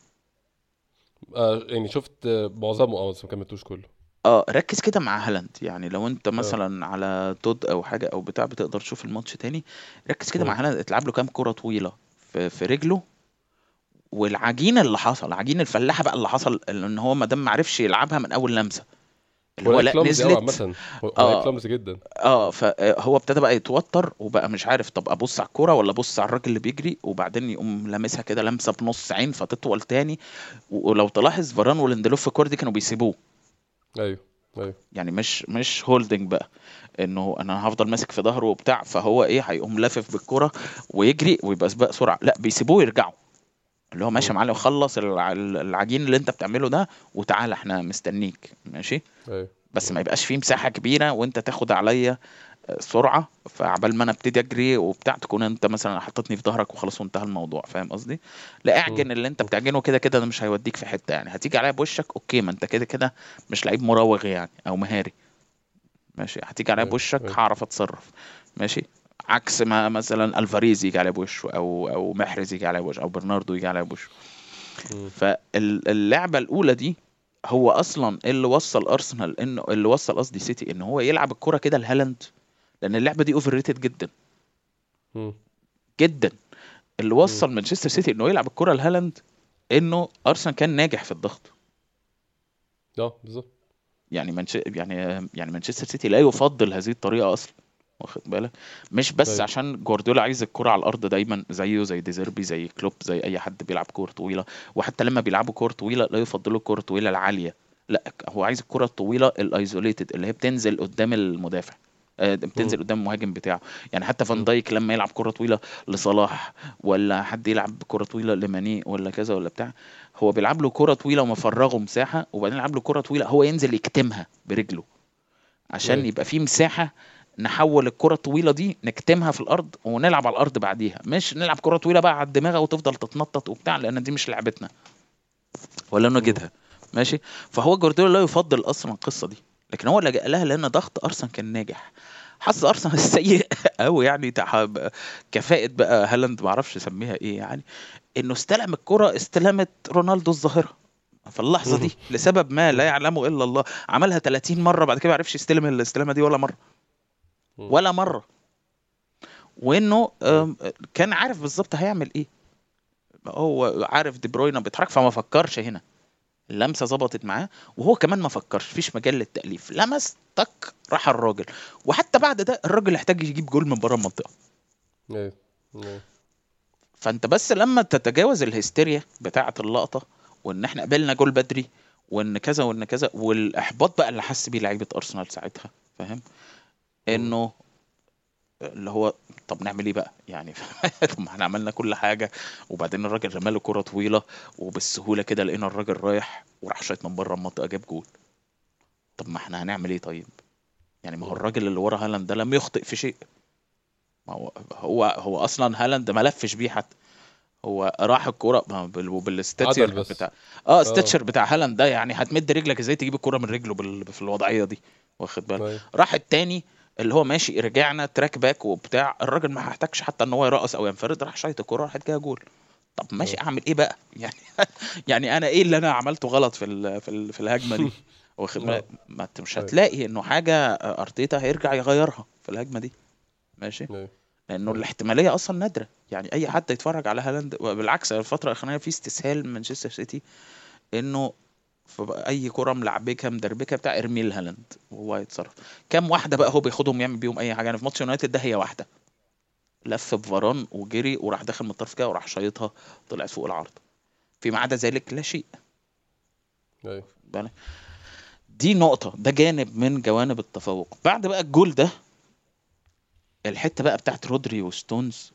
يعني شفت معظمه بس ما كملتوش كله. اه، ركز كده مع هالاند، يعني لو انت اه. مثلا على تود او حاجة او بتاع بتقدر تشوف الماتش تاني، ركز كده مم. مع هالاند اتلعب له كام كرة طويلة في رجله. والعجين اللي حصل، عجين الفلاحة بقى اللي حصل، ان هو ما دام ما عرفش يلعبها من اول لمسة، اللي هو هو لعيب لا كلامزي قوي نزلت. عامه. هو لعيب اه كلامزي جدا. اه فهو ابتدى بقى يتوتر وبقى مش عارف طب ابص على الكوره ولا ابص على الراجل اللي بيجري، وبعدين يقوم لامسها كده لمسه بنص عين فتطول تاني. ولو تلاحظ فاران وليندلوف في الكوره دي كانوا بيسيبوه، ايوه ايوه. يعني مش هولدنج بقى، انه انا هفضل ماسك في ظهره وبتاع، فهو ايه هيقوم لافف بالكوره ويجري ويبقى سباق سرعه، لا بيسيبوه يرجعوا، اللي هو ماشي مم. يا معلم خلص العجين اللي انت بتعمله ده وتعالى احنا مستنيك، ماشي. ايوه. بس مم. ما يبقاش فيه مساحه كبيره وانت تاخد عليا سرعه، فعبال ما انا ابتدي اجري وبتاع تكون انت مثلا حطيتني في ظهرك وخلاص وانتهى الموضوع، فاهم قصدي؟ لا، مم. اعجن اللي انت مم. بتعجنه كده كده ده مش هيوديك في حته، يعني هتيجي عليا بوشك اوكي، ما انت كده كده مش لعيب مراوغ يعني او مهاري، ماشي، هتيجي عليا ايوه بوشك ايوه. هعرف اتصرف، ماشي. عكس ما مثلا الفاريز يجي على بوشه او محرز يجي على بوشه او برناردو يجي على بوشه. مم. فاللعبه الاولى دي هو اصلا اللي وصل ارسنال، انه اللي وصل قصدي سيتي ان هو يلعب الكرة كده لهالاند، لان اللعبه دي اوفر ريتد جدا مم. جدا. اللي مم. وصل مانشستر سيتي انه يلعب الكرة لهالاند انه ارسنال كان ناجح في الضغط. اه بالظبط. يعني مانشستر سيتي لا يفضل هذه الطريقه اصلا، واخد بالك؟ مش بس ايوه. عشان جوارديولا عايز الكرة على الارض دايما زيه زي ديزيربي زي كلوب زي اي حد بيلعب كور طويله، وحتى لما بيلعبوا كور طويله لا يفضلوا الكرة الطويله العاليه، لا هو عايز الكرة الطويله الايزوليتد اللي هي بتنزل قدام المدافع، مم. بتنزل قدام المهاجم بتاعه. يعني حتى فان مم. دايك لما يلعب كرة طويله لصلاح، ولا حد يلعب كرة طويله لماني ولا كذا ولا بتاع، هو بيلعب له كرة طويله ومفرغه مساحه، وبعدين يلعب له كرة طويله هو ينزل يكتمها برجله عشان ايوه. يبقى في مساحة نحول الكرة الطويلة دي نكتمها في الأرض ونلعب على الأرض بعديها، مش نلعب كرة طويلة بقى على الدماغ وتفضل تتنطط وبتاع، لأن دي مش لعبتنا ولا مم. نجدها، ماشي. فهو جوارديولا لا يفضل أصلا القصة دي، لكن هو لجأ لها لأن ضغط أرسنال كان ناجح. حظ أرسنال السيء أوي يعني كفاءة بقى هالاند معرفش أسميها إيه، يعني إنه استلم الكرة استلامة رونالدو الظاهرة في اللحظة مم. دي لسبب ما لا مم. يعلمه إلا الله، عملها 30 مرة بعد كده ما عرفش يستلم الاستلامة دي ولا مرة، مم. ولا مرة. وانه ايوه. كان عارف بالظبط هيعمل ايه، هو عارف دي بروينا بيتحرك فما فكرش هنا، اللمسه ظبطت معاه، وهو كمان ما فكرش، فيش مجال للتأليف، لمس تك راح الراجل. وحتى بعد ده الراجل احتاج يجيب جول من بره المنطقه. ايوه ايوه. فانت بس لما تتجاوز الهستيريا بتاعه اللقطه، وان احنا قبلنا جول بدري وان كذا وان كذا، والاحباط بقى اللي حس بيه لعيبه ارسنال ساعتها، فاهم؟ مم. انه اللي هو طب نعمل ايه بقى يعني؟ طب ما احنا عملنا كل حاجه، وبعدين الراجل رماله كره طويله وبالسهوله كده لقينا الراجل رايح وراح شايط من بره المنطقه جاب جول. طب ما احنا هنعمل ايه طيب؟ يعني ما هو مم. الراجل اللي ورا هالاند ده لم يخطئ في شيء، ما هو اصلا هالاند ما لفش بيه حتى، هو راح الكوره عدل بالستاتشر بس. بتاع اه. ستاتشر بتاع هالاند ده، يعني هتمد رجلك ازاي تجيب الكوره من رجله في الوضعيه دي، واخد بالك؟ ايوه. راح التاني اللي هو ماشي رجعنا تراك باك وبتاع، الراجل ما احتاجش حتى ان هو يرقص او ينفرد، راح شايط الكوره راحت جايه جول. طب ماشي اه. اعمل ايه بقى يعني؟ يعني انا ايه اللي انا عملته غلط في الهجمه دي، واخد بالك؟ اه. ما انت مش ايوه هتلاقي انه حاجه ارتيتا هيرجع يغيرها في الهجمه دي، ماشي. ايوه. لانه ايوه. الاحتماليه اصلا نادره، يعني اي حد يتفرج على هالاند، بالعكس الفتره الاخرانيه في استسهال من مانشستر سيتي انه في اي كره ملعبكه مدربكه بتاع ارمي لهالاند وهو يتصرف. كام واحده بقى مم. هو بياخدهم يعمل بيهم اي حاجه، يعني في ماتش يونايتد ده هي واحده، لف بفاران وجري وراح داخل من الطرف كده وراح شايطها طلعت فوق العارضه. فيما عدا ذلك لا شيء. ايوه بالك؟ دي نقطه، ده جانب من جوانب التفوق. بعد بقى الجول ده، الحته بقى بتاعت رودري وستونز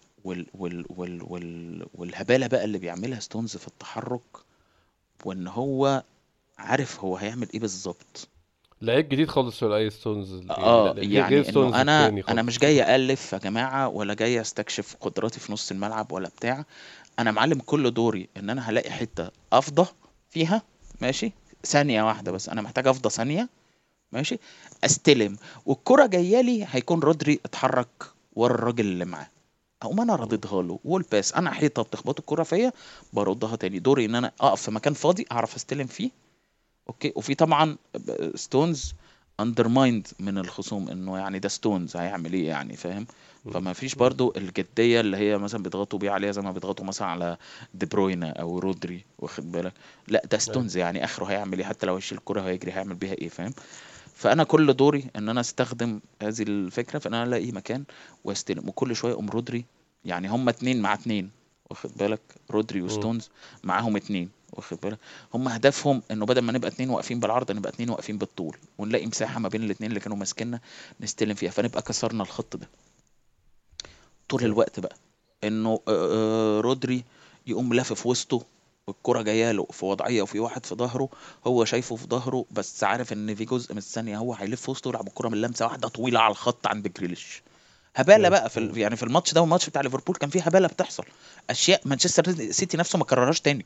والهباله بقى اللي بيعملها ستونز في التحرك، وان هو عارف هو هيعمل ايه بالظبط. لعيب جديد خالص ولا اي ستونز يعني؟ لا غير يعني انه ستونز التاني انا مش خالص. جاي الف يا جماعه، ولا جاي استكشف قدراتي في نص الملعب ولا بتاع. انا معلم كل دوري ان انا هلاقي حته افضى فيها، ماشي، ثانيه واحده بس، انا محتاج افضى ثانيه، ماشي، استلم، والكره جايه لي هيكون رودري اتحرك ورا الراجل اللي معاه، او انا رديتها له والباس، انا حيطه بتخبط الكره فيا بردها تاني. دوري ان انا اقف في مكان فاضي اعرف استلم فيه. اوكي. وفي طبعا ستونز اندرمايند من الخصوم، انه يعني ده ستونز هيعمل ايه يعني، فاهم؟ فما فيش برضو الجديه اللي هي مثلا بيضغطوا بيها عليها زي ما بيضغطوا مثلا على دي بروينا او رودري، واخد بالك؟ لا ده ايوه ستونز يعني اخره هيعمل ايه، حتى لو هيشيل الكره هيجري هيعمل بيها ايه، فاهم؟ فانا كل دوري ان انا استخدم هذه الفكره، فان انا الاقي مكان واستلم، وكل شويه ام رودري، يعني هم اتنين مع اتنين، واخد بالك؟ رودري وستونز معاهم اتنين، واخد بالك؟ هم هدفهم انه بدل ما نبقى اتنين واقفين بالعرض نبقى اتنين واقفين بالطول، ونلاقي مساحه ما بين الاتنين اللي كانوا ماسكيننا نستلم فيها، فنبقى كسرنا الخط ده طول ايوه الوقت بقى. انه رودري يقوم لافف في وسطه، الكرة جايه له في وضعيه وفي واحد في ظهره، هو شايفه في ظهره بس عارف ان في جزء من الثانيه هو هيلف في وسطه ويلعب الكرة من لمسه واحده طويله على الخط عند جريليش. هباله ايوه بقى يعني في الماتش ده والماتش بتاع ليفربول كان فيه هباله بتحصل، اشياء مانشستر سيتي نفسه ما كررهاش تاني.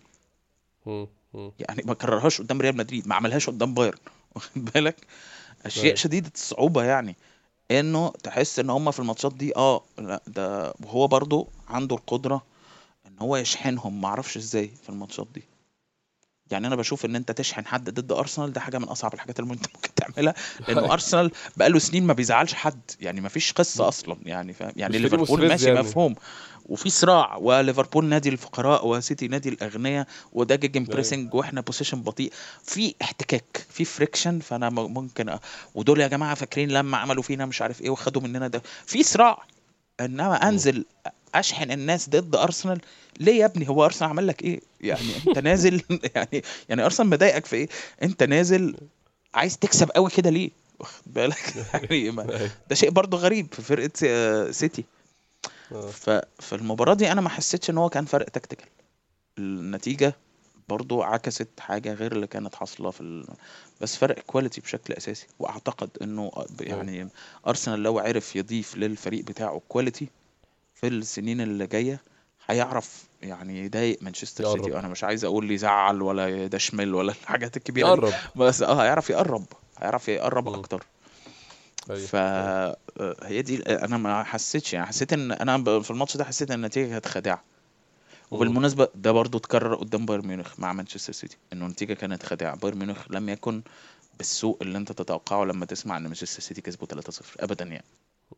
يعني ما كررهاش قدام ريال مدريد، ما عملهاش قدام بايرن، واخد بالك؟ اشياء ايوه شديده الصعوبه يعني. انه تحس ان هم في الماتشات دي لا ده وهو برضو عنده القدره ان هو يشحنهم، ما اعرفش ازاي في الماتشات دي. يعني انا بشوف ان انت تشحن حد ضد ارسنال ده حاجه من اصعب الحاجات اللي انت ممكن تعملها، لانه ارسنال بقاله سنين ما بيزعلش حد، يعني ما فيش قصه اصلا يعني، فاهم؟ يعني مش فريق ليفربول مستفز ماشي يعني. مفهوم وفي صراع، وليفربول نادي الفقراء وسيتي نادي الاغنياء، وده جيجن ايوه بريسنج واحنا بوزيشن بطيء، في احتكاك في فريكشن. فانا ممكن ودول يا جماعه فاكرين لما عملوا فينا مش عارف ايه وخدوا مننا ده، في صراع. انما انزل اشحن الناس ضد ارسنال ليه يا ابني؟ هو ارسنال عمل لك ايه يعني؟ انت نازل يعني ارسنال مضايقك في ايه؟ انت نازل عايز تكسب قوي كده ليه؟ واخد بالك؟ يعني ايوه ده شيء برضو غريب في فرقة سيتي. اه ففي المباراة دي انا ما حسيتش ان هو كان فرق تكتيكال. النتيجة برضو عكست حاجة غير اللي كانت حاصلة بس فرق كواليتي بشكل اساسي. واعتقد انه ايوه يعني ارسنال لو عرف يضيف للفريق بتاعه كواليتي في السنين اللي جايه هيعرف يعني يضايق مانشستر سيتي. يقرب وانا مش عايز اقول يزعل ولا يدشمل ولا الحاجات الكبيره دي، يقرب. بس هيعرف يقرب، هيعرف يقرب اكتر. ايوه ايوه هي دي انا ما حسيتش، يعني حسيت ان انا في الماتش ده حسيت ان النتيجه كانت خادعه. وبالمناسبه ده برضو اتكرر قدام بايرن ميونخ مع مانشستر سيتي، انه النتيجه كانت خادعه. بايرن ميونخ لم يكن بالسوء اللي انت تتوقعه لما تسمع ان مانشستر سيتي كسبوا 3-0 ابدا يعني.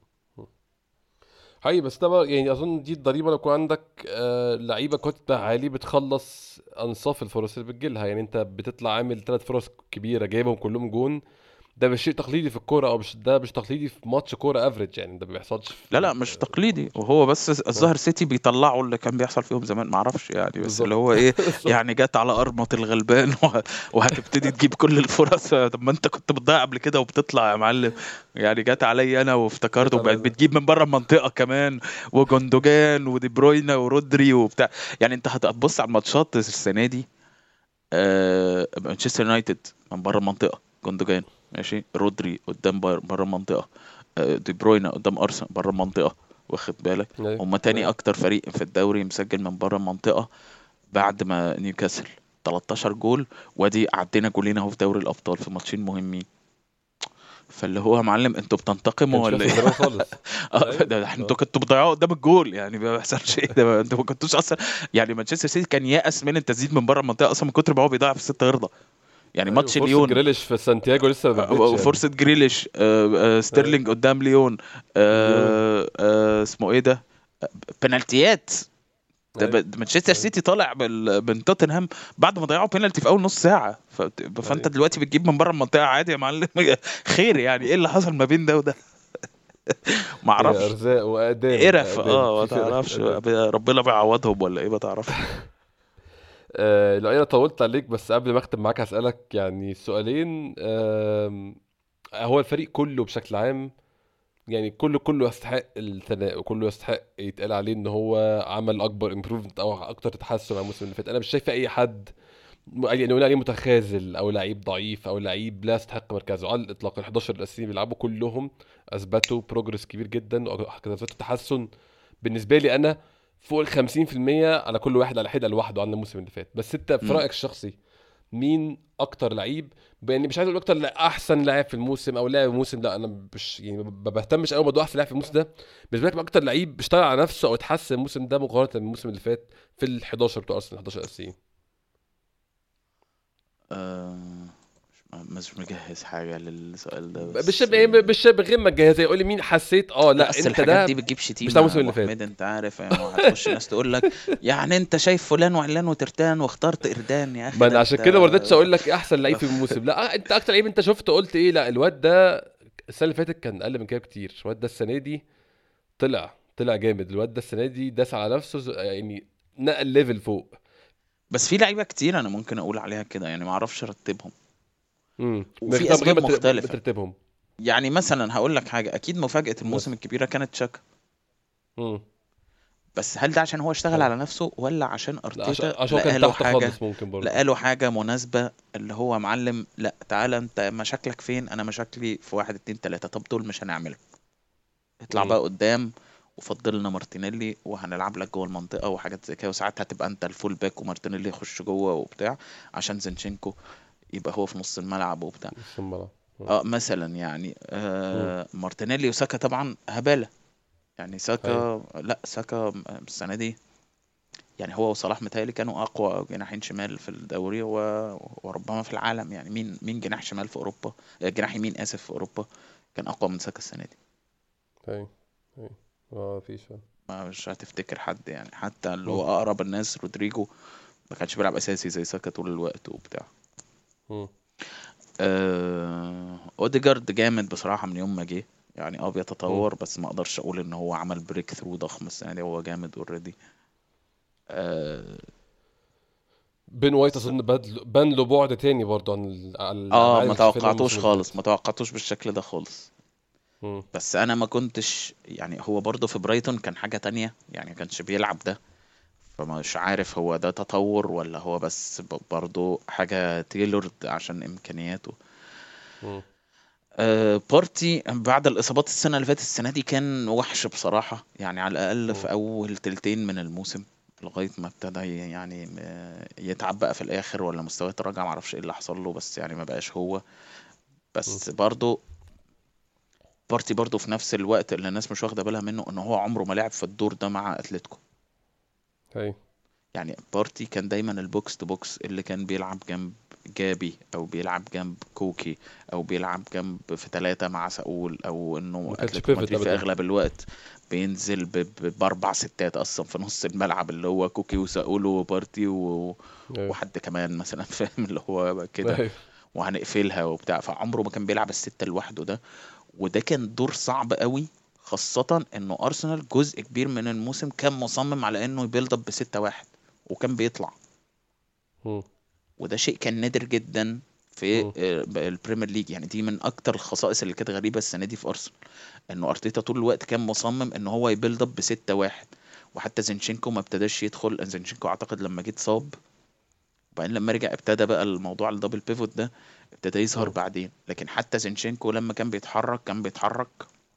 حقيقي. بس ده بقى يعني اظن دي الضريبه، لو يكون عندك لعيبه كوت عالي بتخلص انصاف الفرص اللي بتجيلها. يعني انت بتطلع عامل 3 فرص كبيره جايبهم كلهم جون، ده مش شيء تقليدي في الكوره، او مش ده مش تقليدي في ماتش كوره افريج، يعني ده ما بيحصلش لا في لا مش تقليدي، وهو بس آه، الظاهر سيتي بيطلعوا اللي كان بيحصل فيهم زمان، معرفش يعني، بس اللي بالظبط هو ايه، بالظبط. يعني جت على قرمة الغلبان وهتبتدي تجيب كل الفرص. طب ما انت كنت بتضيع قبل كده وبتطلع يا معلم. يعني جت علي انا وافتكرت، جت وبقت علينا. بتجيب من بره المنطقة كمان، وجوندوجان ودي بروينا ورودري وبتاع. يعني انت هتبص على الماتشات السنة دي، مانشستر يونايتد من بره المنطقة جوندوجان، ماشي، رودري قدام بره المنطقة، دي بروينا قدام ارسنال بره المنطقه، واخد بالك؟ ايوه هما تاني ايوه اكتر فريق في الدوري مسجل من بره المنطقه بعد ما نيوكاسل 13 جول. وادي عدينا جولين اهو في دوري الابطال في ماتشين مهمين. فاللي هو يا معلم انتوا بتنتقموا كانش ولا بيحصل ايه؟ زمان خالص. ايوه ده انتوا اه كنتوا بتضيعوا قدام الجول، يعني ما بيحصلش ايه ده؟ انتوا ما كنتوش اصلا. يعني مانشستر سيتي كان يأس من التسديد من بره المنطقه اصلا من كتر ما هو بيضيع في الست يرضى. يعني ايوه. ماتش فرصه ليون، جريليش في سانتياجو لسه ما بتش يعني. فرصة جريليش، ايوه ستيرلينج قدام ليون، ليون. اسمه ايه ده، بنالتيات. ده ايوه مانشستر ايوه سيتي طالع من توتنهام بعد ما ضيعوا بينالتي في اول نص ساعة. فانت ايوه دلوقتي بتجيب من بره المنطقة عادي يا معلم. خير يعني، ايه اللي حصل ما بين ده وده؟ ما هي اعرفش. ارزاق واقدام قرف، اقدام ما في فرق في تعرفش الاقدام. ربنا بيعوضهم ولا ايه، ما تعرفش. لو انا طولت عليك، بس قبل ما اختم معاك هسألك يعني سؤالين. هو الفريق كله بشكل عام، يعني كله يستحق الثناء، وكله يستحق يتقال عليه ان هو عمل اكبر امبروفمنت او اكتر تحسن عن الموسم اللي فات. انا مش شايف اي حد يعني نقول عليه متخاذل او لعيب ضعيف او لعيب لا يستحق مركزه على الاطلاق. ال 11 الاساسيين بيلعبوا كلهم اثبتوا بروجرس كبير جدا، واثبتوا تحسن بالنسبه لي انا فوق ال 50% على كل واحد على حده لوحده عن الموسم اللي فات. بس انت في مم. رايك الشخصي مين اكتر لعيب، يعني مش عايز اقول اكتر احسن لاعب في الموسم او لاعب الموسم، لا انا مش يعني ما بهتمش قوي موضوع احسن لاعب في الموسم ده. بالنسبه لك اكتر لعيب اشتغل على نفسه او اتحسن الموسم ده مقارنه بالموسم اللي فات في ال 11 بتوع ارسنال، 11 اساسيين؟ آه، مش مجهز حاجة للسؤال ده بس. بالشاب غير ما الجاهزيه، يقول لي مين حسيت لا، لا اصل انت الحاجات دي ده بتجيب مش بتاع شتيمة يا الموسم ابو اللي حميد، فات. انت عارف يعني، وهتخش ناس تقول لك يعني انت شايف فلان وعلان وترتان واخترت اردان، يا اخي ما ده انا عشان انت. كده ما رضيتش اقول لك احسن لعيب في الموسم، لا انت اكتر لعيب انت شفت قلت ايه، لا الواد ده السنه اللي فاتت كان اقل من كده كتير، الواد ده السنه دي طلع جامد، الواد ده السنه دي داس على نفسه يعني نقل ليفل فوق. بس في لعيبة كتير انا ممكن اقول عليها كده يعني، ما اعرفش ارتبهم، من وفي غير اسباب ما مختلفة. ترتبهم. يعني مثلا هقول لك حاجة، اكيد مفاجأة الموسم بس الكبيرة كانت شاكا. امم بس هل ده عشان هو اشتغل ايوه، على نفسه، ولا عشان لا عشان ارتيتا هو كان لقاله تحت حاجة؟ خالص ممكن برضه. لقاله حاجة مناسبة، اللي هو معلم، لا تعالى انت مشاكلك فين، انا مشاكلي في واحد اتنين تلاتة، طب دول مش هنعمله، اطلع امم بقى قدام وفضل لنا مارتينيلي وهنلعب لك جوه المنطقة وحاجات زي كده، وساعات هتبقى انت الفول باك ومارتينيلي يخش جوه وبتاع، عشان زينشينكو يبقى هو في نص الملعب وبتاع. نص الملعب. اه مثلا يعني امم مارتينيلي وساكا طبعا هبالة. يعني ايوه. ساكا، لا ساكا السنة دي يعني هو وصلاح متهيألي كانوا أقوى جناحين شمال في الدوري وربما في العالم. يعني مين جناح شمال في أوروبا، جناح يمين آسف في أوروبا كان أقوى من ساكا السنة دي؟ ايوه. ايوه. اه فيش. مش هتفتكر حد يعني، حتى اللي امم هو أقرب الناس رودريجو ما كانش بيلعب أساسي زي ساكا طول الوقت وبتاع. امم أوديجارد جامد بصراحة من يوم ما جه، يعني امم بيتطور، بس ما اقدرش اقول ان هو عمل بريك ثرو ضخم السنه دي، هو جامد اوريدي. آه, بين وايت اظن بان له بعد تاني برضه عن عن اه الالعاب ما اللي شايفينها الموسم توقعتوش اللي فات. خالص، ما توقعتوش بالشكل ده خالص. امم بس انا ما كنتش يعني، هو برضه في برايتون كان حاجة تانية يعني، ما كانش بيلعب ده، فمش عارف هو ده تطور ولا هو بس برضه حاجة تيلورد عشان امكانياته. امم بارتي بعد الاصابات السنة اللي فاتت، السنة دي كان وحش بصراحة يعني، على الاقل امم في اول تلتين من الموسم، لغاية ما ابتدى يعني يتعب بقى في الاخر، ولا مستواه تراجع، معرفش ايه اللي حصل له، بس يعني ما بقاش هو. امم بس برضه بارتي برضه في نفس الوقت اللي الناس مش واخده بالها منه، ان هو عمره ما لعب في الدور ده مع اتلتيكو. ايوه. يعني بارتي كان دايما البوكس تو بوكس، اللي كان بيلعب جنب جابي، او بيلعب جنب كوكي، او بيلعب جنب في ثلاثة مع ساول، او انه ما كانش اتلتيكو بيفت مدريد في ابدا. اغلب الوقت بينزل باربع ستات اصلا في نص الملعب، اللي هو كوكي وساول وبارتي ايوه. وحد كمان مثلا فاهم اللي هو كده، ايوه. وهنقفلها وبتاع، فعمره ما كان بيلعب الستة لوحده ده. وده كان دور صعب قوي، خاصة انه ارسنال جزء كبير من الموسم كان مصمم على انه يبيلد اب بستة واحد، وكان بيطلع. امم وده شيء كان نادر جدا في امم البريمير ليج يعني، دي من اكتر الخصائص اللي كانت غريبة السنة دي في ارسنال، انه ارتيتا طول الوقت كان مصمم ان هو يبيلد اب بستة واحد. وحتى زينشينكو ما ابتداش يدخل، زينشينكو اعتقد لما جه اتصاب، وبعدين لما رجع ابتدى بقى الموضوع الدبل بيفوت ده ابتدى يظهر امم بعدين. لكن حتى زينشينكو لما كان بيتحرك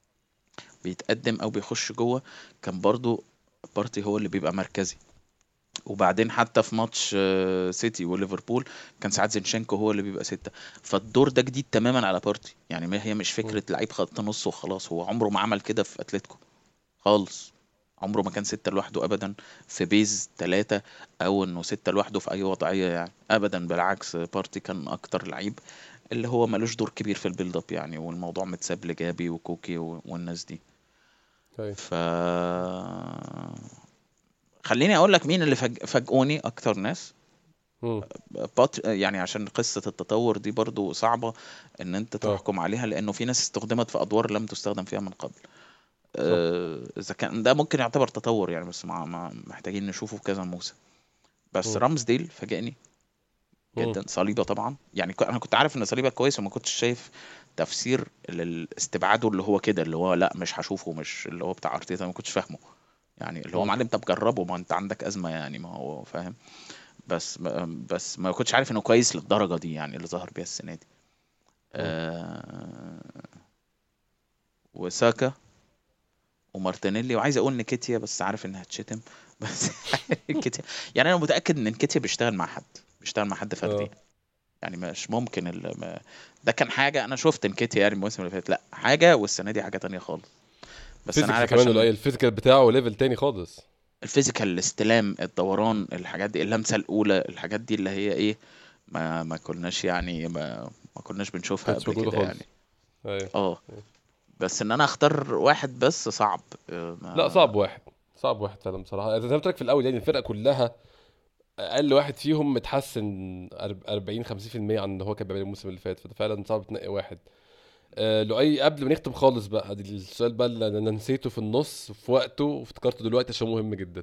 بيتقدم او بيخش جوه، كان برضو بارتي هو اللي بيبقى مركزي. وبعدين حتى في ماتش سيتي وليفربول كان ساعات زينشينكو هو اللي بيبقى ستة. فالدور ده جديد تماما على بارتي يعني، ما هي مش امم فكرة لعيب خط نص وخلاص، هو عمره ما عمل كده في اتلتيكو خالص، عمره ما كان ستة لوحده ابدا في بيز ثلاثة، او انه ستة لوحده في اي وضعية يعني ابدا. بالعكس بارتي كان اكتر لعيب اللي هو ملوش دور كبير في البيلد اب يعني، والموضوع متساب لجابي وكوكي والناس دي. ايوه. ف خليني اقول لك مين اللي فاجئوني اكتر ناس. مم. يعني عشان قصة التطور دي برضو صعبة ان انت اه تحكم عليها، لانه في ناس استخدمت في ادوار لم تستخدم فيها من قبل. صح. اذا كان ده ممكن يعتبر تطور يعني، بس محتاجين نشوفه في كذا موسم. بس مم. رامزديل فاجئني مم. جدا. صليبة طبعا يعني، انا كنت عارف ان صليبة كويس، وما كنتش شايف تفسير للاستبعاده اللي هو كده، اللي هو لا مش هشوفه، مش اللي هو بتاع ارتيتا، ما كنتش فاهمه يعني. اللي هو مم. معلم، طب جربه، ما انت عندك ازمة يعني، ما هو فاهم. بس ما كنتش عارف انه كويس للدرجة دي يعني، اللي ظهر بيها السنة دي. مم. آه وساكا ومارتينيلي، وعايز اقول نكيتيا بس عارف انها هتشتم. بس نكيتيا، يعني انا متاكد ان نكيتيا بيشتغل مع حد، بيشتغل مع حد فردي اه يعني. مش ممكن ده كان حاجه، انا شفت نكيتيا يعني الموسم اللي فات لا حاجه، والسنه دي حاجه تانية خالص. بس انا فيزيكال عارف كمان، عشان ولا الفيزيكال بتاعه ليفل تاني خالص. الفيزيكال، الاستلام، الدوران، الحاجات دي، اللمسه الاولى، الحاجات دي اللي هي ايه، ما كناش يعني ما كناش بنشوفها كانتش قبل موجوده كده يعني. خالص. ايوه. اه. بس ان انا اختار واحد بس صعب. لا صعب واحد، صعب واحد فعلا بصراحه. زي ما قلت لك في الاول، يعني الفرقه كلها اقل واحد فيهم متحسن 40 50% عن اللي هو كان بيعمله الموسم اللي فات، فده فعلا صعب تنقي واحد. لؤي قبل ما نختم خالص بقى، ادي السؤال بقى اللي انا نسيته في النص في وقته وافتكرته دلوقتي عشان مهم جدا.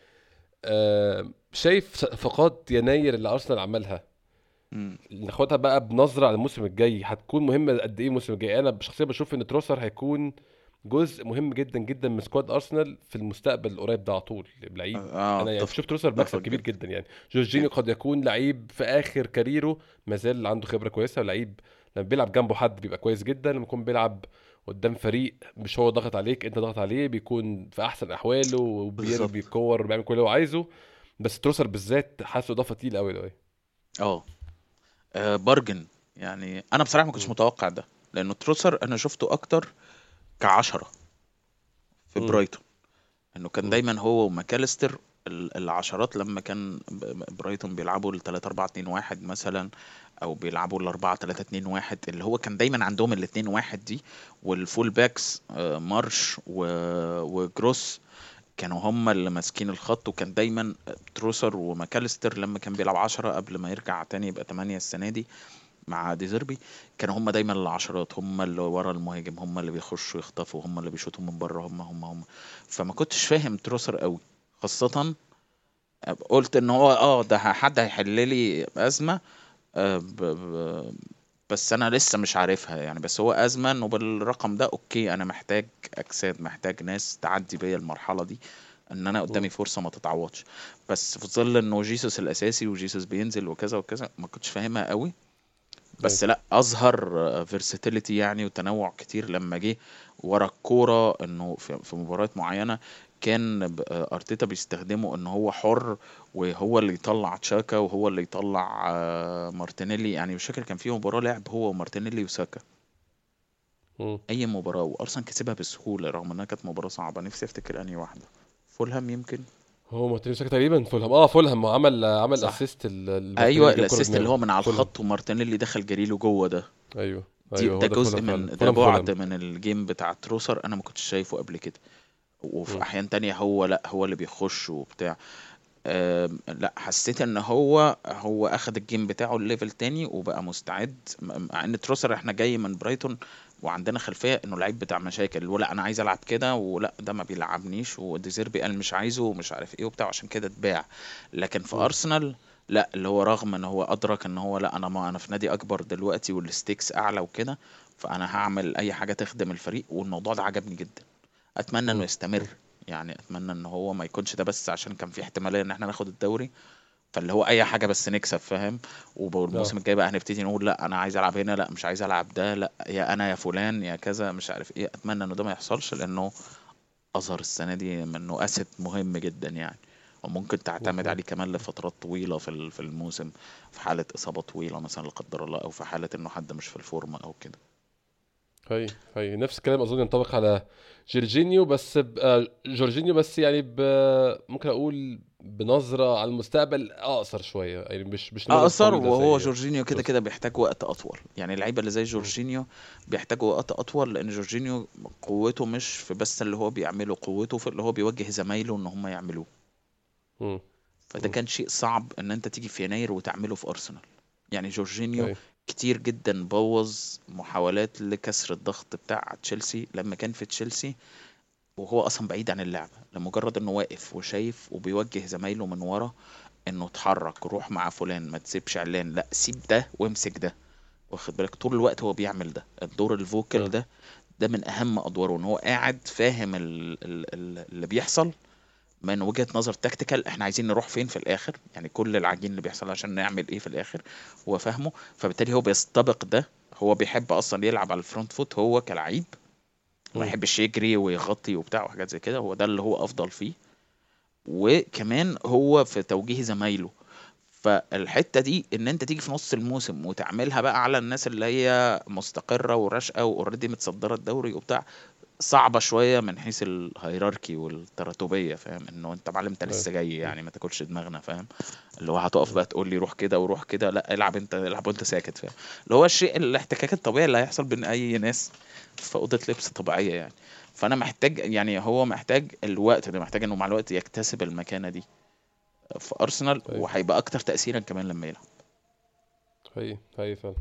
شايف صفقات يناير اللي ارسنال عملها، مم. ناخدها بقى بنظره على الموسم الجاي، هتكون مهمه قد ايه الموسم الجاي؟ انا بشخصيا بشوف ان تروسر هيكون جزء مهم جدا جدا من سكواد ارسنال في المستقبل القريب ده على طول. لعيب انا يعني اتفق، شفت تروسر مكسب اتفق كبير جدا جدا يعني. جورجينيو جدا. قد يكون لعيب في اخر كاريره ما زال عنده خبره كويسه، ولعيب لما بيلعب جنبه حد بيبقى كويس جدا، لما يكون بيلعب قدام فريق مش هو ضغط عليك انت ضغط عليه، بيكون في احسن احواله وبيربي بالظبط. الكور وبيعمل كل اللي هو عايزه. بس تروسر بالذات حاسه اضافه تقيله قوي قوي. اه. بارجن يعني. انا بصراحه ما كنتش متوقع ده، لانه تروسر انا شفته اكتر كعشرة في امم. برايتون. انه كان دايما هو وماكاليستر العشرات، لما كان برايتون بيلعبوا ال 3 4 2 1 مثلا، او بيلعبوا ال 4 3 2 1، اللي هو كان دايما عندهم ال 2 1 دي، والفول باكس مارش وجروس كانوا هم اللي ماسكين الخط. وكان دايما تروسر وماكاليستر لما كان بيلعب 10 قبل ما يرجع تاني يبقى 8 السنة دي مع ديزيربي، كانوا هم دايما العشرات، هم اللي ورا المهاجم، هم اللي بيخشوا يخطفوا، هم اللي بيشوطوا من بره، هم. فما كنتش فاهم تروسر قوي، خاصة قلت ان هو ده حد هيحل لي أزمة. بس انا لسه مش عارفها يعني. بس هو أزمة انه بالرقم ده اوكي، انا محتاج اجساد، محتاج ناس تعدي بيا المرحلة دي، ان انا قدامي امم. فرصة ما تتعوضش. بس في ظل انه جيسوس الاساسي وجيسوس بينزل وكذا وكذا، ما كنتش فاهمها قوي. ايوه. بس لا، اظهر فيرساتيليتي يعني، وتنوع كتير لما جه ورا الكوره. انه في مباريات معينه كان ارتيتا بيستخدمه ان هو حر، وهو اللي يطلع تشاكا، وهو اللي يطلع مارتينيلي. يعني مش فاكر كان في مباراه لعب هو ومارتينيلي وساكا، امم. اي مباراه، وارسنال كسبها بسهوله رغم انها كانت مباراه صعبه. نفسي افتكر انهي واحده، فولهام يمكن. هو مارتينيز تقريبا فولهام، فولهام عمل صح. اسيست ايوه المارتينيز جاب كرة الاسيست اللي دماغه هو من على فولهام. الخط ومارتينيلي دخل جريله جوه ده. ايوه ايوه ده هو ده جزء فولهام من فعلا، ده فولهام في بعد فولهام. من الجيم بتاع تروسر، انا ما كنتش شايفه قبل كده. وفي امم. احيان تانية هو لا، هو اللي بيخش وبتاع. لا، حسيت ان هو اخد الجيم بتاعه الليفل تاني وبقى مستعد. مع ان تروسر احنا جاي من برايتون وعندنا خلفيه انه لعيب بتاع مشاكل، ولا انا عايز العب كده، ولا ده ما بيلعبنيش، وديزيربي قال مش عايزه ومش عارف ايه وبتاع، عشان كده اتباع. لكن في امم. ارسنال لا، اللي هو رغم ان هو ادرك ان هو لا، انا ما انا في نادي اكبر دلوقتي والستيكس اعلى وكده، فانا هعمل اي حاجه تخدم الفريق. والموضوع ده عجبني جدا. اتمنى انه امم. يستمر يعني. اتمنى ان هو ما يكونش ده بس عشان كان في احتماليه ان احنا ناخد الدوري، فاللي هو اي حاجه بس نكسب، فاهم. اه والموسم الجاي بقى هنبتدي نقول لا انا عايز العب هنا، لا مش عايز العب ده، لا يا انا يا فلان يا كذا مش عارف ايه. اتمنى انه ده ما يحصلش، لانه اظهر السنه دي انه اسد مهم جدا يعني، وممكن تعتمد مظبوط. عليه كمان لفترات طويله في الموسم، في حاله اصابه طويله مثلا لا قدر الله، او في حاله انه حد مش في الفورمه او كده. هي نفس الكلام اظن ينطبق على جورجينيو، بس جورجينيو بس يعني ممكن اقول بنظرة على المستقبل اقصر شوية، يعني مش نظرة اقصر. طويلة وهو زي جورجينيو كده تروسر. كده بيحتاج وقت اطول يعني. اللعيبه اللي زي مم. جورجينيو بيحتاجوا وقت اطول، لان جورجينيو قوته مش في بس اللي هو بيعمله، قوته في اللي هو بيوجه زمايله ان هم يعملوه. مم. فده مم. كان شيء صعب ان انت تيجي في يناير وتعمله في ارسنال. يعني جورجينيو ايوه. كتير جدا بوظ محاولات لكسر الضغط بتاع تشيلسي لما كان في تشيلسي، وهو اصلا بعيد عن اللعبه، لمجرد انه واقف وشايف وبيوجه زمايله من ورا انه اتحرك، روح مع فلان، ما تسيبش علان، لا سيب ده وامسك ده. واخد بالك طول الوقت هو بيعمل ده، الدور الفوكال اه. ده. ده من اهم ادواره، ان هو قاعد فاهم اللي بيحصل من وجهة نظر تكتيكال، احنا عايزين نروح فين في الاخر، يعني كل العجين اللي بيحصل عشان نعمل ايه في الاخر هو فاهمه. فبالتالي هو بيستبق ده. هو بيحب اصلا يلعب على الفرونت فوت هو كلاعب، وما مم. يحبش يجري ويغطي وبتاع وحاجات زي كده، هو ده اللي هو افضل فيه. وكمان هو في توجيه زمايله. فالحتة دي ان انت تيجي في نص الموسم وتعملها بقى على الناس اللي هي مستقرة وراشقة واوريدي متصدرة الدوري وبتاع، صعبة شوية من حيث الهيراركي والتراتبية، فاهم انه انت معلم، انت ايوه. لسه جاي مم. يعني، ما تاكلش دماغنا، فاهم. اللي هو هتقف مم. بقى تقول لي روح كده وروح كده، لا العب انت، العب وانت ساكت، فاهم. اللي هو الشيء الاحتكاك الطبيعي اللي هيحصل بين اي ناس في أوضة لبس طبيعية يعني. فانا محتاج، يعني هو محتاج الوقت ده، محتاج انه مع الوقت يكتسب المكانة دي في ارسنال، ايوه. وهيبقى اكتر تأثيرا كمان لما يلعب. حقيقي فعلا.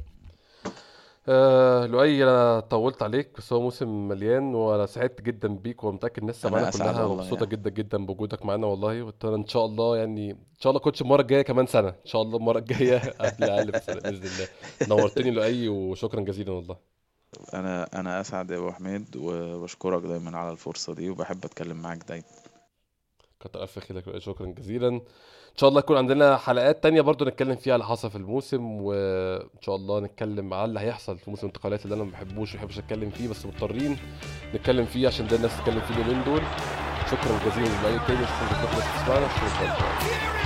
لؤي انا طولت عليك، بس هو موسم مليان، وانا سعدت جدا بيك، ومتاكد الناس سامعانا انا اسعد كلها والله مبسوطه يعني. جدا جدا بوجودك معانا والله. واتمنى ان شاء الله، يعني ان شاء الله كوتش المره الجايه كمان سنه، ان شاء الله المره الجايه قبل اقل من سنه باذن الله. نورتني لؤي، وشكرا جزيلا والله. انا اسعد يا ابو حميد، وبشكرك دايما على الفرصة دي، وبحب اتكلم معاك دايما. كتر الف خيرك يا لؤي، شكرا جزيلا. ان شاء الله يكون عندنا حلقات تانية برضو نتكلم فيها على حصل في الموسم، وان شاء الله نتكلم على اللي هيحصل في موسم الانتقالات اللي انا ما بحبش اتكلم فيه، بس مضطرين نتكلم فيه عشان ده الناس تتكلم فيه اليومين دول. شكرا جزيلا لأي تاني، شكرا لكم تسمعنا، شكرا.